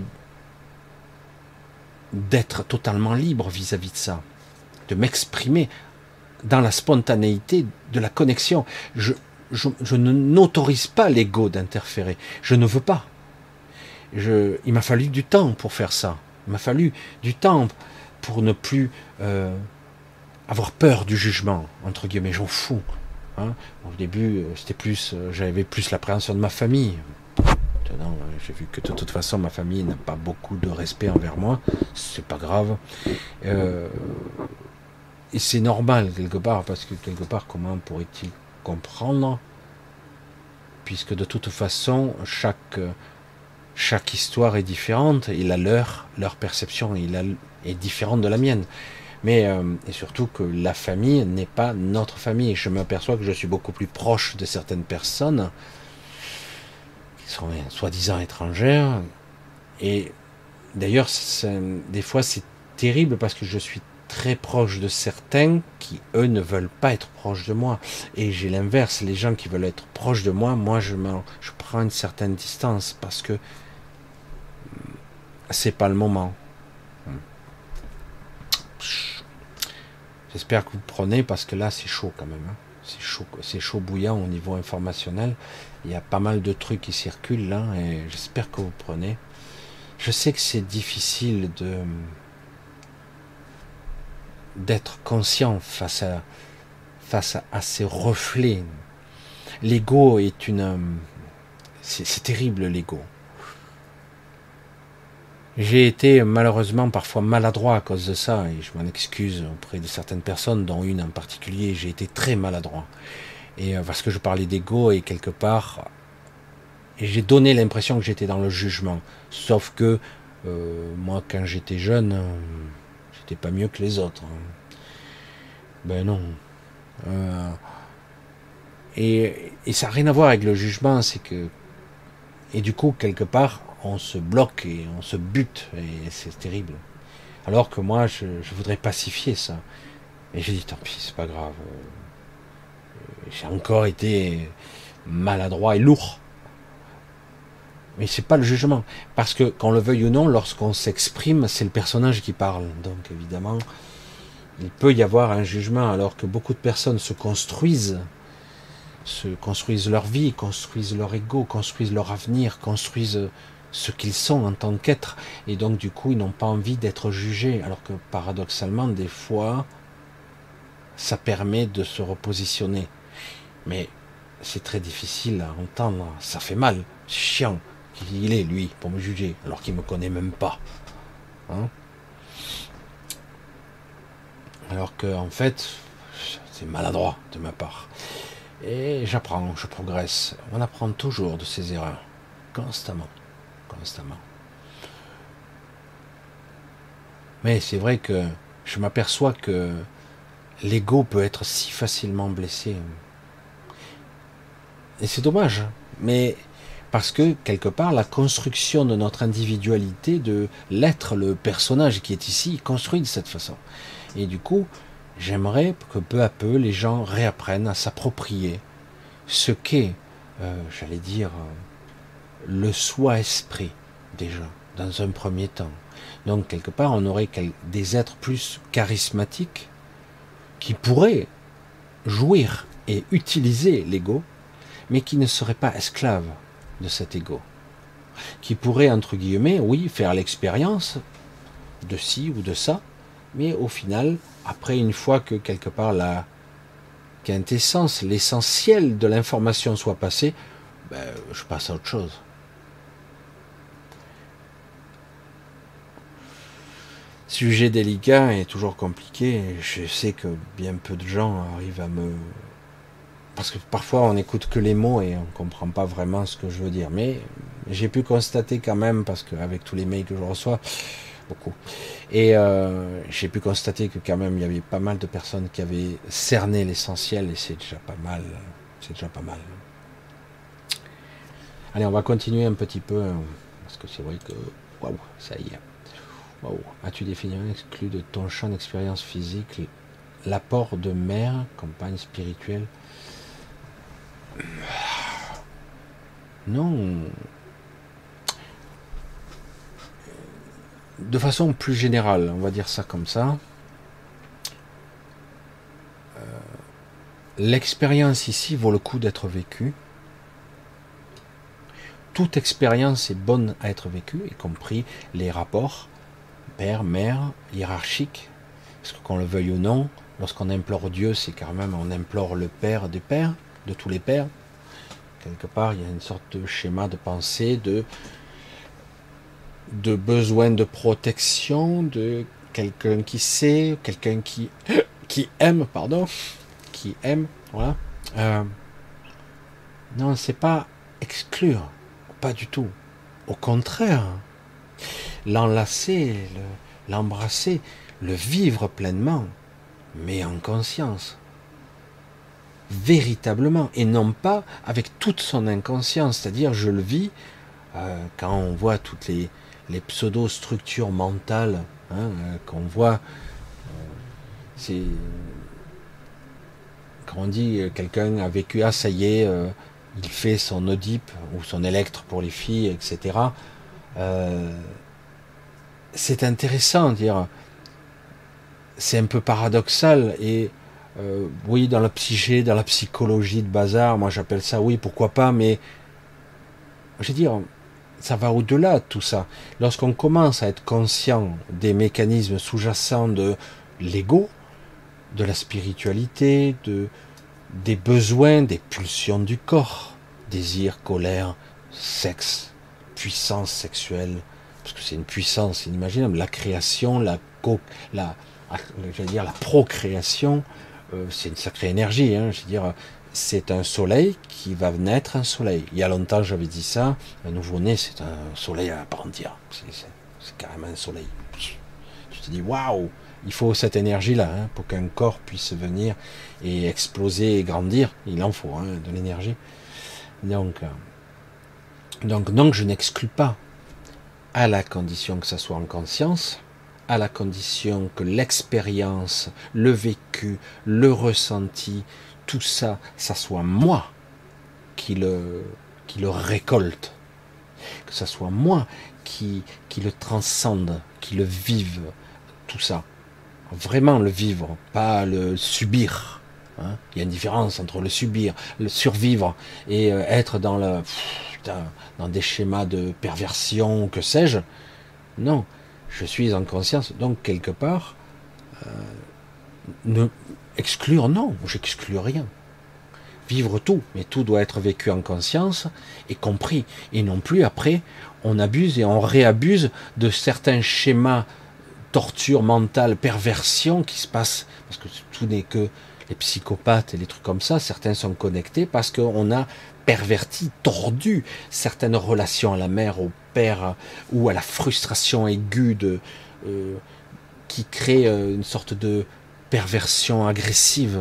d'être totalement libre vis-à-vis de ça, de m'exprimer dans la spontanéité de la connexion. Je n'autorise pas l'ego d'interférer. Je ne veux pas. Il m'a fallu du temps pour faire ça. Il m'a fallu du temps pour ne plus avoir peur du jugement, entre guillemets, j'en fous. Au début, j'avais plus l'appréhension de ma famille. Maintenant, j'ai vu que de toute façon, ma famille n'a pas beaucoup de respect envers moi. C'est pas grave. Et c'est normal, quelque part, parce que quelque part, comment pourrait-il comprendre, puisque de toute façon, chaque histoire est différente, et leur perception est différente de la mienne. Mais et surtout que la famille n'est pas notre famille. Je m'aperçois que je suis beaucoup plus proche de certaines personnes qui sont soi-disant étrangères. Et d'ailleurs, des fois, c'est terrible parce que je suis très proche de certains qui, eux, ne veulent pas être proches de moi. Et j'ai l'inverse, les gens qui veulent être proches de moi, moi, je prends une certaine distance parce que c'est pas le moment. J'espère que vous prenez parce que là, c'est chaud quand même. Hein. C'est chaud bouillant au niveau informationnel. Il y a pas mal de trucs qui circulent là et j'espère que vous prenez. Je sais que c'est difficile d'être conscient face à ces reflets. L'ego est c'est terrible l'ego. J'ai été malheureusement parfois maladroit à cause de ça et je m'en excuse auprès de certaines personnes, dont une en particulier. J'ai été très maladroit et parce que je parlais d'ego et quelque part et j'ai donné l'impression que j'étais dans le jugement. Sauf que moi, quand j'étais jeune, j'étais pas mieux que les autres. Ben non. Euh, et ça n'a rien à voir avec le jugement, c'est que et du coup quelque part on se bloque et on se bute et c'est terrible. Alors que moi je voudrais pacifier ça. Et j'ai dit tant pis, c'est pas grave. J'ai encore été maladroit et lourd. Mais c'est pas le jugement. Parce que, qu'on le veuille ou non, lorsqu'on s'exprime, c'est le personnage qui parle. Donc, évidemment, il peut y avoir un jugement, alors que beaucoup de personnes se construisent leur vie, construisent leur ego, construisent leur avenir, construisent ce qu'ils sont en tant qu'être. Et donc, du coup, ils n'ont pas envie d'être jugés. Alors que, paradoxalement, des fois, ça permet de se repositionner. Mais c'est très difficile à entendre. Ça fait mal. C'est chiant. Il est, lui, pour me juger, alors qu'il me connaît même pas. Hein, alors que, en fait, c'est maladroit de ma part. Et j'apprends, je progresse. On apprend toujours de ses erreurs. Constamment. Constamment. Mais c'est vrai que je m'aperçois que l'ego peut être si facilement blessé. Et c'est dommage. Mais parce que, quelque part, la construction de notre individualité, de l'être, le personnage qui est ici, est construit de cette façon. Et du coup, j'aimerais que peu à peu, les gens réapprennent à s'approprier ce qu'est, j'allais dire, le soi-esprit, déjà, dans un premier temps. Donc, quelque part, on aurait des êtres plus charismatiques qui pourraient jouir et utiliser l'ego, mais qui ne seraient pas esclaves de cet ego, qui pourrait, entre guillemets, oui, faire l'expérience de ci ou de ça, mais au final, après, une fois que quelque part la quintessence, l'essentiel de l'information soit passé, ben, je passe à autre chose. Sujet délicat et toujours compliqué, je sais que bien peu de gens arrivent à me... Parce que parfois on n'écoute que les mots et on ne comprend pas vraiment ce que je veux dire. Mais j'ai pu constater quand même, parce qu'avec tous les mails que je reçois, beaucoup, et j'ai pu constater que quand même il y avait pas mal de personnes qui avaient cerné l'essentiel et c'est déjà pas mal. C'est déjà pas mal. Allez, on va continuer un petit peu, parce que c'est vrai que... Waouh, ça y est. Waouh. As-tu définitivement exclu de ton champ d'expérience physique l'apport de mère, compagne spirituelle? Non. De façon plus générale, on va dire ça comme ça. L'expérience ici vaut le coup d'être vécue. Toute expérience est bonne à être vécue, y compris les rapports père, mère, hiérarchiques. Parce que qu'on le veuille ou non, lorsqu'on implore Dieu, c'est quand même on implore le Père des pères, de tous les pères. Quelque part, il y a une sorte de schéma de pensée, de besoin de protection, de quelqu'un qui sait, quelqu'un qui aime, pardon, qui aime, voilà. Non, c'est pas exclure, pas du tout. Au contraire, l'enlacer, l'embrasser, le vivre pleinement, mais en conscience, véritablement, et non pas avec toute son inconscience, c'est-à-dire je le vis quand on voit toutes les pseudo-structures mentales qu'on voit, c'est quand on dit quelqu'un a vécu, ah ça y est, il fait son Oedipe ou son Électre pour les filles, etc. C'est intéressant, dire, c'est un peu paradoxal et oui, dans la psyché, dans la psychologie de bazar, moi j'appelle ça, oui, pourquoi pas, mais je veux dire, ça va au-delà de tout ça. Lorsqu'on commence à être conscient des mécanismes sous-jacents de l'ego, de la spiritualité, des besoins, des pulsions du corps, désir, colère, sexe, puissance sexuelle, parce que c'est une puissance inimaginable, la création, j'allais dire la procréation, c'est une sacrée énergie, je veux dire, c'est un soleil qui va naître un soleil. Il y a longtemps j'avais dit ça, un nouveau-né c'est un soleil à part entière, c'est carrément un soleil. Tu te dis waouh, il faut cette énergie-là pour qu'un corps puisse venir et exploser et grandir. Il en faut de l'énergie. Donc, je n'exclus pas, à la condition que ça soit en conscience, à la condition que l'expérience, le vécu, le ressenti, tout ça, ça soit moi qui le récolte, que ça soit moi qui le transcende, qui le vive, tout ça. Vraiment le vivre, pas le subir. Il y a une différence entre le subir, le survivre et être dans des schémas de perversion, que sais-je. Non, je suis en conscience, donc quelque part, ne exclure, non, j'exclus rien. Vivre tout, mais tout doit être vécu en conscience et compris. Et non plus après, on abuse et on réabuse de certains schémas, torture mentale, perversion qui se passe, parce que tout n'est que les psychopathes et les trucs comme ça, certains sont connectés parce qu'on a perverti, tordu certaines relations à la mère, au père, ou à la frustration aiguë qui crée une sorte de perversion agressive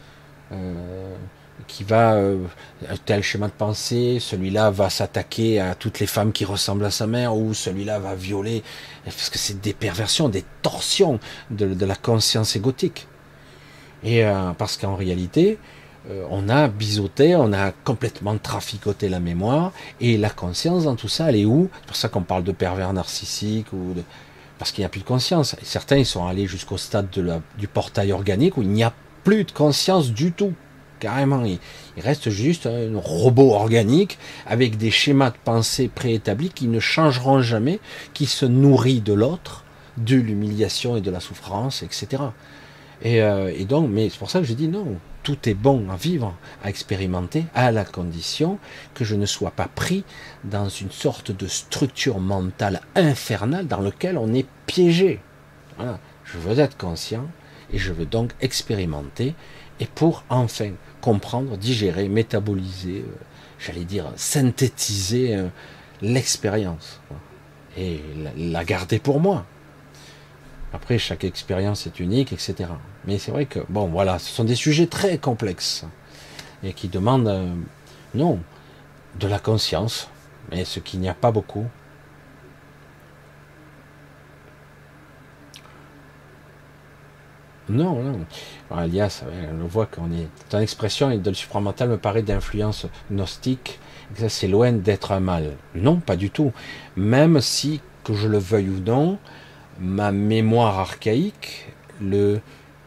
qui va tel schéma de pensée, celui-là va s'attaquer à toutes les femmes qui ressemblent à sa mère, ou celui-là va violer, parce que c'est des perversions, des torsions de la conscience égotique. Et parce qu'en réalité, on a biseauté, on a complètement traficoté la mémoire, et la conscience dans tout ça, elle est où? C'est pour ça qu'on parle de pervers narcissique, parce qu'il n'y a plus de conscience. Et certains, ils sont allés jusqu'au stade du portail organique, où il n'y a plus de conscience du tout. Carrément, il reste juste un robot organique avec des schémas de pensée préétablis qui ne changeront jamais, qui se nourrit de l'autre, de l'humiliation et de la souffrance, etc. Et donc, mais c'est pour ça que je dis non, tout est bon à vivre, à expérimenter, à la condition que je ne sois pas pris dans une sorte de structure mentale infernale dans laquelle on est piégé. Voilà. Je veux être conscient et je veux donc expérimenter, et pour enfin comprendre, digérer, métaboliser, j'allais dire synthétiser l'expérience et la garder pour moi. Après, chaque expérience est unique, etc. Mais c'est vrai que, bon, voilà, ce sont des sujets très complexes et qui demandent, non, de la conscience, mais ce qu'il n'y a pas beaucoup. Non, non. Alors, Elias, on voit qu'on est. Ton expression de le supramental me paraît d'influence gnostique, et que ça c'est loin d'être un mal. Non, pas du tout. Même si, que je le veuille ou non, ma mémoire archaïque, le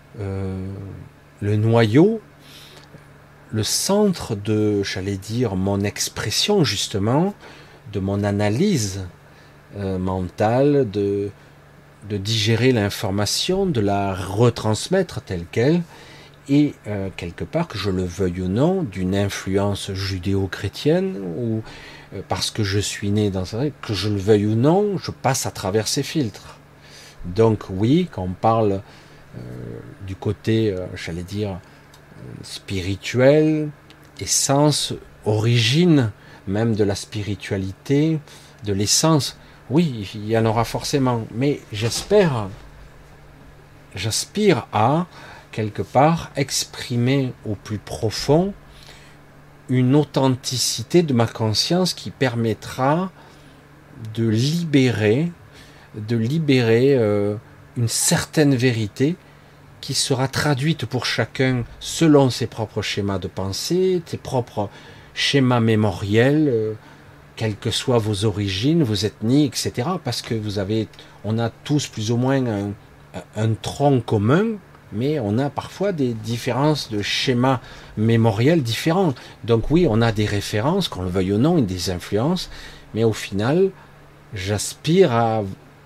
noyau, le centre de, j'allais dire, mon expression justement, de mon analyse mentale, de digérer l'information, de la retransmettre telle qu'elle, et quelque part, que je le veuille ou non, d'une influence judéo-chrétienne, ou parce que je suis né dans ça, que je le veuille ou non, je passe à travers ces filtres. Donc oui, quand on parle du côté, j'allais dire, spirituel, essence, origine, même de la spiritualité, de l'essence, oui, il y en aura forcément, mais j'espère j'aspire à, quelque part, exprimer au plus profond une authenticité de ma conscience qui permettra de libérer, une certaine vérité qui sera traduite pour chacun selon ses propres schémas de pensée, ses propres schémas mémoriels, quelles que soient vos origines, vos ethnies, etc. Parce que on a tous plus ou moins un tronc commun, mais on a parfois des différences de schémas mémoriels différents. Donc oui, on a des références, qu'on le veuille ou non, et des influences, mais au final, j'aspire à,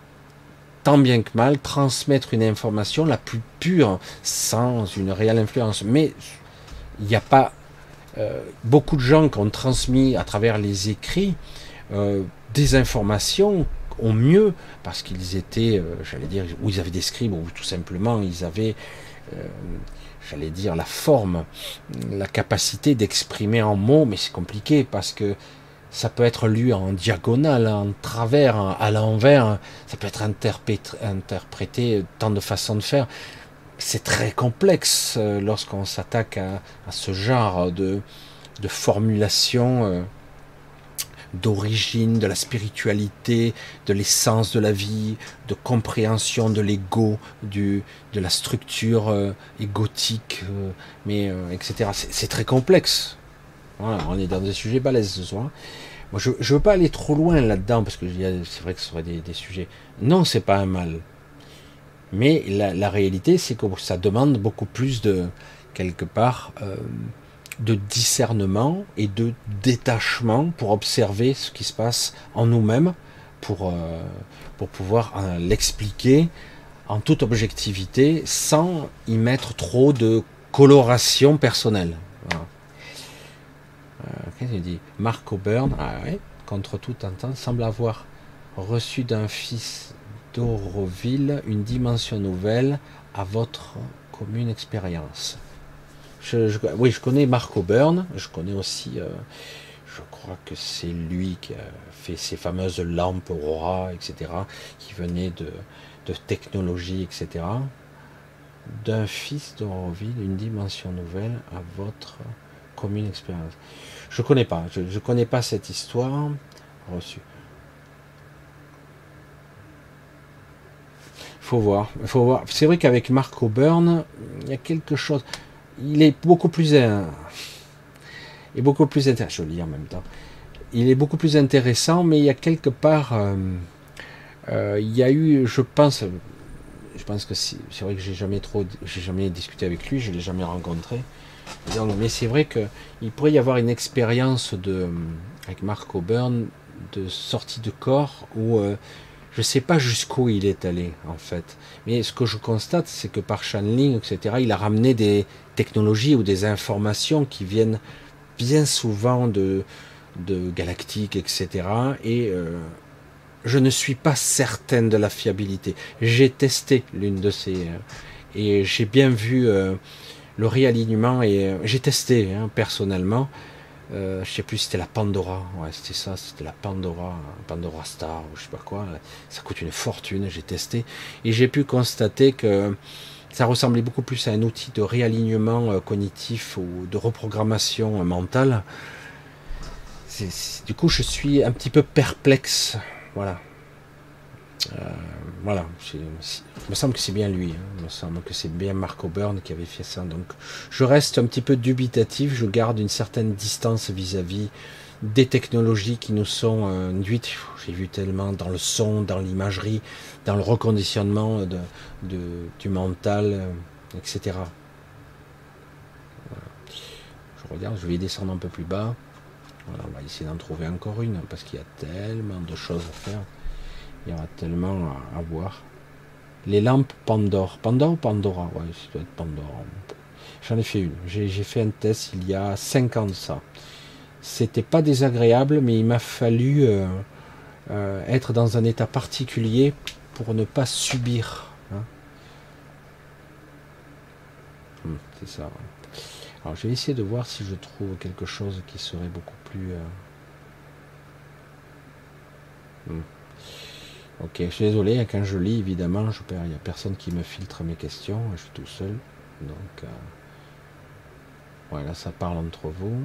tant bien que mal, transmettre une information la plus pure, sans une réelle influence. Mais il n'y a pas beaucoup de gens qui ont transmis à travers les écrits des informations au mieux, parce qu'ils étaient, j'allais dire, ou ils avaient des scribes, ou tout simplement ils avaient, j'allais dire, la forme, la capacité d'exprimer en mots, mais c'est compliqué, parce que ça peut être lu en diagonale, en travers, à l'envers, ça peut être interprété tant de façons de faire. C'est très complexe lorsqu'on s'attaque à ce genre de formulation d'origine, de la spiritualité, de l'essence de la vie, de compréhension de l'ego, de la structure égotique, etc. C'est très complexe. Voilà, on est dans des sujets balèzes ce soir. Moi, je ne veux pas aller trop loin là-dedans, parce que c'est vrai que ce serait des sujets... Non, c'est pas un mal. Mais la réalité, c'est que ça demande beaucoup plus de, quelque part, de discernement et de détachement pour observer ce qui se passe en nous-mêmes, pour pouvoir l'expliquer en toute objectivité, sans y mettre trop de coloration personnelle. Voilà. Qu'est-ce qu'il dit? Mark O'Byrne, contre toute entente, semble avoir reçu d'un fils d'Auroville une dimension nouvelle à votre commune expérience. Oui, je connais Mark O'Byrne, je connais aussi, je crois que c'est lui qui a fait ces fameuses lampes Aurora, etc., qui venaient de technologie, etc. D'un fils d'Auroville, une dimension nouvelle à votre commune expérience. Je connais pas, je connais pas cette histoire reçue. Faut voir. C'est vrai qu'avec Mark O'Byrne, il y a quelque chose. Il est beaucoup plus intéressant. Je lis en même temps. Il est beaucoup plus intéressant, mais il y a quelque part, il y a eu, je pense que c'est vrai que j'ai jamais discuté avec lui, je l'ai jamais rencontré. Donc, mais c'est vrai que il pourrait y avoir une expérience avec Mark O'Byrne de sortie de corps où je ne sais pas jusqu'où il est allé en fait. Mais ce que je constate, c'est que par channeling, etc., il a ramené des technologies ou des informations qui viennent bien souvent de galactiques, etc. Et je ne suis pas certaine de la fiabilité. J'ai testé l'une de ces et j'ai bien vu le réalignement et j'ai testé personnellement. Je sais plus si c'était la Pandora, ouais c'était ça, c'était la Pandora Star ou je sais pas quoi. Ça coûte une fortune, j'ai testé et j'ai pu constater que ça ressemblait beaucoup plus à un outil de réalignement cognitif ou de reprogrammation mentale. Du coup, je suis un petit peu perplexe, voilà. Voilà, il me semble que c'est bien lui, il me semble que c'est bien Mark O'Byrne qui avait fait ça, donc je reste un petit peu dubitatif, je garde une certaine distance vis-à-vis des technologies qui nous sont induites, j'ai vu tellement dans le son, dans l'imagerie, dans le reconditionnement du mental, etc. Voilà. Je regarde, je vais descendre un peu plus bas, voilà, on va essayer d'en trouver encore une, parce qu'il y a tellement de choses à faire. Il y aura tellement à voir. Les lampes Pandore. Pandore ou Pandora? Ouais, ça doit être Pandora. J'en ai fait une. J'ai fait un test il y a 5 ans de ça. C'était pas désagréable, mais il m'a fallu être dans un état particulier pour ne pas subir. Hein. C'est ça. Ouais. Alors je vais essayer de voir si je trouve quelque chose qui serait beaucoup plus... Ok, je suis désolé, hein, quand je lis, évidemment, il n'y a personne qui me filtre mes questions, je suis tout seul. Donc, voilà, ça parle entre vous.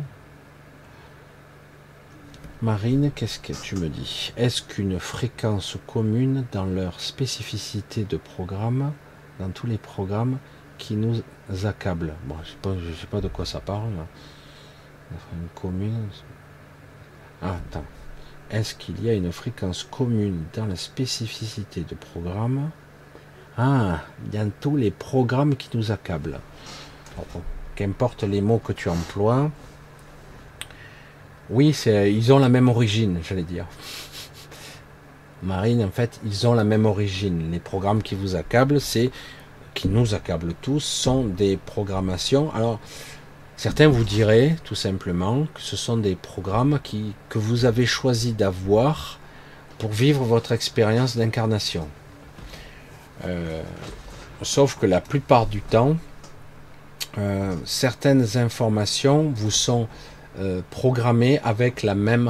Marine, qu'est-ce que tu me dis? Est-ce qu'une fréquence commune dans leur spécificité de programme, dans tous les programmes qui nous accablent? Bon, je sais pas de quoi ça parle. Une commune. Ah, attends. Est-ce qu'il y a une fréquence commune dans la spécificité de programme? Ah, dans tous les programmes qui nous accablent. Bon, qu'importe les mots que tu emploies. Oui, ils ont la même origine, j'allais dire. Marine, en fait, ils ont la même origine. Les programmes qui vous accablent, qui nous accablent tous, sont des programmations. Alors, certains vous diraient tout simplement que ce sont des programmes que vous avez choisi d'avoir pour vivre votre expérience d'incarnation. Sauf que la plupart du temps, certaines informations vous sont programmées avec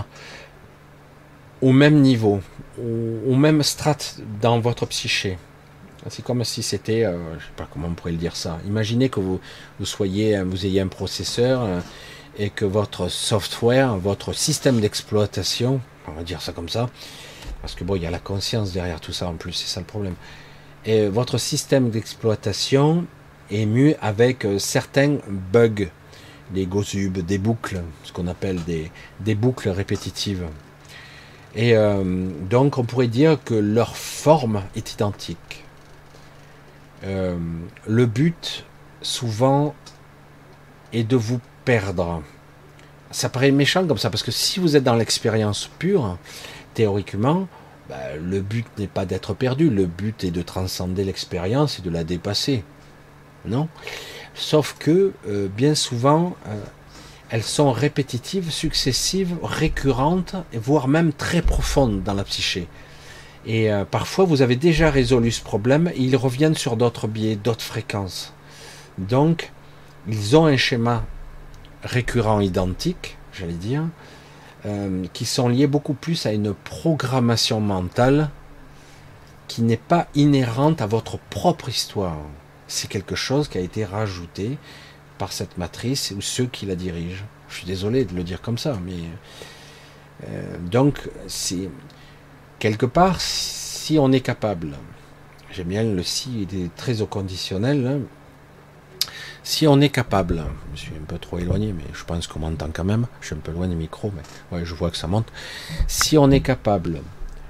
au même niveau, au même strate dans votre psyché. C'est comme si c'était, je ne sais pas comment on pourrait le dire ça. Imaginez que vous ayez un processeur et que votre software, votre système d'exploitation, on va dire ça comme ça, parce que bon, il y a la conscience derrière tout ça en plus, c'est ça le problème. Et votre système d'exploitation est mu avec certains bugs, des gossubs, des boucles, ce qu'on appelle des boucles répétitives. Et donc on pourrait dire que leur forme est identique. Le but, souvent, est de vous perdre. Ça paraît méchant comme ça, parce que si vous êtes dans l'expérience pure, théoriquement, le but n'est pas d'être perdu, le but est de transcender l'expérience et de la dépasser. Non ? Sauf que, bien souvent, elles sont répétitives, successives, récurrentes, voire même très profondes dans la psyché. Et parfois, vous avez déjà résolu ce problème, et ils reviennent sur d'autres biais, d'autres fréquences. Donc, ils ont un schéma récurrent identique, j'allais dire, qui sont liés beaucoup plus à une programmation mentale qui n'est pas inhérente à votre propre histoire. C'est quelque chose qui a été rajouté par cette matrice ou ceux qui la dirigent. Je suis désolé de le dire comme ça, mais donc c'est quelque part, si on est capable, j'aime bien le si, il est très au conditionnel, hein, si on est capable, je me suis un peu trop éloigné, mais je pense qu'on m'entend quand même, je suis un peu loin du micro, mais ouais, je vois que ça monte. Si on est capable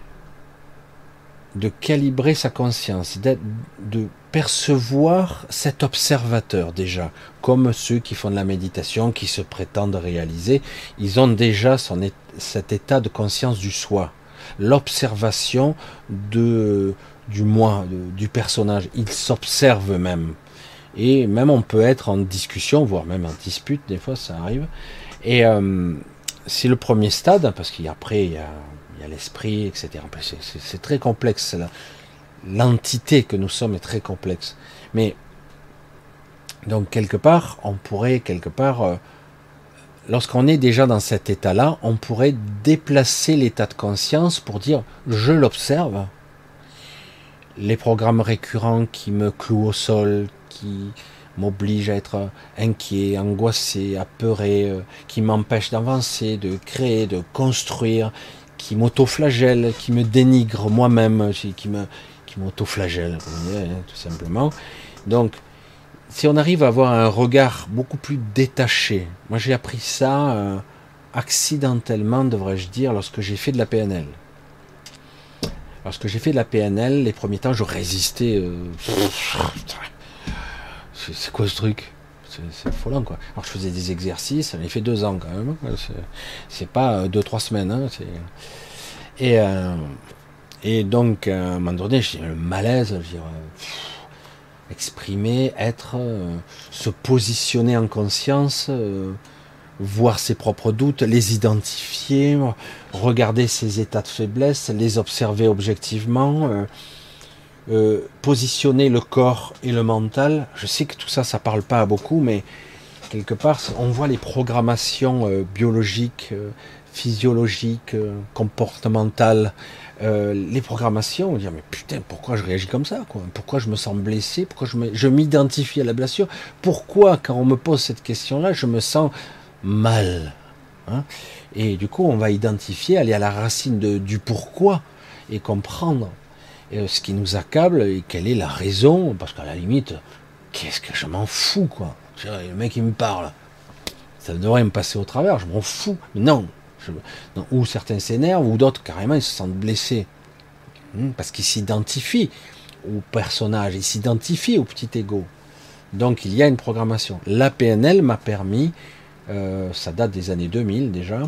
de calibrer sa conscience, de percevoir cet observateur déjà, comme ceux qui font de la méditation, qui se prétendent réaliser, ils ont déjà cet état de conscience du soi, l'observation du moi, du personnage, ils s'observent même. Et même on peut être en discussion, voire même en dispute, des fois ça arrive. Et c'est le premier stade, parce qu'après il y a l'esprit, etc. C'est très complexe. L'entité que nous sommes est très complexe. Mais donc quelque part, lorsqu'on est déjà dans cet état-là, on pourrait déplacer l'état de conscience pour dire je l'observe. Les programmes récurrents qui me clouent au sol, qui m'obligent à être inquiet, angoissé, apeuré, qui m'empêchent d'avancer, de créer, de construire, qui m'auto-flagellent, qui me dénigrent moi-même, qui m'auto-flagellent, tout simplement. Donc, si on arrive à avoir un regard beaucoup plus détaché, moi j'ai appris ça accidentellement, devrais-je dire, lorsque j'ai fait de la PNL. Lorsque j'ai fait de la PNL, les premiers temps, je résistais. C'est quoi ce truc? C'est affolant, quoi. Alors je faisais des exercices, j'en ai fait 2 ans quand même. C'est pas 2-3 semaines. Hein, et donc, à un moment donné, j'ai le malaise, je veux dire, exprimer, être, se positionner en conscience, voir ses propres doutes, les identifier, regarder ses états de faiblesse, les observer objectivement, positionner le corps et le mental. Je sais que tout ça, ça parle pas à beaucoup, mais quelque part, on voit les programmations biologiques, physiologiques, comportementales, les programmations, on dit mais putain, pourquoi je réagis comme ça, quoi? Pourquoi je me sens blessé, pourquoi je m'identifie à la blessure, pourquoi quand on me pose cette question-là, je me sens mal, hein? Et du coup, on va identifier, aller à la racine du pourquoi et comprendre ce qui nous accable et quelle est la raison, parce qu'à la limite, qu'est-ce que je m'en fous, quoi. Le mec il me parle, ça devrait me passer au travers, je m'en fous. Mais non, non, ou certains s'énervent, ou d'autres carrément ils se sentent blessés, parce qu'ils s'identifient au personnage, ils s'identifient au petit ego. Donc il y a une programmation. La PNL m'a permis, ça date des années 2000 déjà.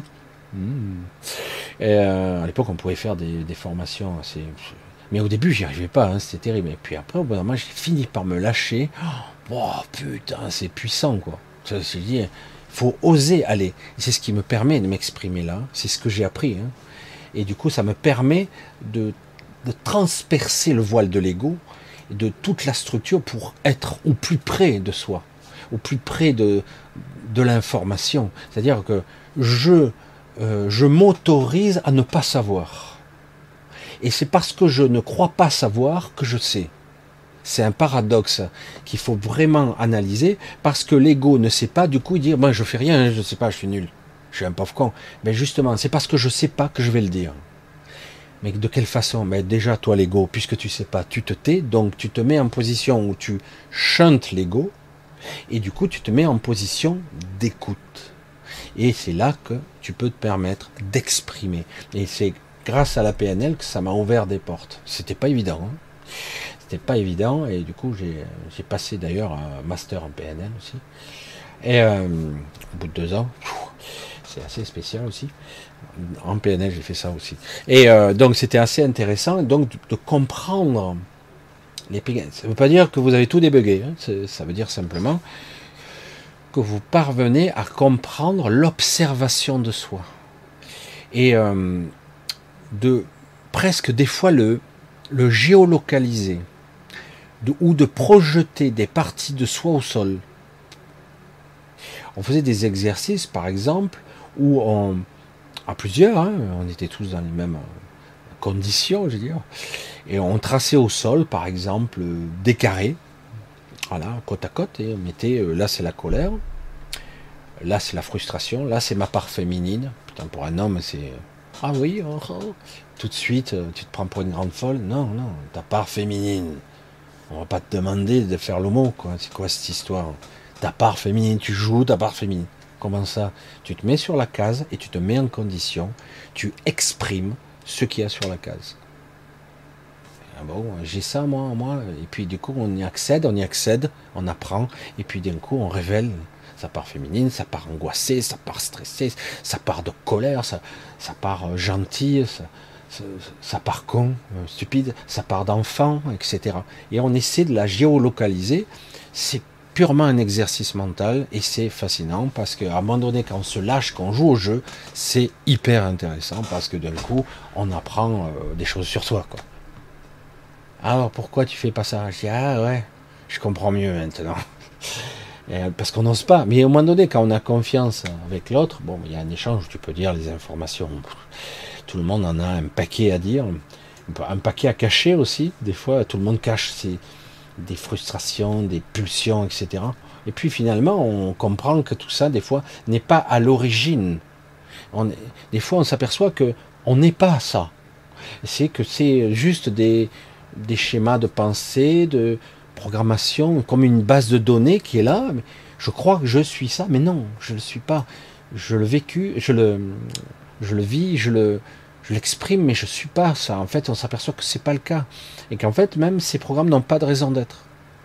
Et, à l'époque on pouvait faire des formations assez... Mais au début, j'y arrivais pas, hein, c'était terrible. Et puis après, au bout d'un moment, j'ai fini par me lâcher. Oh putain, c'est puissant, quoi. J'ai dit, il faut oser aller. Et c'est ce qui me permet de m'exprimer là. C'est ce que j'ai appris, hein. Et du coup, ça me permet de transpercer le voile de l'ego, de toute la structure pour être au plus près de soi, au plus près de l'information. C'est-à-dire que je m'autorise à ne pas savoir. Et c'est parce que je ne crois pas savoir que je sais. C'est un paradoxe qu'il faut vraiment analyser, parce que l'ego ne sait pas, du coup il dit, moi je fais rien, je ne sais pas, je suis nul, je suis un pauvre con. Mais justement, c'est parce que je ne sais pas que je vais le dire. Mais de quelle façon? Mais déjà, toi l'ego, puisque tu ne sais pas, tu te tais, donc tu te mets en position où tu chantes l'ego, et du coup tu te mets en position d'écoute. Et c'est là que tu peux te permettre d'exprimer. Et c'est grâce à la PNL que ça m'a ouvert des portes. C'était pas évident, hein. C'était pas évident, et du coup j'ai passé d'ailleurs un master en PNL aussi. Et au bout de 2 ans, c'est assez spécial aussi. En PNL j'ai fait ça aussi. Et donc c'était assez intéressant donc de comprendre les PNL. Ça ne veut pas dire que vous avez tout débugué, hein. Ça veut dire simplement que vous parvenez à comprendre l'observation de soi. Et de presque des fois le géolocaliser, ou de projeter des parties de soi au sol. On faisait des exercices, par exemple, où à plusieurs, hein, on était tous dans les mêmes conditions, je veux dire, et on traçait au sol, par exemple, des carrés, voilà, côte à côte, et on mettait, là c'est la colère, là c'est la frustration, là c'est ma part féminine. Putain, pour un homme, c'est... Ah oui, tout de suite, tu te prends pour une grande folle. Non, non, ta part féminine. On va pas te demander de faire l'homo, quoi. C'est quoi cette histoire? Ta part féminine, tu joues ta part féminine. Comment ça? Tu te mets sur la case et tu te mets en condition. Tu exprimes ce qu'il y a sur la case. Ah bon, j'ai ça, moi. Et puis du coup, on y accède, on apprend. Et puis d'un coup, on révèle sa part féminine, sa part angoissée, sa part stressée, sa part de colère, sa part gentille, sa part con, stupide, sa part d'enfant, etc. Et on essaie de la géolocaliser. C'est purement un exercice mental et c'est fascinant parce qu'à un moment donné, quand on se lâche, quand on joue au jeu, c'est hyper intéressant parce que d'un coup, on apprend des choses sur soi, quoi. Alors pourquoi tu fais pas ça? Je dis ah ouais, je comprends mieux maintenant. Parce qu'on n'ose pas. Mais au moment donné, quand on a confiance avec l'autre, bon, il y a un échange, tu peux dire les informations. Tout le monde en a un paquet à dire, un paquet à cacher aussi. Des fois, tout le monde cache des frustrations, des pulsions, etc. Et puis finalement, on comprend que tout ça, des fois, n'est pas à l'origine. Des fois, on s'aperçoit que on n'est pas ça. C'est que c'est juste des schémas de pensée, de programmation, comme une base de données qui est là. Je crois que je suis ça, mais non, je ne le suis pas. Je le vécu, je le vis, je l'exprime, mais je suis pas ça. En fait, on s'aperçoit que c'est pas le cas, et qu'en fait, même ces programmes n'ont pas de raison d'être.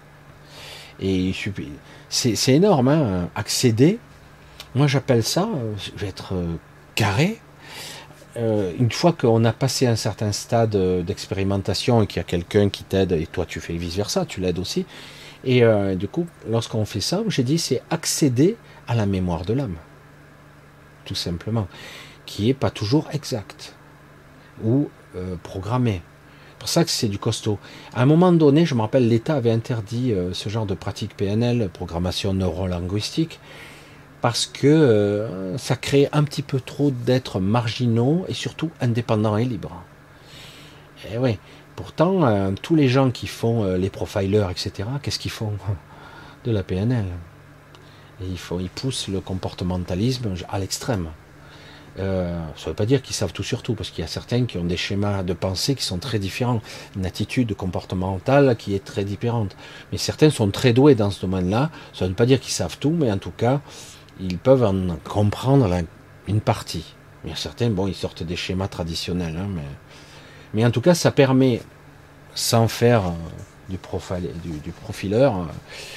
Et c'est énorme, hein, accéder. Moi, j'appelle ça, je vais être carré. Une fois qu'on a passé un certain stade d'expérimentation et qu'il y a quelqu'un qui t'aide, et toi tu fais vice versa, tu l'aides aussi, et du coup, lorsqu'on fait ça, j'ai dit, c'est accéder à la mémoire de l'âme, tout simplement, qui est pas toujours exacte ou programmée. C'est pour ça que c'est du costaud. À un moment donné, je me rappelle, l'État avait interdit ce genre de pratique PNL, programmation neuro-linguistique, parce que ça crée un petit peu trop d'êtres marginaux et surtout indépendants et libres. Et oui, pourtant, tous les gens qui font les profilers, etc., qu'est-ce qu'ils font? De la PNL. Et ils poussent le comportementalisme à l'extrême. Ça ne veut pas dire qu'ils savent tout sur tout, parce qu'il y a certains qui ont des schémas de pensée qui sont très différents, une attitude comportementale qui est très différente. Mais certains sont très doués dans ce domaine-là. Ça ne veut pas dire qu'ils savent tout, mais en tout cas, ils peuvent en comprendre une partie. Il y a certains, bon, ils sortent des schémas traditionnels, hein, mais en tout cas, ça permet, sans faire du profileur,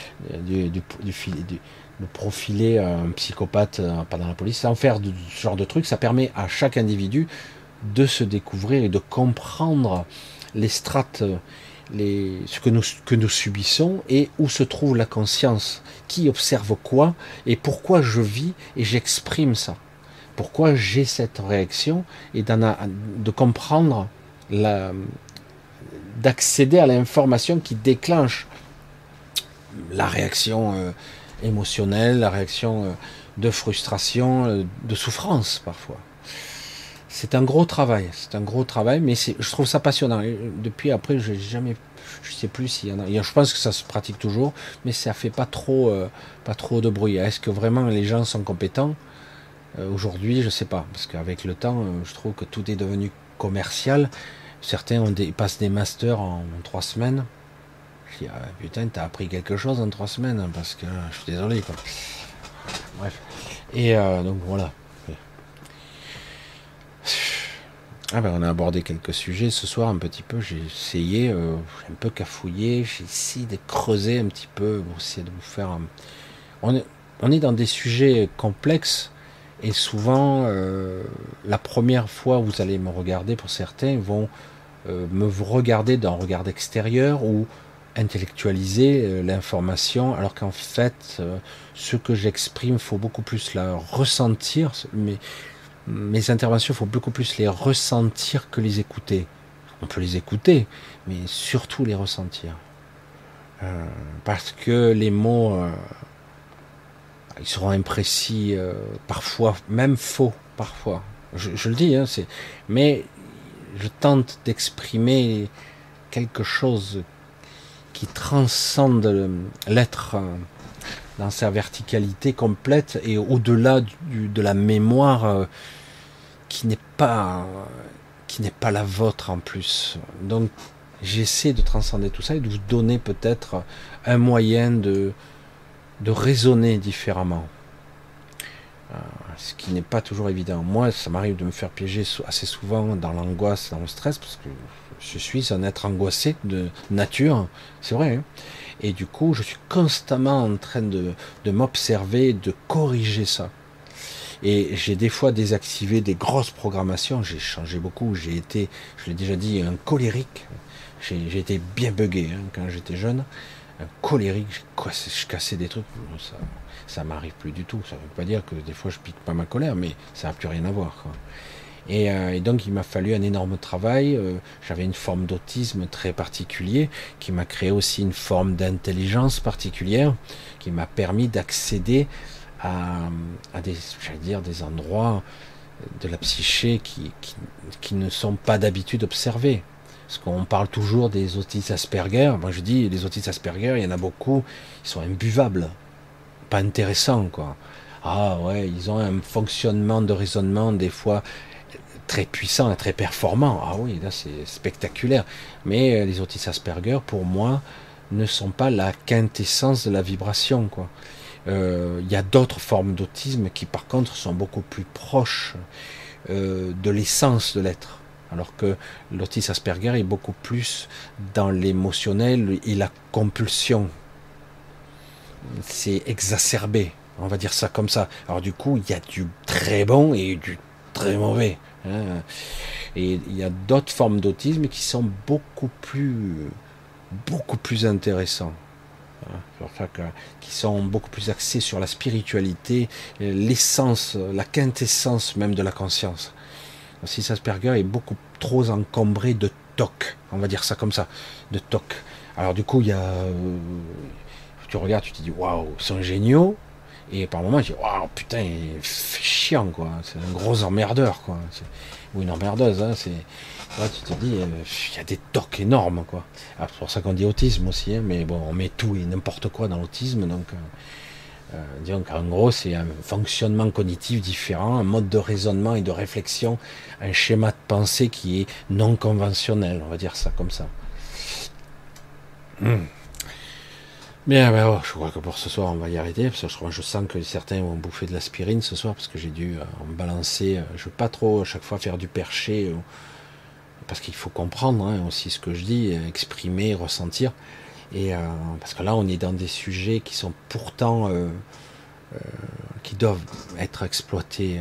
de profiler un psychopathe pendant la police, sans faire ce genre de truc, ça permet à chaque individu de se découvrir et de comprendre les strates, ce que nous subissons et où se trouve la conscience, qui observe quoi et pourquoi je vis et j'exprime ça, pourquoi j'ai cette réaction et de comprendre d'accéder à l'information qui déclenche la réaction émotionnelle, la réaction de frustration, de souffrance parfois. C'est un gros travail, mais je trouve ça passionnant. Et depuis après, je sais plus s'il y en a. Je pense que ça se pratique toujours, mais ça fait pas trop de bruit. Est-ce que vraiment les gens sont compétents? Aujourd'hui, je sais pas, parce qu'avec le temps, je trouve que tout est devenu commercial. Certains passent des masters en 3 semaines. Je dis, ah, putain, t'as appris quelque chose en 3 semaines, hein, parce que je suis désolé, quoi. Bref. Et donc voilà. Ah ben, on a abordé quelques sujets ce soir un petit peu. J'ai essayé, j'ai un peu cafouillé, j'ai essayé de creuser un petit peu pour essayer de vous faire. On est dans des sujets complexes et souvent, la première fois où vous allez me regarder, pour certains, ils vont me regarder d'un regard extérieur ou intellectualiser l'information, alors qu'en fait, ce que j'exprime, il faut beaucoup plus la ressentir. Mes interventions, il faut beaucoup plus les ressentir que les écouter. On peut les écouter, mais surtout les ressentir. Parce que les mots, ils seront imprécis, parfois, même faux, parfois. Je le dis, hein, mais je tente d'exprimer quelque chose qui transcende l'être dans sa verticalité complète et au-delà de la mémoire qui n'est pas la vôtre en plus. Donc j'essaie de transcender tout ça et de vous donner peut-être un moyen de raisonner différemment. Ce qui n'est pas toujours évident. Moi, ça m'arrive de me faire piéger assez souvent dans l'angoisse, dans le stress, parce que je suis un être angoissé de nature, c'est vrai. Hein. Et du coup, je suis constamment en train de m'observer, de corriger ça. Et j'ai des fois désactivé des grosses programmations, j'ai changé beaucoup, j'ai été, je l'ai déjà dit, un colérique. J'ai été bien buggé hein, quand j'étais jeune. Un colérique, je cassais des trucs, ça m'arrive plus du tout. Ça veut pas dire que des fois je pique pas ma colère, mais ça n'a plus rien à voir, quoi. Et donc il m'a fallu un énorme travail. J'avais une forme d'autisme très particulier qui m'a créé aussi une forme d'intelligence particulière qui m'a permis d'accéder à j'allais dire, des endroits de la psyché qui ne sont pas d'habitude observés. Parce qu'on parle toujours des autistes Asperger. Moi je dis, les autistes Asperger, il y en a beaucoup, ils sont imbuvables, pas intéressants, quoi. Ah ouais, ils ont un fonctionnement de raisonnement des fois très puissant et très performant. Ah oui, là c'est spectaculaire. Mais les autistes Asperger, pour moi, ne sont pas la quintessence de la vibration, quoi. Y a d'autres formes d'autisme qui par contre sont beaucoup plus proches de l'essence de l'être. Alors que l'autisme Asperger est beaucoup plus dans l'émotionnel et la compulsion. C'est exacerbé, on va dire ça comme ça. Alors du coup, il y a du très bon et du très mauvais. Hein. Et il y a d'autres formes d'autisme qui sont beaucoup plus intéressants. Qui sont beaucoup plus axés sur la spiritualité, l'essence, la quintessence même de la conscience. L'autisme Asperger est beaucoup trop encombré de toc, on va dire ça comme ça, de toc. Alors du coup, il y a, tu regardes, tu te dis waouh, ils sont géniaux, Et par moments, je dis, waouh, putain, il fait chiant, quoi. C'est un gros emmerdeur, quoi. Ou une emmerdeuse, hein. Ouais, tu te dis, il y a des tocs énormes, quoi. Alors, c'est pour ça qu'on dit autisme aussi, hein, mais bon, on met tout et n'importe quoi dans l'autisme, donc, disons qu'en gros, c'est un fonctionnement cognitif différent, un mode de raisonnement et de réflexion, un schéma de pensée qui est non conventionnel, on va dire ça comme ça. Bien, ben, je crois que pour ce soir, on va y arrêter, parce que je sens que certains vont bouffer de l'aspirine ce soir, parce que j'ai dû en balancer. Je veux pas trop à chaque fois faire du perché, parce qu'il faut comprendre, hein, aussi ce que je dis, exprimer, ressentir. Et parce que là, on est dans des sujets qui sont pourtant qui doivent être exploités.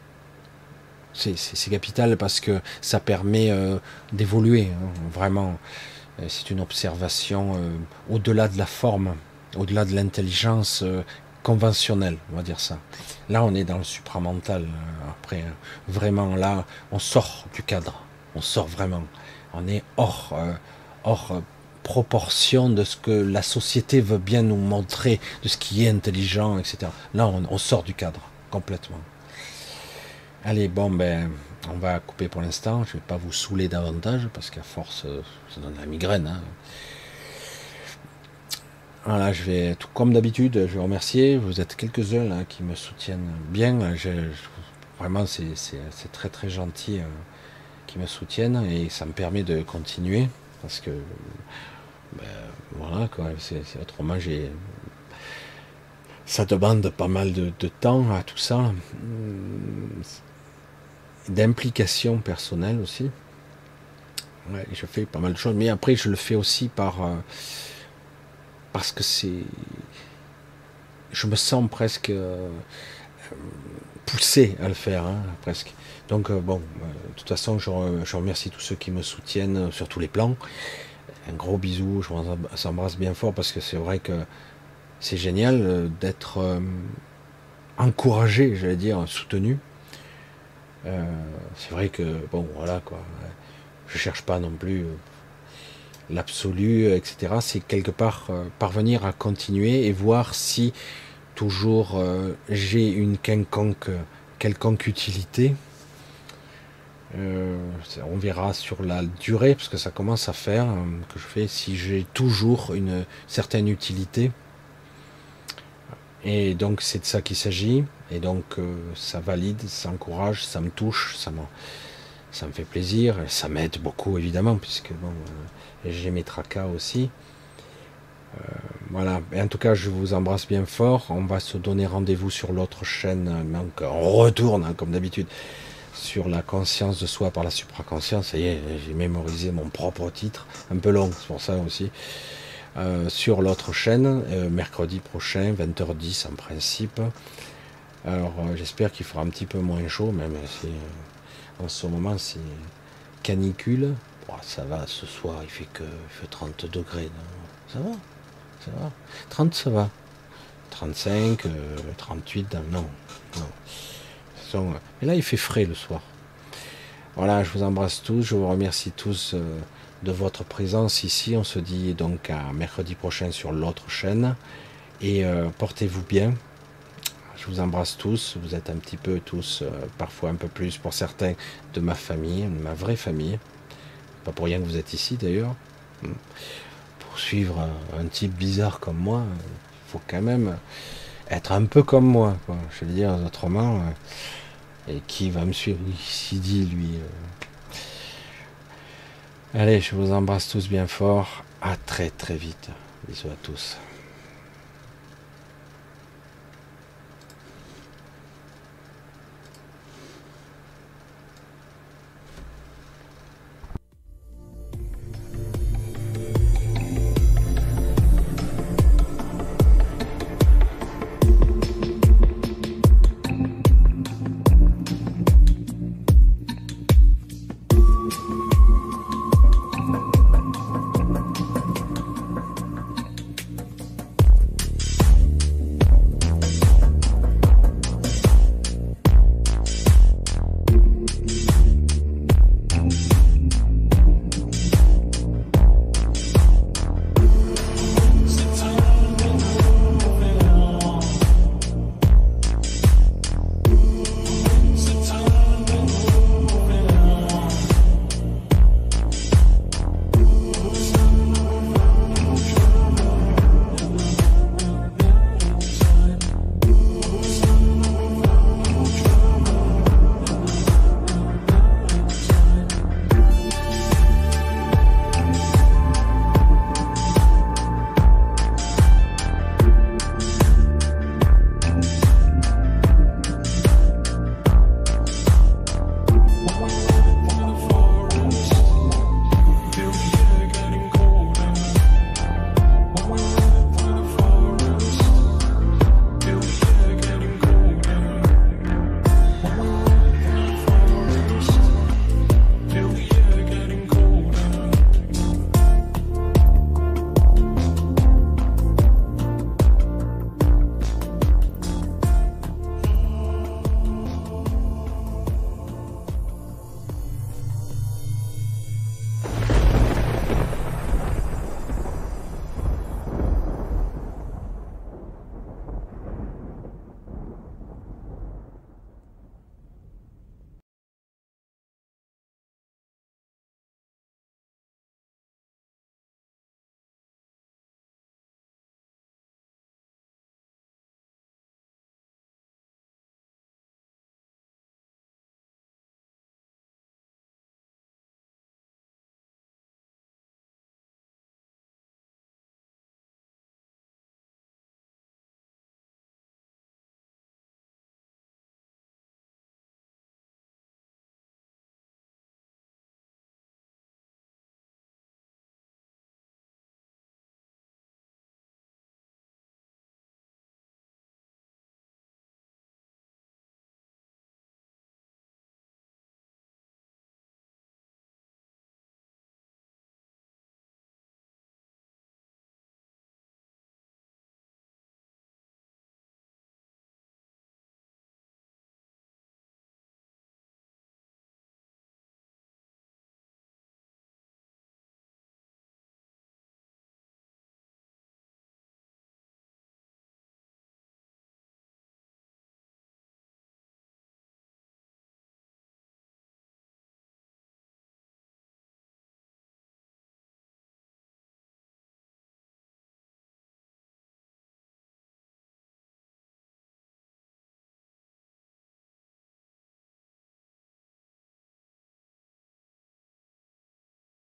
C'est capital parce que ça permet d'évoluer, hein, vraiment. C'est une observation au-delà de la forme, au-delà de l'intelligence conventionnelle, on va dire ça. Là, on est dans le supramental. Après, vraiment, là, on sort du cadre. On sort vraiment. On est hors proportion de ce que la société veut bien nous montrer, de ce qui est intelligent, etc. Là, on sort du cadre, complètement. Allez, bon, ben, on va couper pour l'instant. Je ne vais pas vous saouler davantage, parce qu'à force, ça donne la migraine. Hein. Voilà, je vais, tout comme d'habitude, je vais remercier. Vous êtes quelques-uns là qui me soutiennent bien. Vraiment, c'est très très gentil qui me soutiennent et ça me permet de continuer parce que ben, voilà quoi. Autrement, ça demande pas mal de temps à tout ça, d'implication personnelle aussi. Ouais, je fais pas mal de choses, mais après je le fais aussi parce que je me sens presque poussé à le faire, hein, presque. Donc bon, de toute façon, je remercie tous ceux qui me soutiennent sur tous les plans. Un gros bisou, je vous embrasse bien fort parce que c'est vrai que c'est génial d'être encouragé, j'allais dire, soutenu. C'est vrai que bon, voilà quoi. Je cherche pas non plus l'absolu, etc. C'est quelque part parvenir à continuer et voir si toujours j'ai une quelconque utilité. On verra sur la durée, parce que ça commence à faire que je fais, si j'ai toujours une certaine utilité. Et donc c'est de ça qu'il s'agit. Et donc ça valide, ça encourage, ça me touche, ça me fait plaisir, et ça m'aide beaucoup évidemment, puisque bon, j'ai mes tracas aussi. Voilà, et en tout cas je vous embrasse bien fort. On va se donner rendez-vous sur l'autre chaîne, donc on retourne hein, comme d'habitude sur la conscience de soi par la supraconscience. Ça y est, j'ai mémorisé mon propre titre, un peu long, c'est pour ça aussi. Sur l'autre chaîne, mercredi prochain, 20h10 en principe. Alors j'espère qu'il fera un petit peu moins chaud, même si en ce moment c'est canicule. Bon, ça va, ce soir il fait 30 degrés. Non, ça va, ça va. 30 ça va. 35, 38, non. Mais là il fait frais le soir. Voilà, je vous embrasse tous, je vous remercie tous de votre présence ici. On se dit donc à mercredi prochain sur l'autre chaîne. Et portez-vous bien. Je vous embrasse tous. Vous êtes un petit peu tous, parfois un peu plus pour certains, de ma famille, de ma vraie famille. Pas pour rien que vous êtes ici d'ailleurs. Pour suivre un type bizarre comme moi, il faut quand même être un peu comme moi, quoi. Je veux dire autrement. Et qui va me suivre ici dit lui. Allez, je vous embrasse tous bien fort. À très très vite. Bisous à tous.